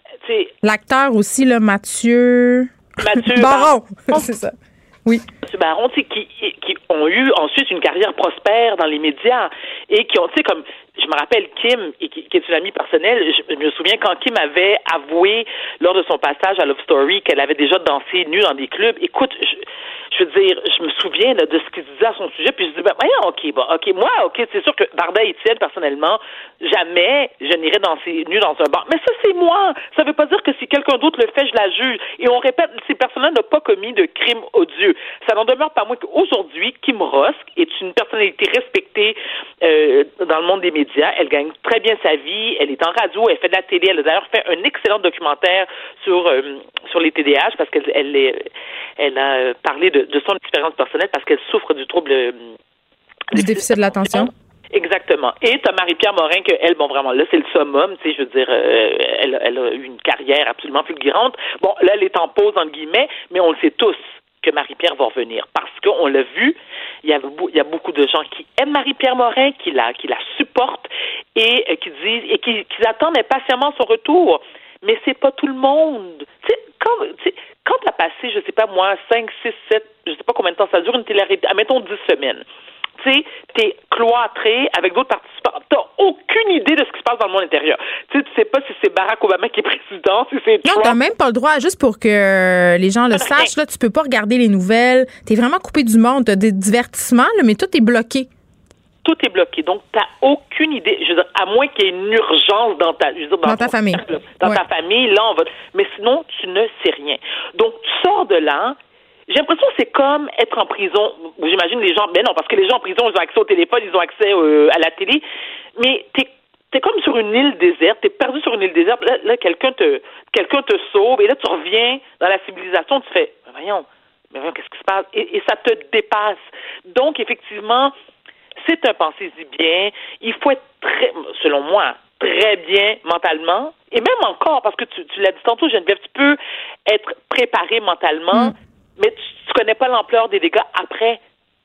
l'acteur aussi, là, Mathieu... Mathieu Baron, c'est ça. Oui. Mathieu Baron, tu sais, qui, qui ont eu ensuite une carrière prospère dans les médias et qui ont, tu sais, comme... Je me rappelle Kim, et qui, qui est une amie personnelle, je, je me souviens quand Kim avait avoué lors de son passage à Love Story qu'elle avait déjà dansé nue dans des clubs. Écoute, je, je veux dire, je me souviens là, de ce qu'il disait à son sujet, puis je dis, ben, voyons, OK, bon, OK, moi, OK, c'est sûr que Varda Étienne, personnellement, jamais je n'irai danser nue dans un bar. Mais ça, c'est moi. Ça veut pas dire que si quelqu'un d'autre le fait, je la juge. Et on répète, ces personnes-là n'ont pas commis de crime odieux. Ça n'en demeure pas moins qu'aujourd'hui, Kim Rosk est une personnalité respectée euh, dans le monde des médias. Elle gagne très bien sa vie. Elle est en radio. Elle fait de la télé. Elle a d'ailleurs fait un excellent documentaire sur euh, sur les T D A H parce qu'elle elle, est, elle a parlé de, de son expérience personnelle parce qu'elle souffre du trouble euh, du déficit de l'attention. Exactement. Et t'as Marie-Pierre Morin que elle, bon, vraiment, là, c'est le summum, tu sais, je veux dire, euh, elle, elle a eu une carrière absolument fulgurante. Bon, là, elle est en pause, entre guillemets, mais on le sait tous que Marie-Pierre va revenir. Parce qu'on l'a vu, il y a, il y a beaucoup de gens qui aiment Marie-Pierre Morin, qui la, qui la supportent et euh, qui disent, et qui, qui attendent impatiemment son retour. Mais c'est pas tout le monde. Tu sais, quand, tu sais, quand t'as passé, je sais pas moi, cinq, six, sept, je sais pas combien de temps ça dure, une télé-réalité, admettons dix semaines. Tu sais, t'es cloîtré avec d'autres participants. T'as aucune idée de ce qui se passe dans le monde intérieur. Tu sais, tu sais pas si c'est Barack Obama qui est président, si c'est Trump. Non, t'as même pas le droit, juste pour que les gens le sachent, là, tu peux pas regarder les nouvelles. T'es vraiment coupé du monde. T'as des divertissements, là, mais tout est bloqué. Tout est bloqué. Donc, t'as aucune idée. Je veux dire, à moins qu'il y ait une urgence dans ta, je veux dire, dans, dans ta famille. Cercle, dans ouais. ta famille, là, on va. Mais sinon, tu ne sais rien. Donc, tu sors de là. J'ai l'impression que c'est comme être en prison. J'imagine les gens, ben non, parce que les gens en prison, ils ont accès au téléphone, ils ont accès euh, à la télé. Mais t'es, t'es comme sur une île déserte, t'es perdu sur une île déserte. Là, là quelqu'un te, quelqu'un te sauve, et là, tu reviens dans la civilisation, tu fais, mais voyons, mais voyons, qu'est-ce qui se passe? Et, et ça te dépasse. Donc, effectivement, c'est un pensez-y bien. Il faut être très, selon moi, très bien mentalement. Et même encore, parce que tu, tu l'as dit tantôt, Geneviève, tu peux être préparé mentalement. Mm. Mais tu, tu connais pas l'ampleur des dégâts après.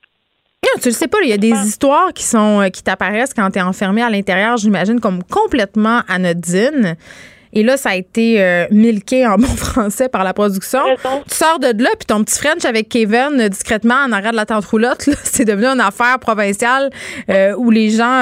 Non, tu le sais pas, il y a des ah. histoires qui sont qui t'apparaissent quand tu es enfermé à l'intérieur, j'imagine, comme complètement anodines. Et là, ça a été euh, milqué en bon français par la production. Raison. Tu sors de là, puis ton petit French avec Kevin, euh, discrètement, en arrière de la tente roulotte, là, c'est devenu une affaire provinciale euh, où les gens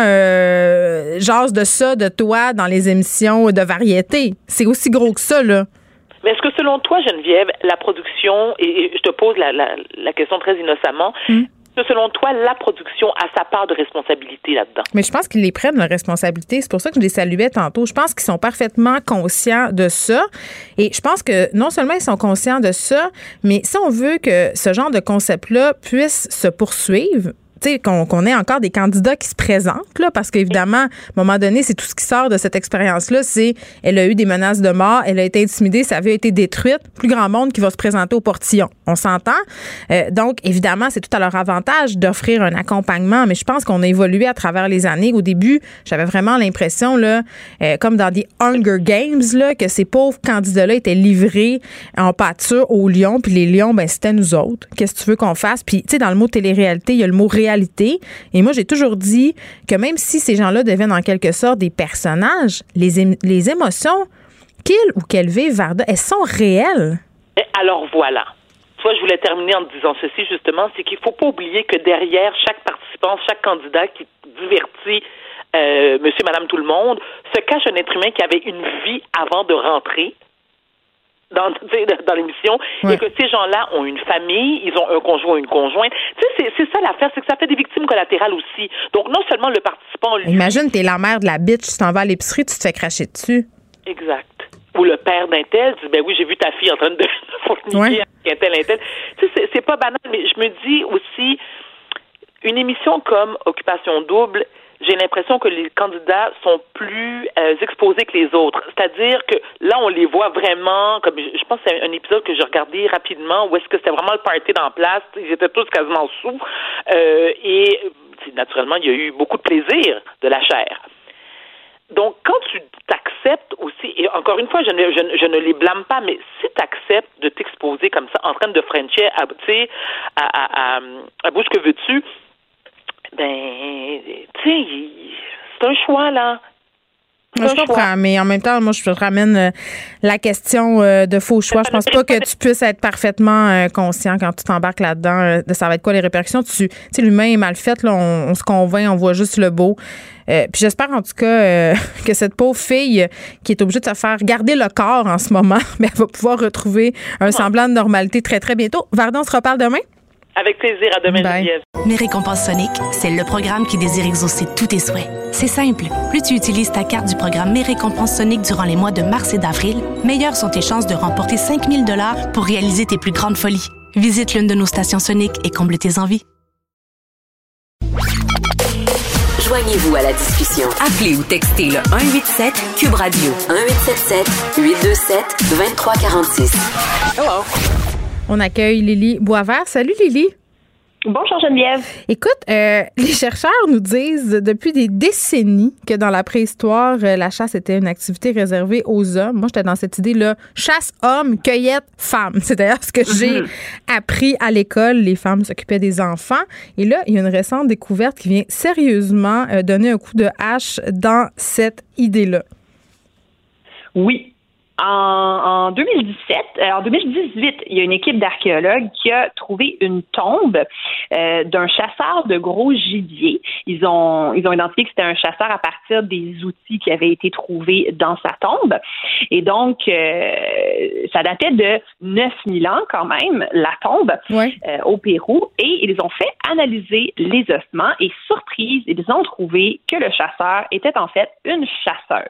euh, jasent de ça, de toi, dans les émissions de variété. C'est aussi gros que ça, là. Mais est-ce que selon toi, Geneviève, la production, et, et je te pose la, la, la question très innocemment, mm. est-ce que selon toi, la production a sa part de responsabilité là-dedans? Mais je pense qu'ils les prennent, leur responsabilité. C'est pour ça que je les saluais tantôt. Je pense qu'ils sont parfaitement conscients de ça. Et je pense que non seulement ils sont conscients de ça, mais si on veut que ce genre de concept-là puisse se poursuivre, Qu'on, qu'on ait encore des candidats qui se présentent, là, parce qu'évidemment, à un moment donné, c'est tout ce qui sort de cette expérience-là, c'est elle a eu des menaces de mort, elle a été intimidée, sa vie a été détruite, plus grand monde qui va se présenter au portillon. On s'entend? Euh, donc, évidemment, c'est tout à leur avantage d'offrir un accompagnement, mais je pense qu'on a évolué à travers les années. Au début, j'avais vraiment l'impression, là, euh, comme dans des Hunger Games, là, que ces pauvres candidats-là étaient livrés en pâture aux lions, puis les lions, ben c'était nous autres. Qu'est-ce que tu veux qu'on fasse? Puis, tu sais, dans le mot télé-réalité, il y a le mot réalité. Et moi, j'ai toujours dit que même si ces gens-là deviennent en quelque sorte des personnages, les, é- les émotions qu'ils ou qu'elles vivent, Varda, elles sont réelles. Et alors voilà. Toi, je voulais terminer en te disant ceci, justement, c'est qu'il ne faut pas oublier que derrière chaque participant, chaque candidat qui divertit euh, monsieur, madame, tout le monde, se cache un être humain qui avait une vie avant de rentrer dans, dans l'émission, ouais. et que ces gens-là ont une famille, ils ont un conjoint, une conjointe. Tu sais, c'est, c'est ça l'affaire, c'est que ça fait des victimes collatérales aussi. Donc, non seulement le participant... Lui, imagine, t'es la mère de la bitch, tu t'en vas à l'épicerie, tu te fais cracher dessus. Exact. Ou le père d'un tel dit, ben oui, j'ai vu ta fille en train de forniquer ouais. avec un tel, un tel. Tu sais, c'est, c'est pas banal, mais je me dis aussi, une émission comme Occupation Double, j'ai l'impression que les candidats sont plus euh, exposés que les autres. C'est-à-dire que là, on les voit vraiment, comme je, je pense que c'est un épisode que j'ai regardé rapidement, où est-ce que c'était vraiment le party dans place, ils étaient tous quasiment sous, euh, et naturellement, il y a eu beaucoup de plaisir de la chair. Donc, quand tu t'acceptes aussi, et encore une fois, je ne, je, je ne les blâme pas, mais si tu acceptes de t'exposer comme ça, en train de frencher, à, tu sais, à, à, à, à bouche que veux-tu, ben, tu sais, c'est un choix, là. Moi, je comprends, mais en même temps, moi, je te ramène euh, la question euh, de faux choix. Je pense pas que tu puisses être parfaitement euh, conscient quand tu t'embarques là-dedans euh, de ça va être quoi les répercussions. Tu sais, l'humain est mal fait, là, on, on se convainc, on voit juste le beau. Euh, puis j'espère en tout cas euh, que cette pauvre fille euh, qui est obligée de se faire garder le corps en ce moment, mais elle va pouvoir retrouver un semblant de normalité très, très bientôt. Varda, on se reparle demain? Avec plaisir, à demain, Geneviève. Mes récompenses Sonic, c'est le programme qui désire exaucer tous tes souhaits. C'est simple. Plus tu utilises ta carte du programme Mes récompenses Sonic durant les mois de mars et d'avril, meilleures sont tes chances de remporter cinq mille dollars pour réaliser tes plus grandes folies. Visite l'une de nos stations Sonic et comble tes envies. Joignez-vous à la discussion. Appelez ou textez le un huit sept Cube Radio un huit sept sept huit deux sept deux trois quatre six. Hello. On accueille Lily Boisvert. Salut Lily. Bonjour Geneviève. Écoute, euh, les chercheurs nous disent depuis des décennies que dans la préhistoire, euh, la chasse était une activité réservée aux hommes. Moi, j'étais dans cette idée-là, chasse hommes, cueillette femmes. C'est d'ailleurs ce que j'ai mm-hmm. appris à l'école. Les femmes s'occupaient des enfants. Et là, il y a une récente découverte qui vient sérieusement euh, donner un coup de hache dans cette idée-là. Oui. En, en deux mille dix-sept, euh, en deux mille dix-huit, il y a une équipe d'archéologues qui a trouvé une tombe euh, d'un chasseur de gros gibier. Ils ont, ils ont identifié que c'était un chasseur à partir des outils qui avaient été trouvés dans sa tombe. Et donc, euh, ça datait de neuf mille ans quand même, la tombe, ouais. euh, au Pérou. Et ils ont fait analyser les ossements et, surprise, ils ont trouvé que le chasseur était en fait une chasseuse.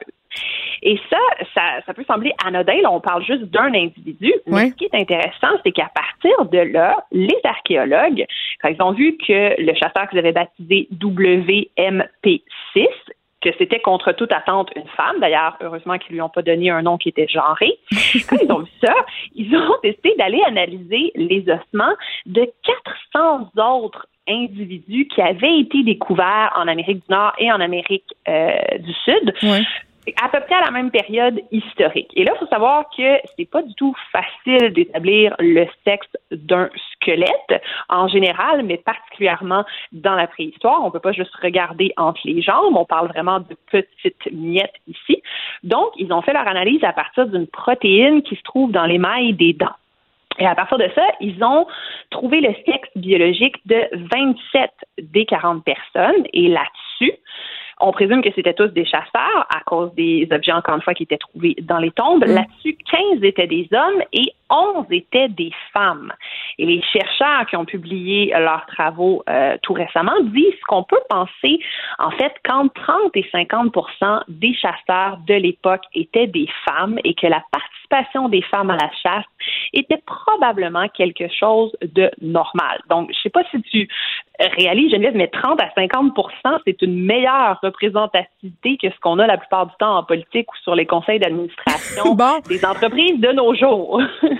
Et ça, ça, ça peut sembler anodin. Là, on parle juste d'un individu. Mais ouais. ce qui est intéressant, c'est qu'à partir de là, les archéologues, quand ils ont vu que le chasseur qu'ils avaient baptisé W M P six, que c'était contre toute attente une femme, d'ailleurs, heureusement qu'ils lui ont pas donné un nom qui était genré, quand ils ont vu ça, ils ont décidé d'aller analyser les ossements de quatre cents autres individus qui avaient été découverts en Amérique du Nord et en Amérique euh, du Sud. Ouais. À peu près à la même période historique. Et là, il faut savoir que c'est pas du tout facile d'établir le sexe d'un squelette en général, mais particulièrement dans la préhistoire. On peut pas juste regarder entre les jambes. On parle vraiment de petites miettes ici. Donc, ils ont fait leur analyse à partir d'une protéine qui se trouve dans l'émail des dents. Et à partir de ça, ils ont trouvé le sexe biologique de vingt-sept des quarante personnes. Et là-dessus, on présume que c'était tous des chasseurs à cause des objets, encore une fois, qui étaient trouvés dans les tombes. Mmh. Là-dessus, quinze étaient des hommes et onze étaient des femmes. Et les chercheurs qui ont publié leurs travaux euh, tout récemment disent qu'on peut penser, en fait, qu'entre trente et cinquante pour cent des chasseurs de l'époque étaient des femmes et que la participation des femmes à la chasse était probablement quelque chose de normal. Donc, je sais pas si tu réalises, Geneviève, mais trente à cinquante pour cent, c'est une meilleure représentativité que ce qu'on a la plupart du temps en politique ou sur les conseils d'administration bon. des entreprises de nos jours.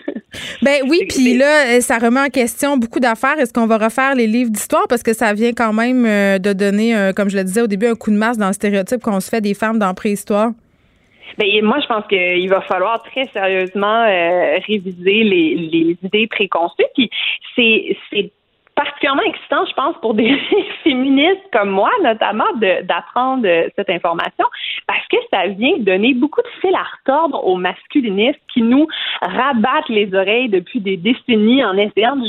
Ben oui, puis là, ça remet en question beaucoup d'affaires. Est-ce qu'on va refaire les livres d'histoire? Parce que ça vient quand même de donner, comme je le disais au début, un coup de masse dans le stéréotype qu'on se fait des femmes dans la préhistoire. Ben, moi, je pense qu'il va falloir très sérieusement euh, réviser les, les idées préconçues. Puis c'est, c'est particulièrement excitant, je pense, pour des féministes comme moi, notamment, de, d'apprendre cette information, parce que ça vient donner beaucoup de fil à retordre aux masculinistes qui nous rabattent les oreilles depuis des décennies en essayant de justifier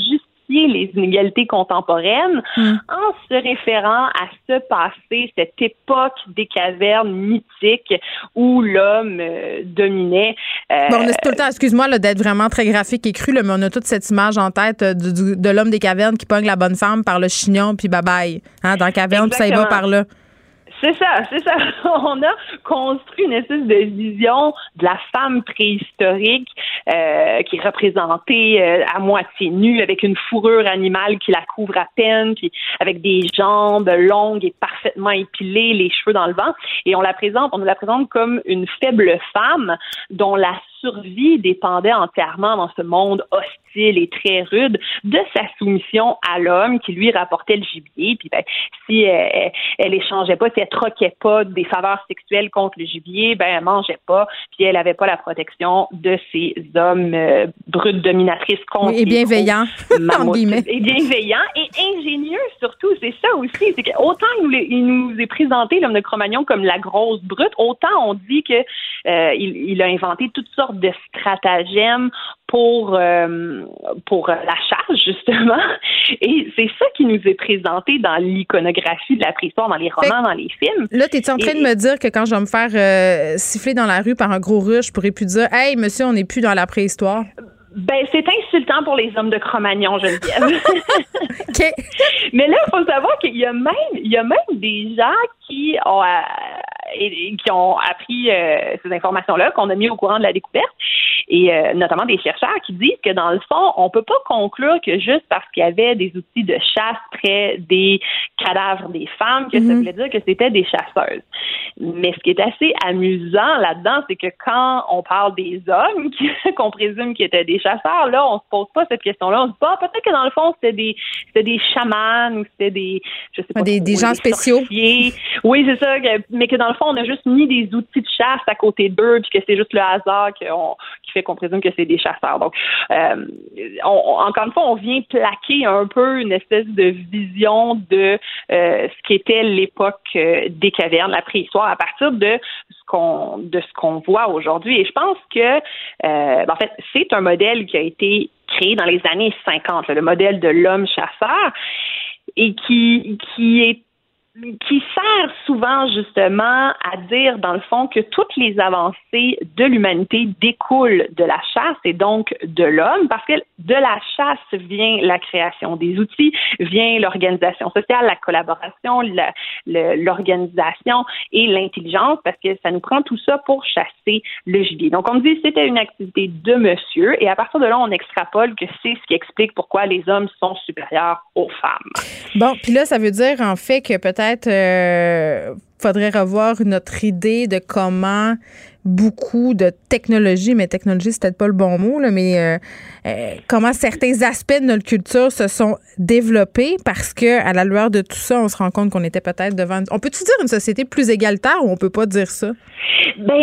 les inégalités contemporaines mm. en se référant à ce passé, cette époque des cavernes mythiques où l'homme euh, dominait. Euh, bon, on a tout le temps, excuse-moi là, d'être vraiment très graphique et cru, là, mais on a toute cette image en tête euh, du, du, de l'homme des cavernes qui pogne la bonne femme par le chignon, puis bye-bye, hein, dans la caverne, puis ça y va par là. C'est ça, c'est ça. On a construit une espèce de vision de la femme préhistorique euh, qui est représentée euh, à moitié nue, avec une fourrure animale qui la couvre à peine, puis avec des jambes longues et parfaitement épilées, les cheveux dans le vent. Et on la présente, on nous la présente comme une faible femme dont la survie dépendait entièrement dans ce monde hostile et très rude de sa soumission à l'homme qui lui rapportait le gibier. Puis ben, si elle, elle échangeait pas, si elle troquait pas des faveurs sexuelles contre le gibier, ben elle mangeait pas. Puis elle avait pas la protection de ces hommes euh, brutes dominatrices contre oui, et bienveillants, en guillemets. Et bienveillants et ingénieux surtout. C'est ça aussi. C'est que autant il nous, il nous est présenté l'homme de Cro-Magnon comme la grosse brute, autant on dit que euh, il, il a inventé toutes sortes de stratagèmes pour euh, pour la charge, justement. Et c'est ça qui nous est présenté dans l'iconographie de la préhistoire, dans les romans, dans les films. Là, t'es-tu en train Et, de me dire que quand je vais me faire euh, siffler dans la rue par un gros russe, je pourrais plus dire « Hey, monsieur, on n'est plus dans la préhistoire ». Ben, c'est insultant pour les hommes de Cro-Magnon, Geneviève. Okay. Mais là, il faut savoir qu'il y a même, il y a même des gens qui ont, euh, et, et qui ont appris euh, ces informations-là, qu'on a mis au courant de la découverte, et euh, notamment des chercheurs qui disent que dans le fond, on peut pas conclure que juste parce qu'il y avait des outils de chasse près des cadavres des femmes, que mm-hmm. ça voulait dire que c'était des chasseuses. Mais ce qui est assez amusant là-dedans, c'est que quand on parle des hommes qui, qu'on présume qu'ils étaient des chasseurs, là, on se pose pas cette question-là. On se dit pas, peut-être que dans le fond, c'était des, c'était des chamans ou c'était des, je sais pas, des, trop, des gens des spéciaux. Sorciers. Oui, c'est ça, que, mais que dans le fond, on a juste mis des outils de chasse à côté d'eux, puis que c'est juste le hasard qu'on, qui fait qu'on présume que c'est des chasseurs. Donc, euh, on, on, encore une fois, on vient plaquer un peu une espèce de vision de euh, ce qu'était l'époque euh, des cavernes, la préhistoire, à partir de ce qu'on de ce qu'on voit aujourd'hui. Et je pense que, euh, en fait, c'est un modèle qui a été créé dans les années cinquante, là, le modèle de l'homme chasseur, et qui qui est qui sert souvent justement à dire dans le fond que toutes les avancées de l'humanité découlent de la chasse et donc de l'homme, parce que de la chasse vient la création des outils, vient l'organisation sociale, la collaboration, la, le, l'organisation et l'intelligence, parce que ça nous prend tout ça pour chasser le gibier. Donc on me dit que c'était une activité de monsieur, et à partir de là on extrapole que c'est ce qui explique pourquoi les hommes sont supérieurs aux femmes. Bon, puis là ça veut dire en fait que peut-être Peut-être euh, faudrait revoir notre idée de comment beaucoup de technologie, mais technologie, c'est peut-être pas le bon mot, là, mais euh, euh, comment certains aspects de notre culture se sont développés, parce que à la lueur de tout ça, on se rend compte qu'on était peut-être devant... On peut-tu dire une société plus égalitaire ou on peut pas dire ça? Ben,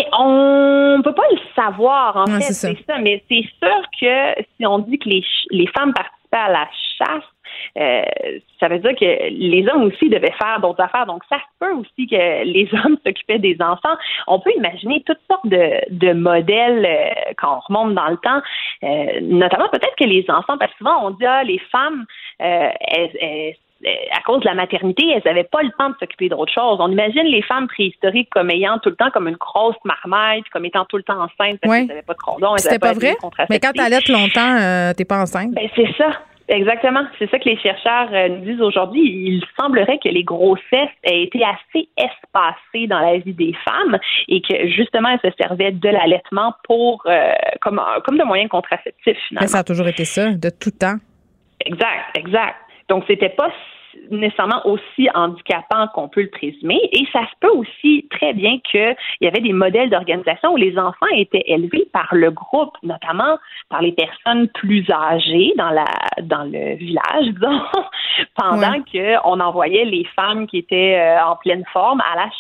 on peut pas le savoir, en ouais, fait, c'est, c'est ça. Mais c'est sûr que si on dit que les, les femmes participaient à la chasse, Euh, ça veut dire que les hommes aussi devaient faire d'autres affaires. Donc, ça se peut aussi que les hommes s'occupaient des enfants. On peut imaginer toutes sortes de, de modèles euh, quand on remonte dans le temps, euh, notamment peut-être que les enfants, parce que souvent on dit, ah, les femmes, euh, elles, elles à cause de la maternité, elles n'avaient pas le temps de s'occuper d'autre chose. On imagine les femmes préhistoriques comme ayant tout le temps comme une grosse marmite, comme étant tout le temps enceintes parce ouais. qu'elles n'avaient pas de condom. C'était pas, pas vrai? Mais quand tu allaites longtemps, euh, t'es pas enceinte. Ben, c'est ça. Exactement. C'est ça que les chercheurs euh, nous disent aujourd'hui. Il semblerait que les grossesses aient été assez espacées dans la vie des femmes et que, justement, elles se servaient de l'allaitement pour euh, comme, comme de moyen contraceptif, finalement. Mais ça a toujours été ça, de tout temps. Exact, exact. Donc, c'était pas nécessairement aussi handicapant qu'on peut le présumer. Et ça se peut aussi très bien qu'il y avait des modèles d'organisation où les enfants étaient élevés par le groupe, notamment par les personnes plus âgées dans la dans le village, disons, pendant ouais. qu'on envoyait les femmes qui étaient euh, en pleine forme à la chasse.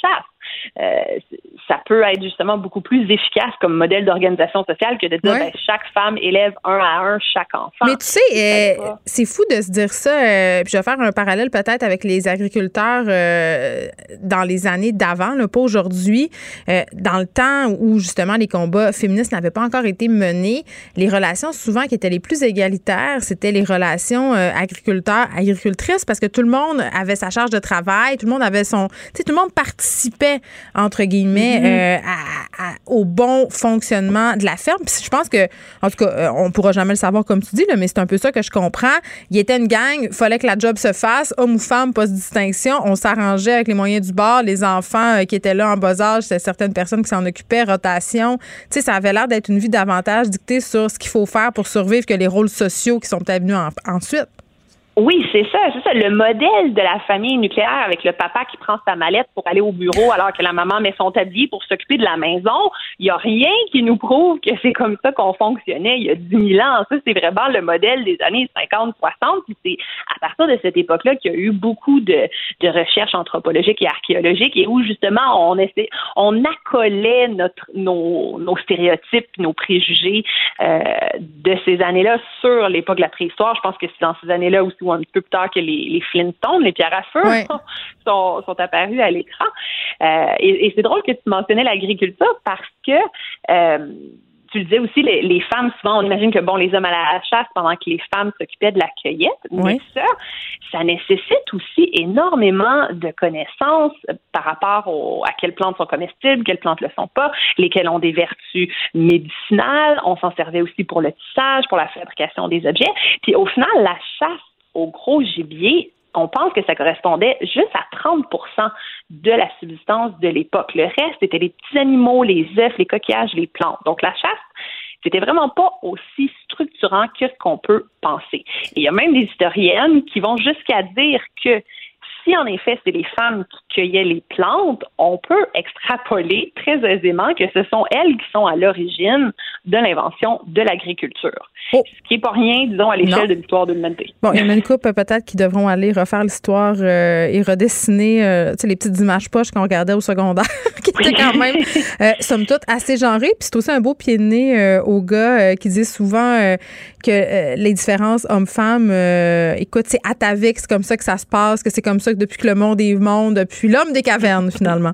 euh, ça peut être justement beaucoup plus efficace comme modèle d'organisation sociale que de dire ouais. ben, chaque femme élève un à un chaque enfant. Mais tu sais, euh, c'est fou de se dire ça. Euh, puis je vais faire un parallèle peut-être avec les agriculteurs euh, dans les années d'avant, là, pas aujourd'hui. Euh, dans le temps où justement les combats féministes n'avaient pas encore été menés, les relations souvent qui étaient les plus égalitaires, c'était les relations euh, agriculteurs-agricultrices parce que tout le monde avait sa charge de travail, tout le monde avait son... Tu sais, tout le monde participait, entre guillemets, mm-hmm. euh, à, à, au bon fonctionnement de la ferme. Puis je pense que, en tout cas, on pourra jamais le savoir comme tu dis, là, mais c'est un peu ça que je comprends. Il était une gang, fallait que la job se fasse, homme ou femme, pas de distinction. On s'arrangeait avec les moyens du bord, les enfants euh, qui étaient là en bas âge, c'était certaines personnes qui s'en occupaient, rotation. Tu sais, ça avait l'air d'être une vie davantage dictée sur ce qu'il faut faire pour survivre que les rôles sociaux qui sont peut-être venus en, ensuite. Oui, c'est ça, c'est ça. Le modèle de la famille nucléaire avec le papa qui prend sa mallette pour aller au bureau alors que la maman met son tablier pour s'occuper de la maison, il n'y a rien qui nous prouve que c'est comme ça qu'on fonctionnait il y a dix mille ans. Ça, c'est vraiment le modèle des années cinquante soixante. Puis c'est à partir de cette époque-là qu'il y a eu beaucoup de, de recherches anthropologiques et archéologiques et où justement on essaie, on accolait notre, nos, nos stéréotypes, nos préjugés euh, de ces années-là sur l'époque de la préhistoire. Je pense que c'est dans ces années-là aussi ou un petit peu plus tard que les, les Flintstones, les pierres à feu, ouais. sont, sont apparus à l'écran. Euh, et, et c'est drôle que tu mentionnais l'agriculture parce que euh, tu le disais aussi, les, les femmes, souvent, on imagine que, bon, les hommes allaient à la chasse pendant que les femmes s'occupaient de la cueillette. Oui. Mais ça, ça nécessite aussi énormément de connaissances par rapport au, à quelles plantes sont comestibles, quelles plantes ne le sont pas, lesquelles ont des vertus médicinales. On s'en servait aussi pour le tissage, pour la fabrication des objets. Puis au final, la chasse au gros gibier, on pense que ça correspondait juste à trente pour cent de la subsistance de l'époque. Le reste, c'était les petits animaux, les œufs, les coquillages, les plantes. Donc, la chasse, c'était vraiment pas aussi structurant que ce qu'on peut penser. Et il y a même des historiennes qui vont jusqu'à dire que si, en effet, c'est les femmes qui cueillaient les plantes, on peut extrapoler très aisément que ce sont elles qui sont à l'origine de l'invention de l'agriculture. Oh. Ce qui n'est pas rien, disons, à l'échelle non. de l'histoire de l'humanité. Bon, il y en a une couple peut-être qui devront aller refaire l'histoire euh, et redessiner euh, tu sais, les petites images poches qu'on regardait au secondaire, qui étaient quand même, euh, somme toute, assez genrées. Puis c'est aussi un beau pied de nez euh, aux gars euh, qui disent souvent euh, que euh, les différences hommes-femmes, euh, écoute, c'est atavique, c'est comme ça que ça se passe, que c'est comme ça que depuis que le monde est monde, depuis l'homme des cavernes, finalement.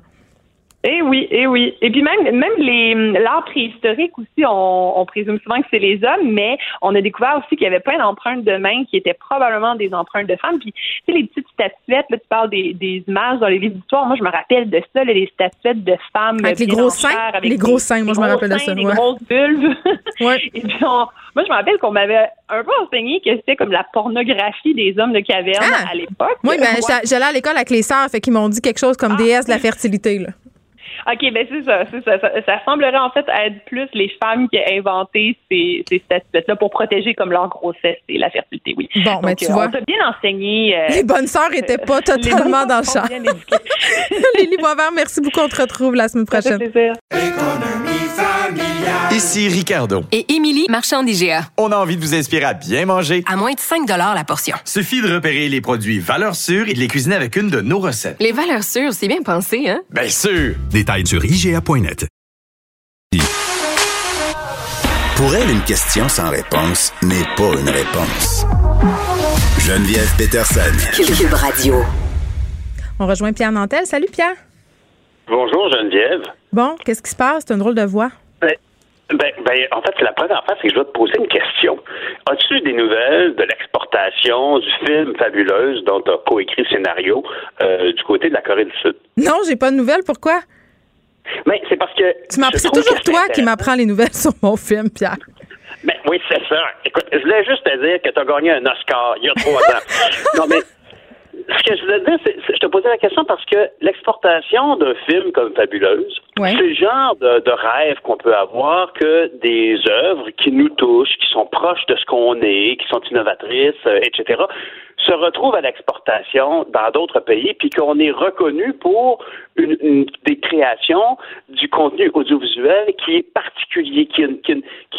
Eh oui, eh oui. Et puis même, même les l'art préhistorique aussi, on, on présume souvent que c'est les hommes, mais on a découvert aussi qu'il y avait plein d'empreintes de mains qui étaient probablement des empreintes de femmes. Puis, tu sais, les petites statuettes, là, tu parles des, des images dans les livres d'histoire. Moi, je me rappelle de ça, là, les statuettes de femmes. Avec les gros seins. Avec les gros seins, moi, je me rappelle de ça. Les ouais. grosses vulves. Ouais. Et puis, on, moi, je me rappelle qu'on m'avait un peu enseigné que c'était comme la pornographie des hommes de caverne ah. à l'époque. Oui, mais ouais. j'allais à l'école avec les sœurs, fait qu'ils m'ont dit quelque chose comme ah. déesse de la fertilité, là. OK, ben c'est ça, c'est ça, ça. Ça semblerait en fait être plus les femmes qui ont inventé ces, ces statuettes-là pour protéger comme leur grossesse et la fertilité, oui. Bon, mais tu euh, vois. On t'a bien enseigné. Euh, les bonnes sœurs n'étaient pas euh, totalement dans le champ. Lily Boisvert, merci beaucoup. On te retrouve la semaine prochaine. Ça fait plaisir. Ici Ricardo. Et Émilie, marchand d'I G A. On a envie de vous inspirer à bien manger. À moins de cinq dollars la portion. Suffit de repérer les produits valeurs sûres et de les cuisiner avec une de nos recettes. Les valeurs sûres, c'est bien pensé, hein? Bien sûr! Détails sur I G A point net. Pour elle, une question sans réponse n'est pas une réponse. Geneviève Peterson. Cube Radio. On rejoint Pierre Nantel. Salut, Pierre. Bonjour, Geneviève. Bon, qu'est-ce qui se passe? C'est une drôle de voix. Ben, ben, ben, en fait, c'est la première fois, c'est que je dois te poser une question. As-tu des nouvelles de l'exportation du film Fabuleuse dont tu as coécrit le scénario euh, du côté de la Corée du Sud? Non, j'ai pas de nouvelles. Pourquoi? Ben, c'est parce que... Tu c'est toujours toi qui m'apprends les nouvelles sur mon film, Pierre. Ben, oui, c'est ça. Écoute, je voulais juste te dire que tu as gagné un Oscar il y a trois ans. Non, mais... Ce que je voulais dire, c'est, c'est je te posais la question parce que l'exportation d'un film comme Fabuleuse, ouais. c'est le genre de, de rêve qu'on peut avoir que des œuvres qui nous touchent, qui sont proches de ce qu'on est, qui sont innovatrices, euh, et cetera, se retrouvent à l'exportation dans d'autres pays, puis qu'on est reconnu pour une, une, des créations du contenu audiovisuel qui est particulier, qui, qui, qui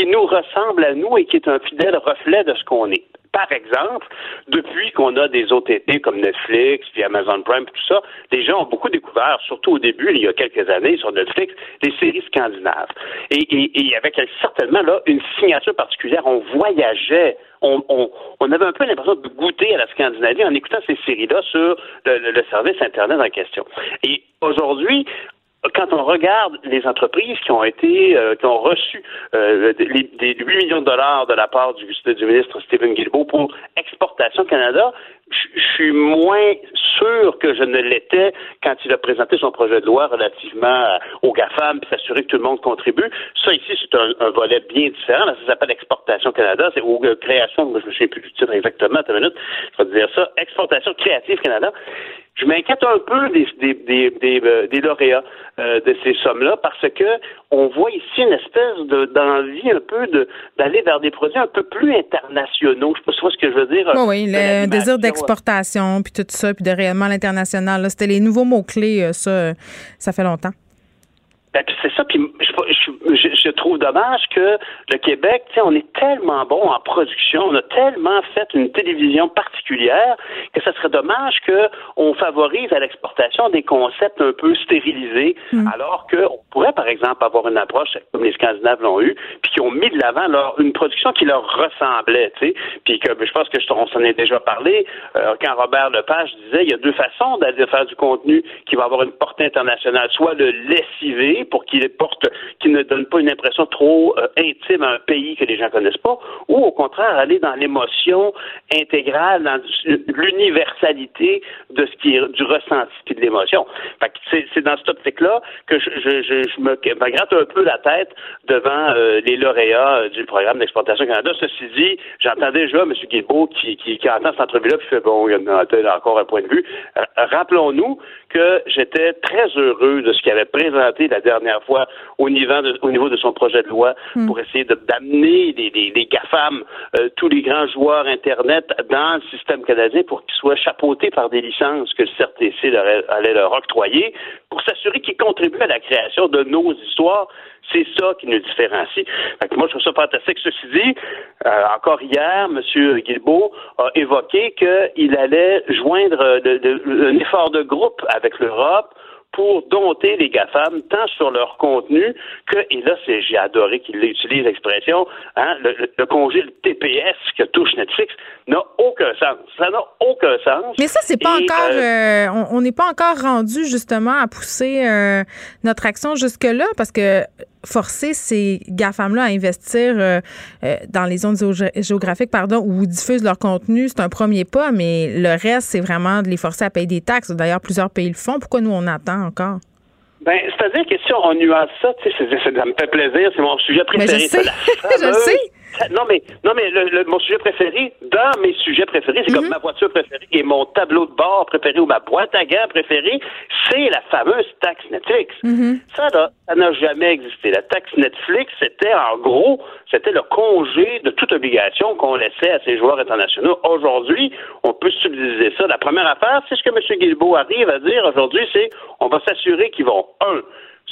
qui nous ressemble à nous et qui est un fidèle reflet de ce qu'on est. Par exemple, depuis qu'on a des O T T comme Netflix, puis Amazon Prime, tout ça, les gens ont beaucoup découvert, surtout au début, il y a quelques années, sur Netflix, les séries scandinaves. Et, et, et avec certainement là une signature particulière, on voyageait, on, on, on avait un peu l'impression de goûter à la Scandinavie en écoutant ces séries-là sur le, le, le service Internet en question. Et aujourd'hui, quand on regarde les entreprises qui ont été, euh, qui ont reçu euh, des, des huit millions de dollars de la part du, du ministre Stephen Guilbeault pour Exportation Canada, je suis moins sûr que je ne l'étais quand il a présenté son projet de loi relativement aux GAFAM puis s'assurer que tout le monde contribue. Ça, ici, c'est un, un volet bien différent. Là, ça s'appelle Exportation Canada. C'est ou euh, création, je me souviens plus du titre exactement, attends une minute, je vais te dire ça. Exportation Créative Canada. Je m'inquiète un peu des, des, des, des, euh, des lauréats euh, de ces sommes-là parce que on voit ici une espèce de, d'envie un peu de, d'aller vers des produits un peu plus internationaux. Je sais pas si tu vois ce que je veux dire. Oh oui, le désir d'exportation, puis tout ça, puis de rayonnement à l'international. Là, c'était les nouveaux mots-clés, ça, ça fait longtemps. Ben, c'est ça, puis je, je, je trouve dommage que le Québec, tu sais, on est tellement bon en production, on a tellement fait une télévision particulière que ça serait dommage qu'on favorise à l'exportation des concepts un peu stérilisés, mmh. alors qu'on pourrait, par exemple, avoir une approche comme les Scandinaves l'ont eu, puis qui ont mis de l'avant leur, une production qui leur ressemblait, tu sais, puis que je pense que je, on s'en est déjà parlé, euh, quand Robert Lepage disait, il y a deux façons d'aller faire du contenu qui va avoir une portée internationale, soit le lessiver, pour qu'il porte, qu'il ne donne pas une impression trop euh, intime à un pays que les gens connaissent pas, ou au contraire aller dans l'émotion intégrale, dans l'universalité de ce qui est du ressenti et de l'émotion. Fait que c'est, c'est dans cette optique-là que je, je, je, je me, me gratte un peu la tête devant euh, les lauréats du programme d'Exportation Canada. Ceci dit, j'entends déjà M. Guilbeault qui, qui, qui entend cette entrevue-là puis fait bon, il y a encore un point de vue. Euh, rappelons-nous que j'étais très heureux de ce qu'il avait présenté la dernière fois au niveau de, au niveau de son projet de loi mm. pour essayer de, d'amener les, les, les GAFAM, euh, tous les grands joueurs Internet dans le système canadien pour qu'ils soient chapeautés par des licences que le C R T C leur, allait leur octroyer pour s'assurer qu'ils contribuent à la création de nos histoires. C'est ça qui nous différencie. Fait que moi, je trouve ça fantastique. Ceci dit, euh, encore hier, M. Guilbeault a évoqué qu'il allait joindre de, de, un effort de groupe avec l'Europe pour dompter les GAFAM, tant sur leur contenu que, et là, c'est, j'ai adoré qu'il utilise l'expression, hein, le, le, le congé, le T P S que touche Netflix n'a aucun sens. Ça n'a aucun sens. Mais ça, c'est pas et, encore, euh, euh, on n'est pas encore rendu, justement, à pousser euh, notre action jusque-là, parce que forcer ces GAFAM-là à investir euh, euh, dans les zones géographiques pardon, où ils diffusent leur contenu, c'est un premier pas, mais le reste, c'est vraiment de les forcer à payer des taxes. D'ailleurs, plusieurs pays le font. Pourquoi nous, on attend encore? Ben, c'est-à-dire que si on nuance ça, tu sais, c'est, c'est, ça me fait plaisir, c'est mon sujet préféré. Mais je sais, fameuse, je sais. Non, mais, non, mais le, le, mon sujet préféré, dans mes sujets préférés, c'est mm-hmm. comme ma voiture préférée et mon tableau de bord préféré ou ma boîte à gants préférée, c'est la fameuse taxe Netflix. Mm-hmm. Ça, là, ça n'a jamais existé. La taxe Netflix, c'était en gros, c'était le congé de toute obligation qu'on laissait à ces joueurs internationaux. Aujourd'hui, on peut subdiviser ça. La première affaire, c'est ce que M. Guilbeault arrive à dire aujourd'hui, c'est on va s'assurer qu'ils vont, un,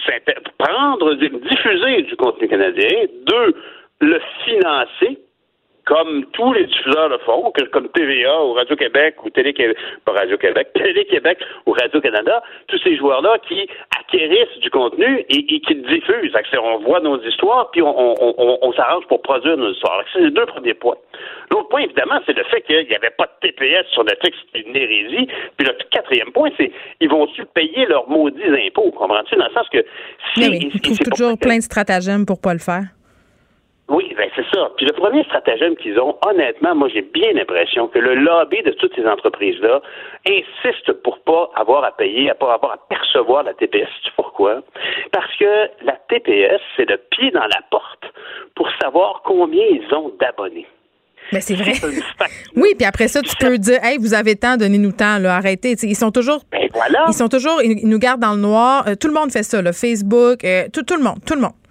prendre, diffuser du contenu canadien, deux, le financer, comme tous les diffuseurs le font, comme T V A ou Radio-Québec ou Télé-Québec, pas Radio-Québec, Télé-Québec ou Radio-Canada, tous ces joueurs-là qui acquérissent du contenu et, et qui le diffusent. On voit nos histoires, puis on, on, on, on s'arrange pour produire nos histoires. Alors, c'est les deux premiers points. L'autre point, évidemment, c'est le fait qu'il n'y avait pas de T P S sur Netflix, c'est une hérésie. Puis le quatrième point, c'est ils vont-tu payer leurs maudits impôts, comprends-tu? Dans le sens que... Si, oui, oui, ils trouvent toujours plein de stratagèmes pour pas le faire. Oui, ben c'est ça. Puis le premier stratagème qu'ils ont, honnêtement, moi j'ai bien l'impression que le lobby de toutes ces entreprises-là insiste pour pas avoir à payer, à pas avoir à percevoir la T P S. Tu sais pourquoi? Parce que la T P S, c'est le pied dans la porte pour savoir combien ils ont d'abonnés. Mais c'est vrai. Oui, puis après ça, tu peux dire, hey, vous avez tant, donnez-nous tant, là, arrêtez. T'sais, ils sont toujours, ben voilà. Ils sont toujours, ils nous gardent dans le noir. Euh, tout le monde fait ça, là, Facebook, euh, tout, tout le monde, tout le monde.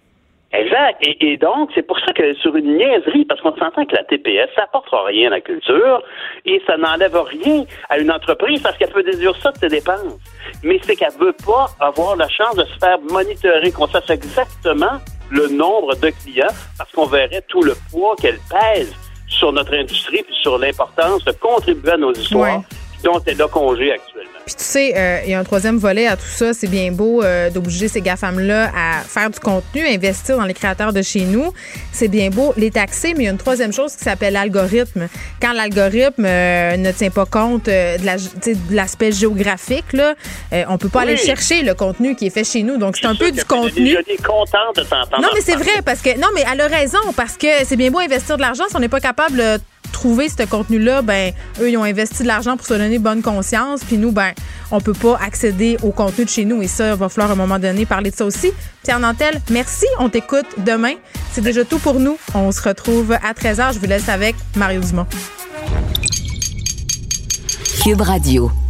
Exact. Et, et donc, c'est pour ça que sur une niaiserie, parce qu'on s'entend que la T P S, ça n'apportera rien à la culture et ça n'enlève rien à une entreprise parce qu'elle peut déduire ça de ses dépenses. Mais c'est qu'elle veut pas avoir la chance de se faire monitorer, qu'on sache exactement le nombre de clients parce qu'on verrait tout le poids qu'elle pèse sur notre industrie puis sur l'importance de contribuer à nos histoires ouais. dont elle a congé actuellement. Puis tu sais, il euh, y a un troisième volet à tout ça. C'est bien beau euh, d'obliger ces GAFAM-là à faire du contenu, à investir dans les créateurs de chez nous. C'est bien beau les taxer, mais il y a une troisième chose qui s'appelle l'algorithme. Quand l'algorithme euh, ne tient pas compte euh, de, la, de l'aspect géographique, là, euh, on peut pas oui. aller chercher le contenu qui est fait chez nous. Donc, c'est un peu du contenu. Je suis contente de t'entendre. Non, mais c'est vrai, parce que non, mais elle a raison, parce que c'est bien beau investir de l'argent si on n'est pas capable de trouver ce contenu-là, ben eux, ils ont investi de l'argent pour se donner bonne conscience, puis nous, ben on peut pas accéder au contenu de chez nous, et ça, il va falloir à un moment donné parler de ça aussi. Pierre Nantel, merci, on t'écoute demain. C'est déjà tout pour nous. On se retrouve à treize heures. Je vous laisse avec Mario Dumont. Cube Radio.